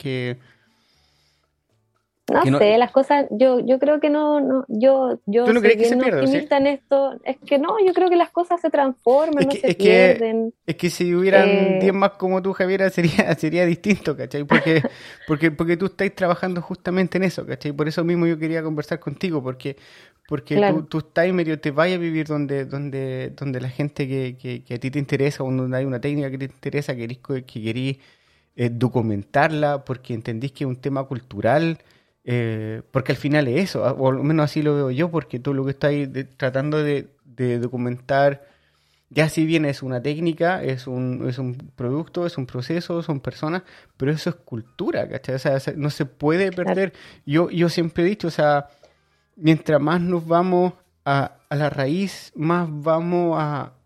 Speaker 2: No
Speaker 1: que no...
Speaker 2: sé, las cosas, yo creo que
Speaker 1: ¿Tú
Speaker 2: yo
Speaker 1: no
Speaker 2: soy
Speaker 1: crees que se
Speaker 2: bien
Speaker 1: pierda, sí?
Speaker 2: optimista en esto. Es que no, yo creo que las cosas se transforman,
Speaker 1: Es
Speaker 2: no
Speaker 1: que,
Speaker 2: se
Speaker 1: es que,
Speaker 2: pierden.
Speaker 1: es que si hubieran 10
Speaker 2: Eh,
Speaker 1: más como tú, Javiera, sería distinto, ¿cachai? Porque tú estás trabajando justamente en eso, ¿cachai? Por eso mismo yo quería conversar contigo, porque
Speaker 2: claro,
Speaker 1: tú estás medio, te vayas a vivir donde la gente que a ti te interesa, o donde hay una técnica que te interesa, que querís documentarla, porque entendís que es un tema cultural, porque al final es eso, o al menos así lo veo yo, porque tú lo que estás tratando de documentar, ya si bien es una técnica, es un producto, es un proceso, son personas, pero eso es cultura, ¿cachai? O sea, no se puede
Speaker 2: claro.
Speaker 1: perder. Yo siempre he dicho, o sea, mientras más nos vamos a la raíz, más vamos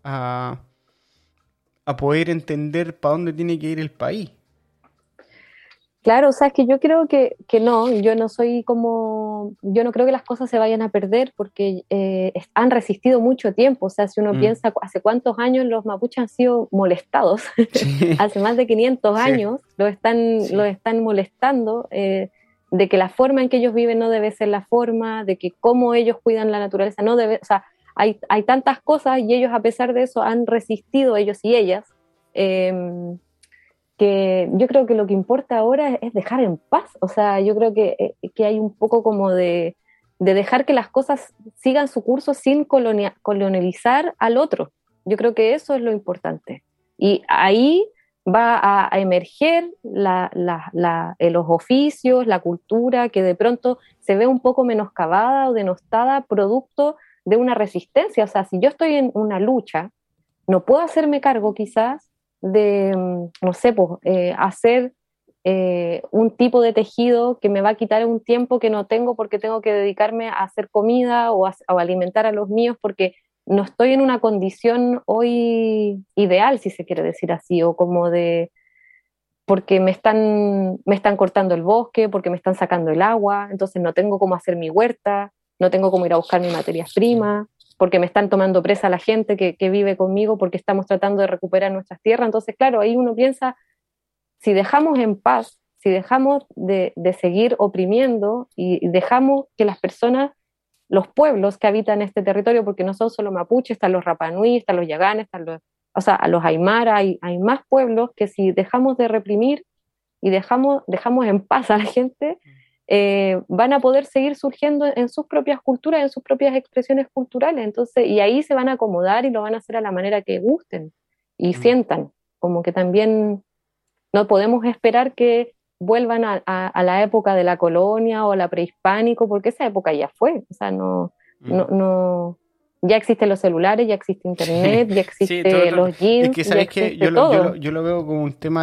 Speaker 1: a poder entender para dónde tiene que ir el país.
Speaker 2: Claro, o sea, es que yo creo que no, yo no soy como, yo no creo que las cosas se vayan a perder porque han resistido mucho tiempo. O sea, si uno
Speaker 1: Mm.
Speaker 2: piensa hace cuántos años los mapuches han sido molestados,
Speaker 1: Sí,
Speaker 2: hace más de 500
Speaker 1: sí,
Speaker 2: años los
Speaker 1: sí.
Speaker 2: están molestando, de que la forma en que ellos viven no debe ser la forma, de que cómo ellos cuidan la naturaleza no debe, o sea, hay tantas cosas y ellos a pesar de eso han resistido, ellos y ellas. em, que yo creo que lo que importa ahora es dejar en paz. O sea, yo creo que hay un poco como de dejar que las cosas sigan su curso sin colonializar al otro. Yo creo que eso es lo importante. Y ahí va a emerger los oficios, la cultura, que de pronto se ve un poco menoscabada o denostada producto de una resistencia. O sea, si yo estoy en una lucha, no puedo hacerme cargo quizás de, no sé, pues, hacer un tipo de tejido que me va a quitar un tiempo que no tengo porque tengo que dedicarme a hacer comida o alimentar a los míos porque no estoy en una condición hoy ideal, si se quiere decir así, o como de, porque me están cortando el bosque, porque me están sacando el agua, entonces no tengo cómo hacer mi huerta, no tengo cómo ir a buscar mis materias primas, porque me están tomando presa la gente que vive conmigo, porque estamos tratando de recuperar nuestras tierras. Entonces, claro, ahí uno piensa, si dejamos en paz, si dejamos de seguir oprimiendo y dejamos que las personas, los pueblos que habitan este territorio, porque no son solo mapuches, están los rapanui, están los yaganes, están los, o sea, a los aymara, hay más pueblos que si dejamos de reprimir y dejamos en paz a la gente, van a poder seguir surgiendo en sus propias culturas, en sus propias expresiones culturales. Entonces, y ahí se van a acomodar y lo van a hacer a la manera que gusten y
Speaker 1: Mm,
Speaker 2: sientan. Como que también no podemos esperar que vuelvan a la época de la colonia o la prehispánico, porque esa época ya fue. O sea,
Speaker 1: mm.
Speaker 2: no, ya existen los celulares, ya existe
Speaker 1: Sí,
Speaker 2: internet, ya
Speaker 1: sí, todo el
Speaker 2: existe
Speaker 1: rato.
Speaker 2: los
Speaker 1: Es
Speaker 2: jeans,
Speaker 1: que,
Speaker 2: ya
Speaker 1: ¿sabéis qué?
Speaker 2: existe todo.
Speaker 1: Yo lo veo como un tema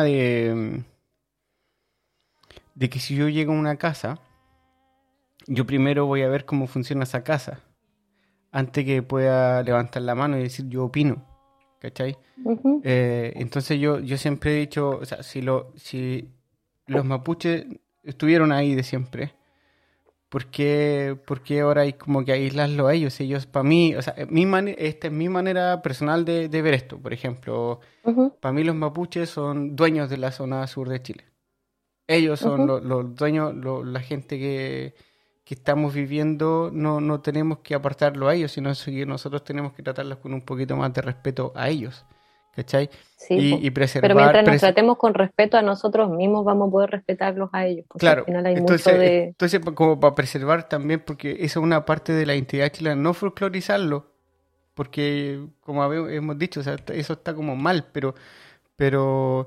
Speaker 1: de que si yo llego a una casa, yo primero voy a ver cómo funciona esa casa, antes que pueda levantar la mano y decir yo opino, ¿cachai?
Speaker 2: Ujú.
Speaker 1: Entonces yo siempre he dicho, o sea, si los mapuches estuvieron ahí de siempre, por qué ahora hay como que aislarlo a ellos? Ellos, para mí, o sea, esta es mi manera personal de ver esto. Por ejemplo,
Speaker 2: Ujú,
Speaker 1: para mí los mapuches son dueños de la zona sur de Chile. Ellos son
Speaker 2: ujú,
Speaker 1: los dueños, la gente que estamos viviendo, no tenemos que apartarlo a ellos, sino que nosotros tenemos que tratarlos con un poquito más de respeto a ellos. ¿cachai?
Speaker 2: Sí,
Speaker 1: Y
Speaker 2: pero mientras nos tratemos con respeto a nosotros mismos, vamos a poder respetarlos a ellos, porque
Speaker 1: claro,
Speaker 2: al final hay mucho de...
Speaker 1: entonces como para preservar también, porque esa es una parte de la identidad chilena, no folclorizarlo, porque como hemos dicho, o sea, eso está como mal, pero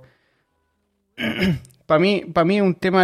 Speaker 1: para mí es un tema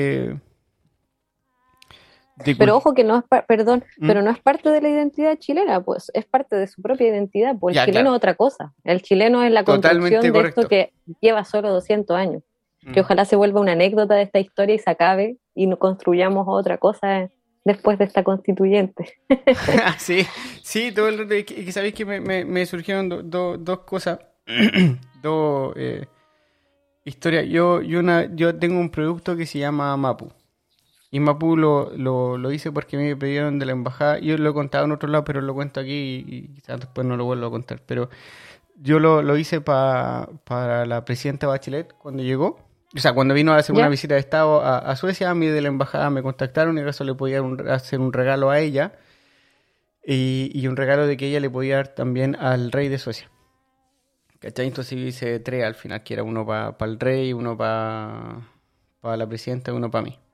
Speaker 2: Pero ojo que no es, perdón,
Speaker 1: ¿Mm?
Speaker 2: pero no es parte de la identidad chilena, pues es parte de su propia identidad, pues el
Speaker 1: Ya,
Speaker 2: chileno
Speaker 1: claro,
Speaker 2: es otra cosa. El chileno es la
Speaker 1: totalmente
Speaker 2: construcción de esto
Speaker 1: correcto.
Speaker 2: que lleva solo 200 años. Que
Speaker 1: Mm.
Speaker 2: ojalá se vuelva una anécdota de esta historia y se acabe y no construyamos otra cosa después de esta constituyente.
Speaker 1: Sí, sí, todo el rato, que sabéis que me surgieron dos cosas, dos historias. Yo tengo un producto que se llama Mapu. Y Mapu lo hice porque me pidieron de la embajada. Yo lo he contado en otro lado, pero lo cuento aquí y quizás después no lo vuelvo a contar. Pero yo lo hice para la presidenta Bachelet cuando llegó. O sea, cuando vino a hacer una
Speaker 2: ¿Ya?
Speaker 1: visita de Estado a Suecia, a mí de la embajada me contactaron y acaso le podía hacer un regalo a ella y un regalo de que ella le podía dar también al rey de Suecia. ¿Cachai? Entonces yo hice tres al final, que era uno para el rey, uno para la presidenta y uno para mí.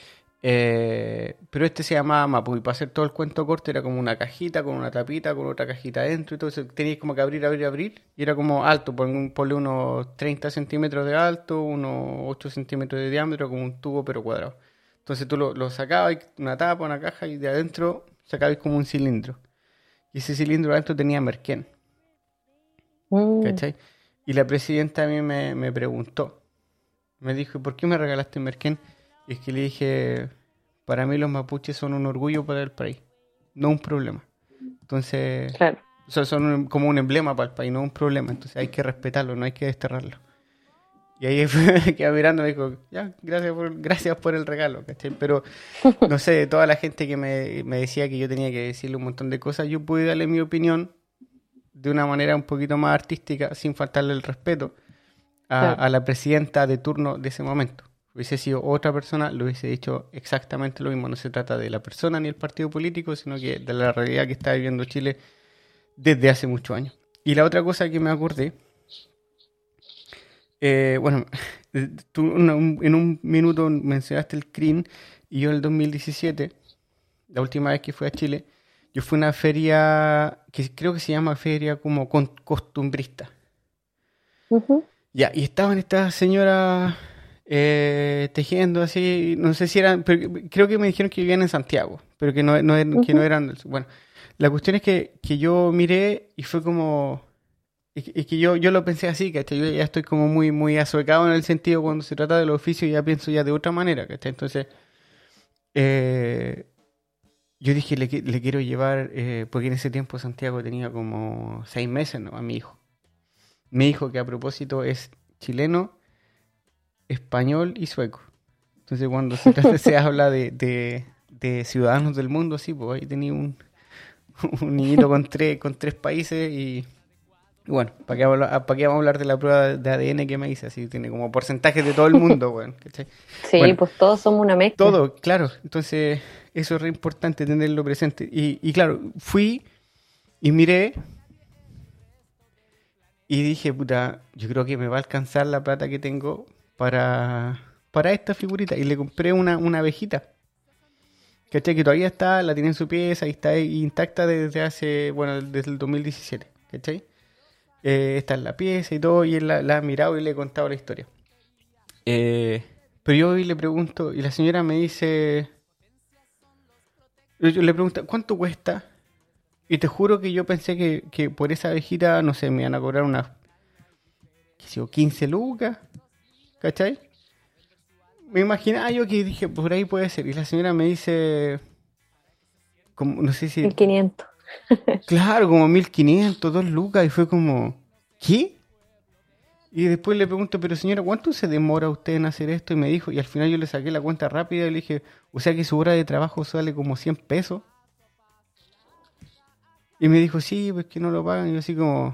Speaker 1: Pero este se llamaba Mapu y para hacer todo el cuento corto era como una cajita con una tapita, con otra cajita adentro y todo eso. Tenías como que abrir y era como alto, ponle unos 30 centímetros de alto, unos 8 centímetros de diámetro, como un tubo pero cuadrado. Entonces tú lo sacabas, una tapa, una caja y de adentro sacabas como un cilindro. Y ese cilindro adentro tenía merquén,
Speaker 2: Mm,
Speaker 1: ¿cachai? Y la presidenta a mí me preguntó, me dijo, ¿por qué me regalaste merquén? Y es que le dije, para mí los mapuches son un orgullo para el país, no un problema. Entonces,
Speaker 2: claro.
Speaker 1: son como un emblema para el país, no un problema. Entonces hay que respetarlo, no hay que desterrarlo. Y ahí fue, quedó mirando y me dijo, ya, gracias por el regalo, ¿cachai? Pero, no sé, toda la gente que me decía que yo tenía que decirle un montón de cosas, yo pude darle mi opinión de una manera un poquito más artística, sin faltarle el respeto
Speaker 2: Claro.
Speaker 1: a la presidenta de turno de ese momento. Hubiese sido otra persona, lo hubiese dicho exactamente lo mismo. No se trata de la persona ni el partido político, sino que de la realidad que está viviendo Chile desde hace muchos años. Y la otra cosa que me acordé, bueno, tú en un minuto mencionaste el CRIN y yo en el 2017, la última vez que fui a Chile, yo fui a una feria que creo que se llama feria como costumbrista.
Speaker 2: Ujú,
Speaker 1: Ya, y estaban estas señoras tejiendo así, no sé si eran, pero creo que me dijeron que vivían en Santiago, pero que que no
Speaker 2: ujú.
Speaker 1: eran del sur. Bueno, la cuestión es que yo miré y fue como, es que yo lo pensé así, ¿cachai? Yo ya estoy como muy asuecado en el sentido cuando se trata del oficio, ya pienso ya de otra manera, ¿cachai? Entonces, eh, yo dije, le quiero llevar, porque en ese tiempo Santiago tenía como 6 meses, ¿no? A mi hijo. Mi hijo, que a propósito es chileno, español y sueco. Entonces, cuando se habla de ciudadanos del mundo, sí, pues ahí tenía un niñito con tres países y bueno, ¿para qué vamos a hablar de la prueba de ADN que me hice? Así tiene como porcentajes de todo el mundo, bueno, ¿cachai?
Speaker 2: Sí,
Speaker 1: Bueno,
Speaker 2: pues todos somos una mezcla.
Speaker 1: todo, claro. Entonces, eso es re importante tenerlo presente. Y claro, fui y miré y dije, puta, yo creo que me va a alcanzar la plata que tengo para esta figurita. Y le compré una abejita. ¿Cachai? Que todavía está, la tiene en su pieza y está ahí intacta desde hace, bueno, desde el 2017. ¿Cachai? Está en la pieza y todo, y él la ha mirado y le he contado la historia. Pero yo hoy le pregunto, y la señora me dice, yo le pregunto, ¿cuánto cuesta? Y te juro que yo pensé que por esa abejita, no sé, me iban a cobrar unas, qué sé yo, 15 lucas, ¿cachai? Me imaginaba yo que dije, por ahí puede ser. Y la señora me dice, como, no sé si,
Speaker 2: 1500.
Speaker 1: claro, como 1500 2 lucas. Y fue como, ¿qué? Y después le pregunto, pero señora, ¿cuánto se demora usted en hacer esto? Y me dijo, y al final yo le saqué la cuenta rápida y le dije, o sea que su hora de trabajo sale como 100 pesos. Y me dijo, sí, pues que no lo pagan. Y yo así como,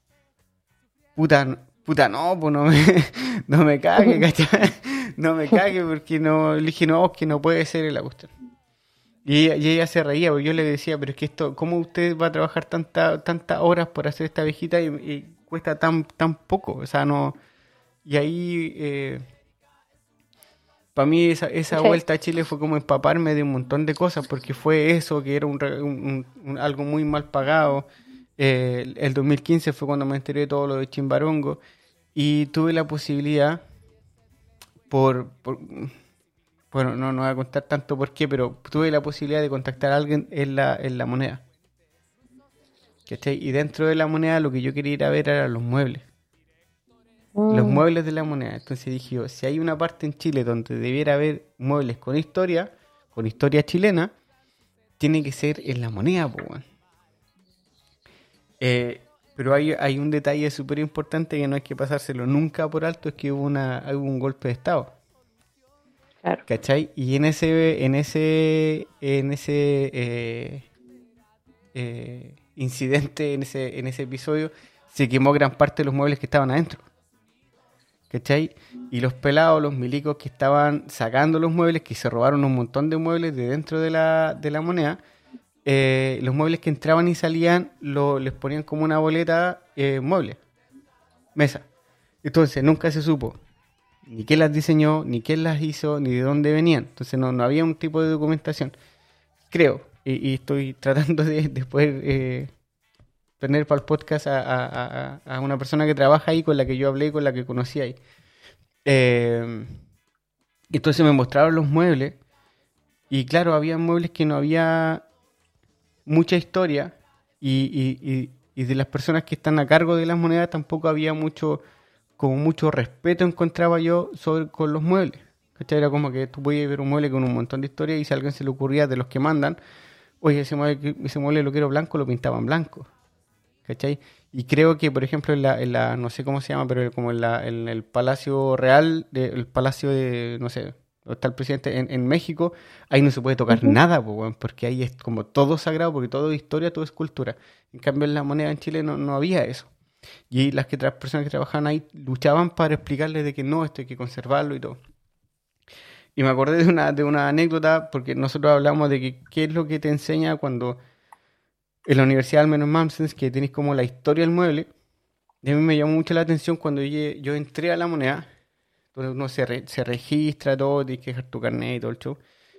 Speaker 1: puta no, pues no me, no me cague, ¿cachai? No me cague porque no, le dije, no, es que no puede ser la cuestión. Y ella se reía, porque yo le decía, pero es que esto, ¿cómo usted va a trabajar tantas horas por hacer esta abejita? Y cuesta tan poco, o sea, no... Y ahí, para mí esa
Speaker 2: Sí.
Speaker 1: vuelta a Chile fue como empaparme de un montón de cosas, porque fue eso, que era algo muy mal pagado. El 2015 fue cuando me enteré de todo lo de Chimbarongo y tuve la posibilidad, bueno, no voy a contar tanto por qué, pero tuve la posibilidad de contactar a alguien en la moneda. ¿Cachai? Y dentro de la moneda lo que yo quería ir a ver eran los
Speaker 2: Mm,
Speaker 1: muebles de la moneda. Entonces dije yo, si hay una parte en Chile donde debiera haber muebles con historia chilena, tiene que ser en la moneda, pues, weón. Pero hay un detalle súper importante que no hay que pasárselo nunca por alto, es que hubo un golpe de estado.
Speaker 2: claro.
Speaker 1: ¿Cachai? Y en ese incidente, en ese episodio, se quemó gran parte de los muebles que estaban adentro. ¿Cachai? Y los pelados, los milicos que estaban sacando los muebles, que se robaron un montón de muebles de dentro de la moneda, los muebles que entraban y salían les ponían como una boleta mueble, mesa. Entonces nunca se supo ni quién las diseñó, ni quién las hizo, ni de dónde venían. Entonces no había un tipo de documentación, creo. Y estoy tratando de poder tener para el podcast a una persona que trabaja ahí, con la que yo hablé y con la que conocí ahí. Eh, entonces me mostraron los muebles y claro, había muebles que no había mucha historia y de las personas que están a cargo de las monedas tampoco había mucho respeto encontraba yo con los muebles. ¿Cachai? Era como que tú podías ver un mueble con un montón de historia y si a alguien se le ocurría de los que mandan, oye, ese mueble lo quiero blanco, lo pintaban blanco. ¿Cachai? Y creo que, por ejemplo, no sé cómo se llama, pero como en el Palacio Real, el Palacio de, no sé, donde está el presidente en México, ahí no se puede tocar
Speaker 2: Ujú.
Speaker 1: nada, po, weón, porque ahí es como todo sagrado, porque todo es historia, todo es cultura. En cambio, en la moneda en Chile no había eso. Y personas que trabajaban ahí luchaban para explicarles de que no, esto hay que conservarlo y todo. Y me acordé de una anécdota, porque nosotros hablamos de que qué es lo que te enseña cuando en la universidad, al menos en Mamsens, que tenéis como la historia del mueble. Y a mí me llamó mucho la atención cuando yo entré a la moneda, donde uno se registra todo, tienes que dejar tu carnet y todo el show.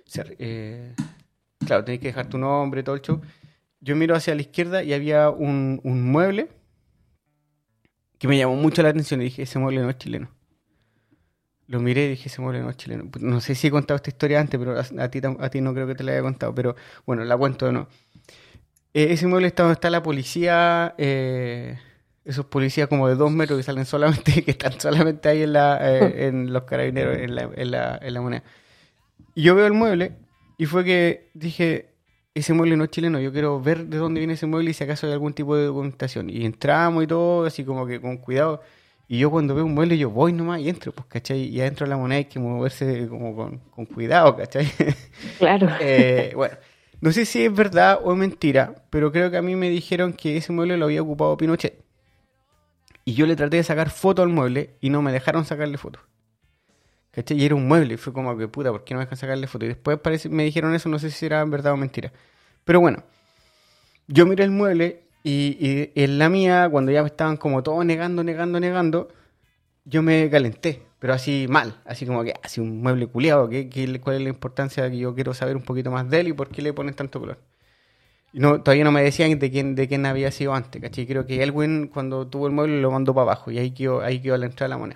Speaker 1: Claro, tienes que dejar tu nombre, todo el show. Yo miro hacia la izquierda y había un mueble que me llamó mucho la atención y dije, ese mueble no es chileno. Lo miré y dije, ese mueble no es chileno. No sé si he contado esta historia antes, pero a ti no creo que te la haya contado, pero bueno, la cuento de nuevo. Ese mueble está donde está la policía, esos policías como de 2 metros que salen solamente, que están solamente ahí en los carabineros, en la moneda. Y yo veo el mueble y fue que dije, ese mueble no es chileno, yo quiero ver de dónde viene ese mueble y si acaso hay algún tipo de documentación. Y entramos y todo, así como que con cuidado. Y yo cuando veo un mueble yo voy nomás y entro, pues, ¿cachai? Y adentro de la moneda hay que moverse como con cuidado, ¿cachai?
Speaker 2: Claro.
Speaker 1: Bueno, no sé si es verdad o es mentira, pero creo que a mí me dijeron que ese mueble lo había ocupado Pinochet. Y yo le traté de sacar foto al mueble y no me dejaron sacarle foto. ¿Cachai? Y era un mueble y fue como que puta, ¿por qué no me dejan sacarle foto? Y después me dijeron eso, no sé si era verdad o mentira. Pero bueno, yo miré el mueble y en la mía, cuando ya me estaban como todos negando, yo me calenté, pero así mal, así como que así un mueble culiado, ¿cuál es la importancia que yo quiero saber un poquito más de él y por qué le ponen tanto color? Y no, todavía no me decían de quién había sido antes, ¿cachai? Creo que Elwin cuando tuvo el mueble lo mandó para abajo y ahí quedó a la entrada de la moneda.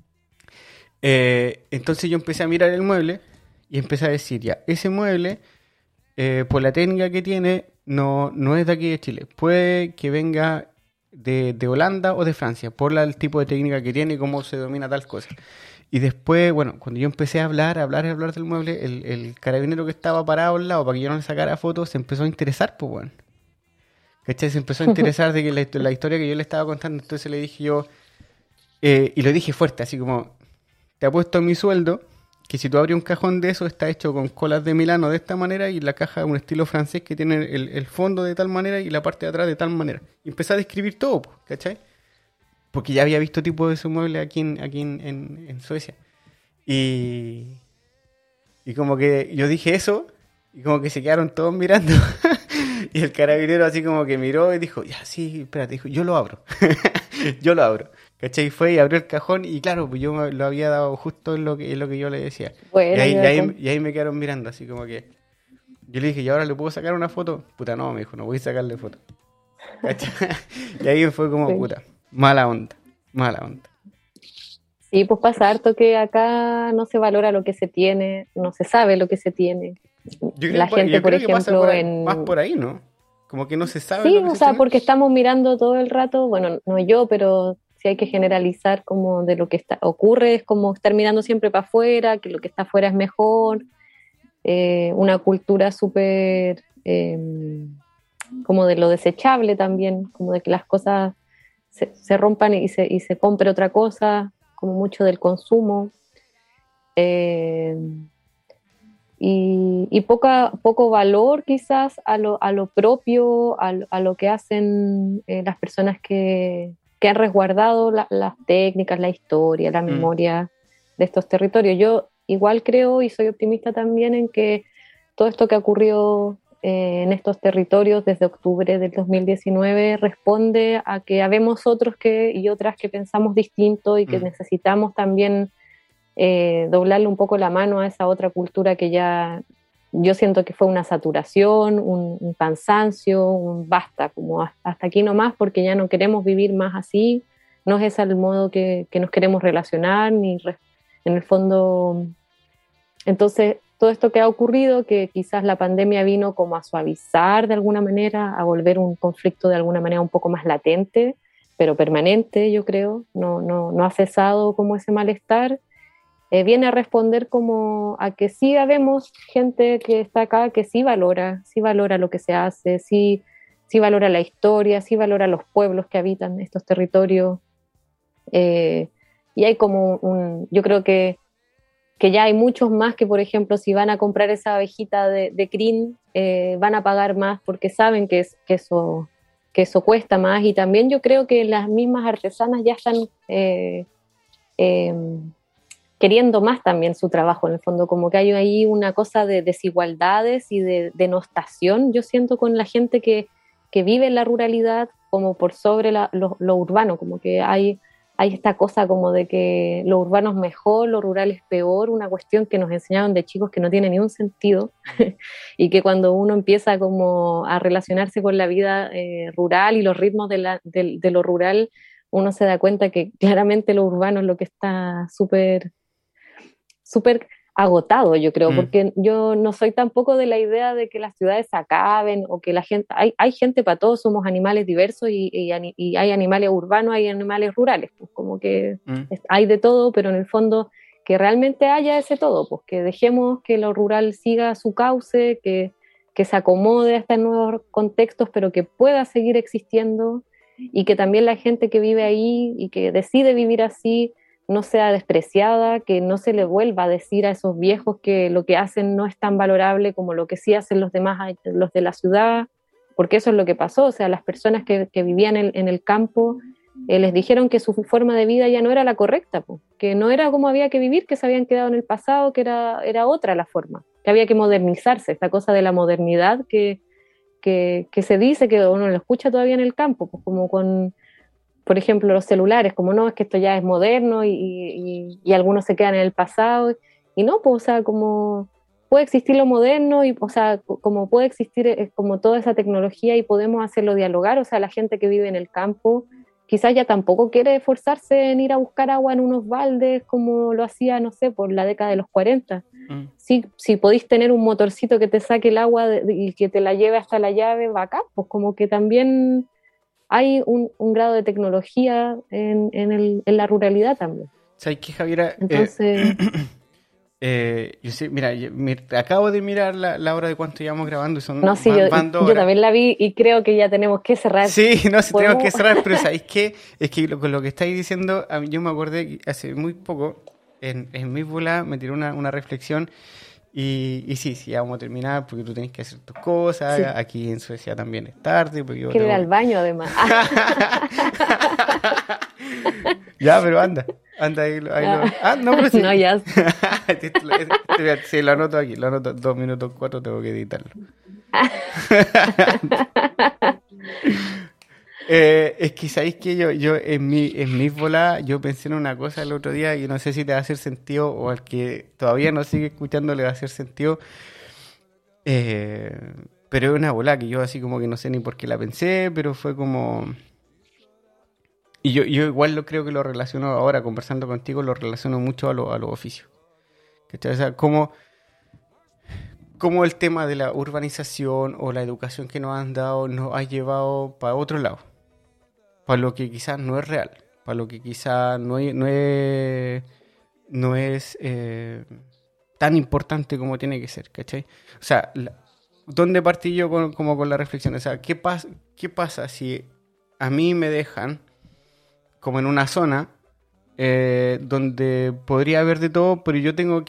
Speaker 1: Entonces yo empecé a mirar el mueble y empecé a decir, ya, ese mueble, por la técnica que tiene, no es de aquí de Chile. Puede que venga de Holanda o de Francia, por el tipo de técnica que tiene y cómo se domina tal cosa. Y después, bueno, cuando yo empecé a hablar del mueble, el carabinero que estaba parado al lado para que yo no le sacara fotos se empezó a interesar, pues, bueno. ¿Cachai? Se empezó a interesar de que la historia que yo le estaba contando. Entonces le dije yo, y lo dije fuerte, así como, te apuesto a mi sueldo que si tú abres un cajón de eso está hecho con colas de Milano de esta manera y la caja de un estilo francés que tiene el fondo de tal manera y la parte de atrás de tal manera. Y empecé a describir todo, pues, ¿cachai? Porque ya había visto tipo de su mueble aquí en Suecia. Y, y como que yo dije eso, y como que se quedaron todos mirando. Y el carabinero así como que miró y dijo, ya, sí, espérate, dijo, yo lo abro. Yo lo abro. ¿Cachai? Fue y abrió el cajón y claro, pues lo había dado justo en lo que yo le decía.
Speaker 2: Bueno,
Speaker 1: Y ahí me quedaron mirando, así como que... Yo le dije, ¿y ahora le puedo sacar una foto? Puta, no, me dijo, no voy a sacarle foto. ¿Cachai? Y ahí fue como,
Speaker 2: sí.
Speaker 1: puta, mala onda, mala onda.
Speaker 2: Sí, pues pasa harto que acá no se valora lo que se tiene, no se sabe lo que se tiene. La gente,
Speaker 1: Yo
Speaker 2: por
Speaker 1: creo que pasa
Speaker 2: ejemplo,
Speaker 1: más por ahí, ¿no? Como que no se sabe
Speaker 2: Sí,
Speaker 1: lo que
Speaker 2: o
Speaker 1: se
Speaker 2: sea,
Speaker 1: tiene.
Speaker 2: porque estamos mirando todo el rato, bueno, no yo, pero si hay que generalizar como de lo que ocurre, es como estar mirando siempre para afuera, que lo que está afuera es mejor, una cultura súper como de lo desechable también, como de que las cosas se rompan y se compre otra cosa, como mucho del consumo. Eh, y poco valor quizás a lo propio, a lo que hacen las personas que han resguardado las técnicas, la historia, la
Speaker 1: Mm,
Speaker 2: memoria de estos territorios. Yo igual creo y soy optimista también en que todo esto que ocurrió en estos territorios desde octubre del 2019 responde a que habemos otros y otras que pensamos distinto y que
Speaker 1: mm,
Speaker 2: necesitamos también doblarle un poco la mano a esa otra cultura que ya yo siento que fue una saturación, un cansancio, un basta, como hasta aquí nomás, porque ya no queremos vivir más así, no es ese el modo que nos queremos relacionar, en el fondo. Entonces, todo esto que ha ocurrido, que quizás la pandemia vino como a suavizar de alguna manera, a volver un conflicto de alguna manera un poco más latente, pero permanente, yo creo, no ha cesado como ese malestar, viene a responder como a que sí habemos gente que está acá que sí valora lo que se hace, sí valora la historia, sí valora los pueblos que habitan estos territorios. eh, y hay como yo creo que ya hay muchos más que, por ejemplo, si van a comprar esa abejita de crin, van a pagar más porque saben que eso cuesta más. Y también yo creo que las mismas artesanas ya están eh, queriendo más también su trabajo, en el fondo, como que hay ahí una cosa de desigualdades y de denostación, yo siento con la gente que vive en la ruralidad como por sobre lo urbano, como que hay esta cosa como de que lo urbano es mejor, lo rural es peor, una cuestión que nos enseñaron de chicos que no tiene ni un sentido y que cuando uno empieza como a relacionarse con la vida rural y los ritmos de lo rural, uno se da cuenta que claramente lo urbano es lo que está súper agotado, yo creo,
Speaker 1: mm.
Speaker 2: porque yo no soy tampoco de la idea de que las ciudades se acaben o que la gente, hay gente para todos, somos animales diversos y hay animales urbanos, hay animales rurales, pues como que
Speaker 1: Mm.
Speaker 2: hay de todo, pero en el fondo que realmente haya ese todo, pues que dejemos que lo rural siga su cauce, que se acomode a estos nuevos contextos, pero que pueda seguir existiendo y que también la gente que vive ahí y que decide vivir así no sea despreciada, que no se le vuelva a decir a esos viejos que lo que hacen no es tan valorable como lo que sí hacen los demás, los de la ciudad, porque eso es lo que pasó, o sea, las personas que vivían en el campo les dijeron que su forma de vida ya no era la correcta, pues, que no era como había que vivir, que se habían quedado en el pasado, que era otra la forma, que había que modernizarse, esta cosa de la modernidad que se dice que uno lo escucha todavía en el campo, pues como con por ejemplo, los celulares, como no, es que esto ya es moderno y algunos se quedan en el pasado. Y no, pues, o sea, como puede existir lo moderno y, o sea, como puede existir como toda esa tecnología y podemos hacerlo dialogar, o sea, la gente que vive en el campo quizás ya tampoco quiere esforzarse en ir a buscar agua en unos baldes como lo hacía, no sé, por la década de los 40.
Speaker 1: Mm.
Speaker 2: Sí, si podéis tener un motorcito que te saque el agua y que te la lleve hasta la llave, bacán, pues como que también hay un grado de tecnología en la ruralidad también.
Speaker 1: ¿Sabes qué, Javiera?
Speaker 2: Entonces,
Speaker 1: Yo sé, mira, acabo de mirar la hora de cuánto llevamos grabando y
Speaker 2: no, sí,
Speaker 1: van dos
Speaker 2: yo
Speaker 1: horas.
Speaker 2: también la vi y creo que ya tenemos que cerrar.
Speaker 1: Sí, no, sí tenemos que
Speaker 2: ¿Podemos?
Speaker 1: cerrar, pero ¿sabéis qué? Es que con lo que estáis diciendo, a mí, yo me acordé que hace muy poco, en mi bola, me tiró una reflexión y sí, sí, ya vamos a terminar porque tú tenés que hacer tus cosas,
Speaker 2: Sí,
Speaker 1: aquí en Suecia también es tarde, porque yo
Speaker 2: quiero ir
Speaker 1: tengo...
Speaker 2: al baño además.
Speaker 1: Ya, pero anda no, pero sí.
Speaker 2: No, ya.
Speaker 1: Sí, lo anoto aquí, lo anoto 2 minutos 4, tengo que editarlo. Es que sabéis que yo en mis bolas, yo pensé en una cosa el otro día y no sé si te va a hacer sentido o al que todavía no sigue escuchando le va a hacer sentido. Eh, pero es una bola que yo así como que no sé ni por qué la pensé, pero fue como... Y yo igual creo que lo relaciono ahora, conversando contigo, lo relaciono mucho a los oficios. ¿Cachai? O sea, cómo el tema de la urbanización o la educación que nos han dado nos ha llevado para otro lado. Para lo que quizás no es real. Para lo que quizás no es tan importante como tiene que ser, ¿cachai? O sea, ¿dónde partí yo como con la reflexión? O sea, ¿qué pasa si a mí me dejan como en una zona donde podría haber de todo, pero yo tengo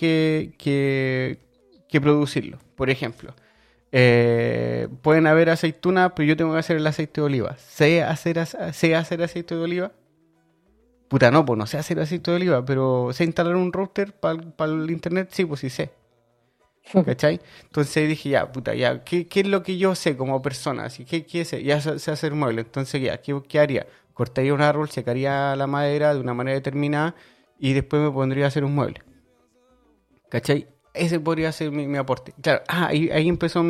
Speaker 1: que producirlo? Por ejemplo, pueden haber aceitunas, pero yo tengo que hacer el aceite de oliva. ¿Sé hacer aceite de oliva? Puta, no, pues no sé hacer aceite de oliva, pero sé instalar un router para el internet, sí, pues sí sé. ¿Cachai? Entonces dije, ya, puta, ya, ¿qué es lo que yo sé como persona? Así, ¿qué sé? Ya sé hacer muebles. Entonces, ya, ¿qué haría? Cortaría un árbol, secaría la madera de una manera determinada y después me pondría a hacer un mueble. ¿Cachai? Ese podría ser mi aporte. Claro, ahí empezó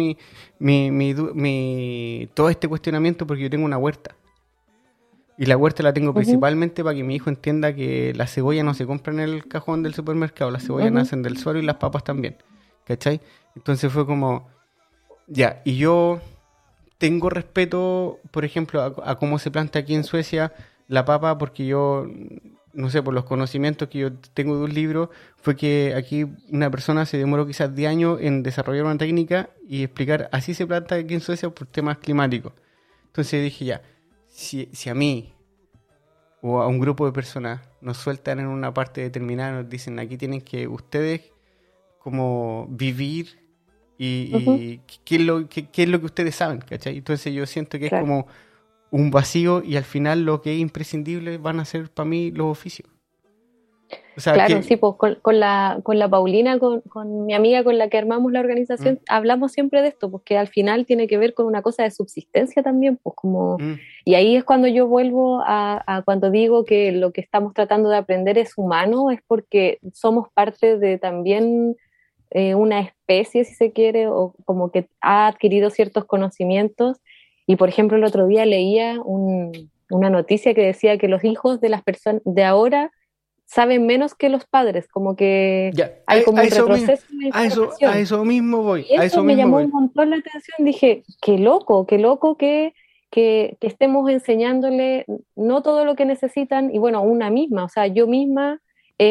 Speaker 1: todo este cuestionamiento porque yo tengo una huerta. Y la huerta la tengo
Speaker 2: Ujú,
Speaker 1: principalmente para que mi hijo entienda que la cebolla no se compra en el cajón del supermercado, las cebollas
Speaker 2: ujú.
Speaker 1: nacen del suelo y las papas también. ¿Cachai? Entonces fue como, ya, y yo tengo respeto, por ejemplo, a cómo se planta aquí en Suecia la papa, porque yo, no sé, por los conocimientos que yo tengo de un libro, fue que aquí una persona se demoró quizás 10 años en desarrollar una técnica y explicar, así se planta aquí en Suecia por temas climáticos. Entonces dije, ya, si a mí o a un grupo de personas nos sueltan en una parte determinada, nos dicen, aquí tienen que ustedes como vivir
Speaker 2: Ujú,
Speaker 1: y qué es lo que ustedes saben, ¿cachai? Entonces yo siento que es
Speaker 2: claro.
Speaker 1: como un vacío y al final lo que es imprescindible van a ser para mí los oficios. O sea,
Speaker 2: Claro, sí,
Speaker 1: que...
Speaker 2: pues con la Paulina, con mi amiga con la que armamos la
Speaker 1: ¿Mm?
Speaker 2: organización, hablamos siempre de esto, porque al final tiene que ver con una cosa de subsistencia también, pues como,
Speaker 1: ¿Mm?
Speaker 2: y ahí es cuando yo vuelvo a cuando digo que lo que estamos tratando de aprender es humano, es porque somos parte de también una especie, si se quiere, o como que ha adquirido ciertos conocimientos. Y por ejemplo, el otro día leía una noticia que decía que los hijos de las personas de ahora saben menos que los padres, como que
Speaker 1: Ya,
Speaker 2: hay como
Speaker 1: a
Speaker 2: un
Speaker 1: eso mismo,
Speaker 2: retroceso en la
Speaker 1: a
Speaker 2: información.
Speaker 1: eso mismo voy,
Speaker 2: Y
Speaker 1: a
Speaker 2: eso
Speaker 1: eso
Speaker 2: me
Speaker 1: mismo
Speaker 2: llamó
Speaker 1: voy.
Speaker 2: un montón la atención. Dije, qué loco que estemos enseñándole no todo lo que necesitan, y bueno, una misma, o sea, yo misma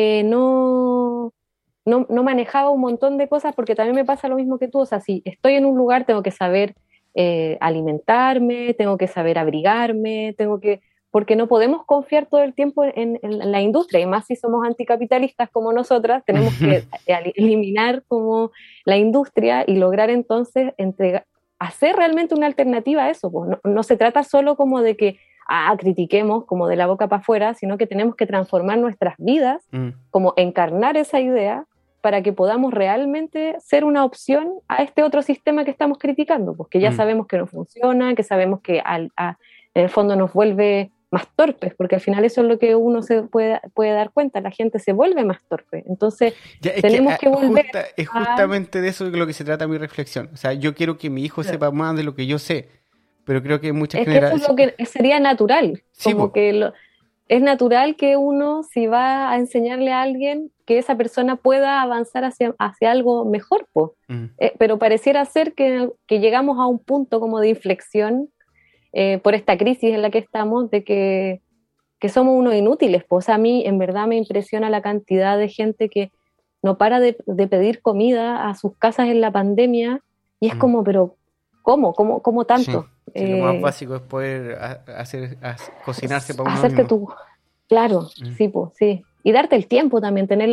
Speaker 2: no manejaba un montón de cosas porque también me pasa lo mismo que tú, o sea, si estoy en un lugar tengo que saber alimentarme, tengo que saber abrigarme, porque no podemos confiar todo el tiempo en la industria, y más si somos anticapitalistas como nosotras, tenemos que eliminar como la industria y lograr entonces hacer realmente una alternativa a eso. Pues no se trata solo como de que critiquemos como de la boca para afuera, sino que tenemos que transformar nuestras vidas,
Speaker 1: Mm,
Speaker 2: como encarnar esa idea para que podamos realmente ser una opción a este otro sistema que estamos criticando, porque ya
Speaker 1: mm.
Speaker 2: sabemos que no funciona, que sabemos que en el fondo nos vuelve más torpes, porque al final eso es lo que uno se puede dar cuenta, la gente se vuelve más torpe. Entonces,
Speaker 1: Ya, es que
Speaker 2: tenemos que volver
Speaker 1: es
Speaker 2: a...
Speaker 1: justamente de eso de lo que se trata mi reflexión. O sea, yo quiero que mi hijo sepa más de lo que yo sé, pero creo que muchas
Speaker 2: Es que eso es lo
Speaker 1: generaciones...
Speaker 2: que sería natural,
Speaker 1: Sí,
Speaker 2: como
Speaker 1: po.
Speaker 2: que es natural que uno, si va a enseñarle a alguien, que esa persona pueda avanzar hacia algo mejor, po.
Speaker 1: Mm.
Speaker 2: Pero pareciera ser que llegamos a un punto como de inflexión por esta crisis en la que estamos, de que somos unos inútiles, po. O sea, a mí en verdad me impresiona la cantidad de gente que no para de pedir comida a sus casas en la pandemia, y es
Speaker 1: Mm.
Speaker 2: como, pero ¿cómo
Speaker 1: Sí,
Speaker 2: tanto?
Speaker 1: sí, lo más básico es poder cocinarse para uno
Speaker 2: Hacerte
Speaker 1: mismo.
Speaker 2: tu, claro,
Speaker 1: Mm.
Speaker 2: sí, pues, sí. Y darte el tiempo también, tener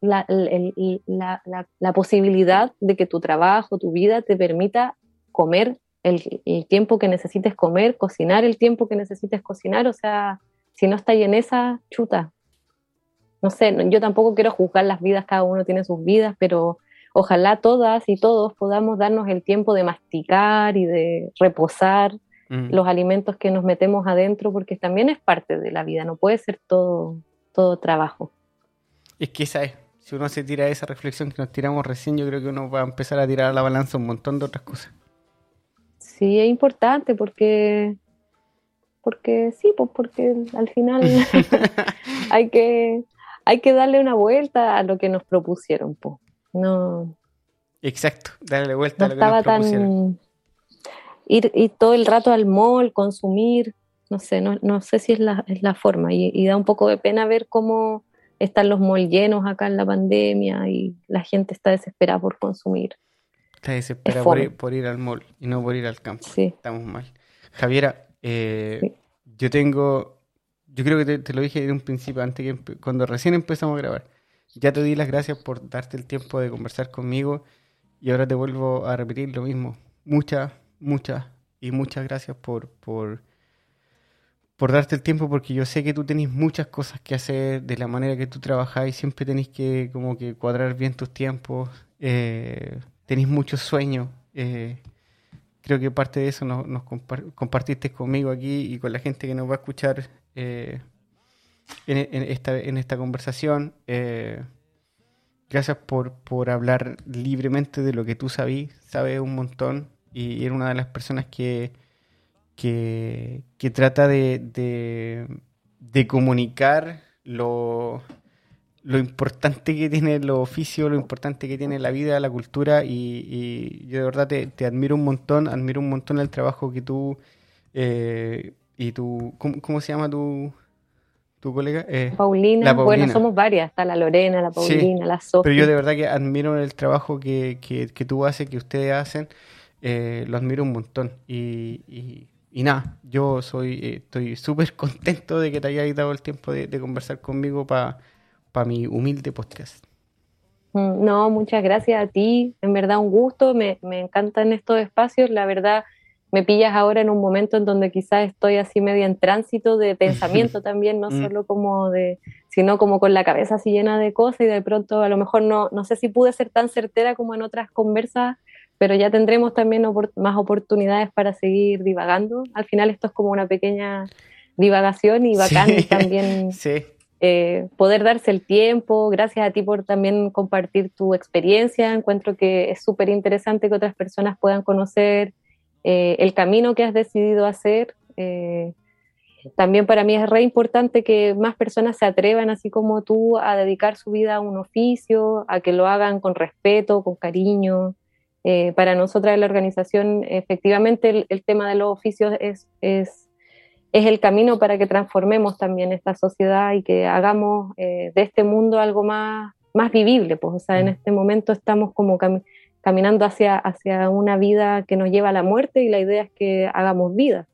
Speaker 2: la posibilidad de que tu trabajo, tu vida te permita comer el tiempo que necesites comer, cocinar el tiempo que necesites cocinar. O sea, si no estás en esa chuta, no sé, yo tampoco quiero juzgar las vidas, cada uno tiene sus vidas, pero ojalá todas y todos podamos darnos el tiempo de masticar y de reposar los alimentos que nos metemos adentro, porque también es parte de la vida, no puede ser todo trabajo.
Speaker 1: Es que esa es, si uno se tira esa reflexión que nos tiramos recién, yo creo que uno va a empezar a tirar a la balanza un montón de otras cosas.
Speaker 2: Sí, es importante porque sí, pues porque al final hay que darle una vuelta a lo que nos propusieron, pues. No.
Speaker 1: Exacto, darle vuelta
Speaker 2: no
Speaker 1: a lo que nos propusieron.
Speaker 2: Tan ir todo el rato al mall, consumir, no sé, no sé si es la forma, y da un poco de pena ver cómo están los malls llenos acá en la pandemia y la gente está desesperada por consumir.
Speaker 1: Está desesperada por ir al mall y no por ir al campo.
Speaker 2: Sí.
Speaker 1: Estamos mal. Javiera,
Speaker 2: Sí.
Speaker 1: yo creo que te lo dije desde un principio, cuando recién empezamos a grabar. Ya te di las gracias por darte el tiempo de conversar conmigo y ahora te vuelvo a repetir lo mismo. Muchas gracias por darte el tiempo, porque yo sé que tú tenés muchas cosas que hacer de la manera que tú trabajás y siempre tenés que como que cuadrar bien tus tiempos. Tenés muchos sueños. Creo que parte de eso nos compartiste conmigo aquí y con la gente que nos va a escuchar en esta conversación. Gracias por hablar libremente de lo que tú sabes un montón, y eres una de las personas que trata de comunicar lo importante que tiene los oficios, lo importante que tiene la vida, la cultura, y yo de verdad te admiro un montón el trabajo que tú y tu, ¿cómo se llama tu colega?
Speaker 2: Paulina,
Speaker 1: la Paulina.
Speaker 2: Bueno, somos varias, está la Lorena, la Paulina,
Speaker 1: Sí,
Speaker 2: la Sofía.
Speaker 1: pero yo de verdad que admiro el trabajo que tú haces, que ustedes hacen, lo admiro un montón, y nada, yo estoy súper contento de que te hayas dado el tiempo de conversar conmigo para mi humilde podcast.
Speaker 2: No, muchas gracias a ti, en verdad un gusto, me encantan estos espacios, la verdad me pillas ahora en un momento en donde quizás estoy así medio en tránsito de pensamiento también, no solo sino como con la cabeza así llena de cosas, y de pronto a lo mejor no sé si pude ser tan certera como en otras conversas, pero ya tendremos también más oportunidades para seguir divagando. Al final esto es como una pequeña divagación y bacán también.
Speaker 1: Sí.
Speaker 2: Poder darse el tiempo. Gracias a ti por también compartir tu experiencia. Encuentro que es súper interesante que otras personas puedan conocer el camino que has decidido hacer. También para mí es re importante que más personas se atrevan, así como tú, a dedicar su vida a un oficio, a que lo hagan con respeto, con cariño. Para nosotras en la organización, efectivamente, el tema de los oficios es el camino para que transformemos también esta sociedad y que hagamos de este mundo algo más vivible. Pues, o sea, en este momento estamos como caminando hacia una vida que nos lleva a la muerte, y la idea es que hagamos vida,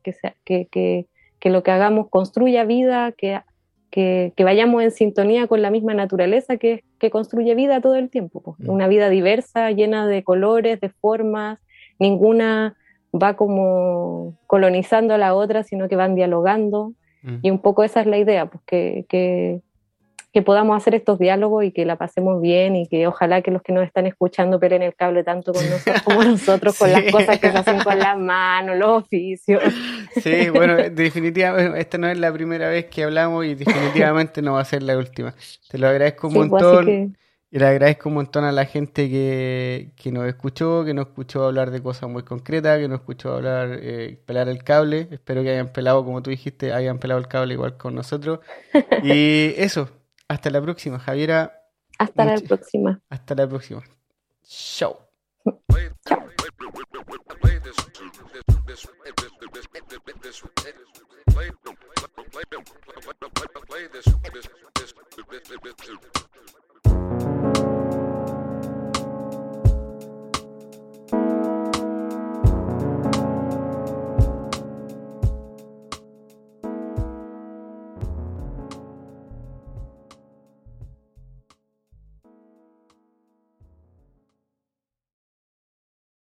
Speaker 2: que lo que hagamos construya vida, que vayamos en sintonía con la misma naturaleza que construye vida todo el tiempo. Pues. Una vida diversa, llena de colores, de formas, ninguna va como colonizando a la otra, sino que van dialogando, y un poco esa es la idea, pues que podamos hacer estos diálogos y que la pasemos bien, y que ojalá que los que nos están escuchando pelen el cable tanto con nosotros como nosotros con las cosas que se hacen con las manos, los oficios.
Speaker 1: Sí, bueno, definitivamente esta no es la primera vez que hablamos y definitivamente no va a ser la última. Te lo agradezco un montón. Y le agradezco un montón a la gente que nos escuchó, que nos escuchó hablar de cosas muy concretas, que nos escuchó hablar, pelar el cable. Espero que hayan pelado, como tú dijiste, hayan pelado el cable igual con nosotros. Y eso, hasta la próxima, Javiera.
Speaker 2: Hasta la próxima.
Speaker 1: Hasta la próxima. Chao. Chao.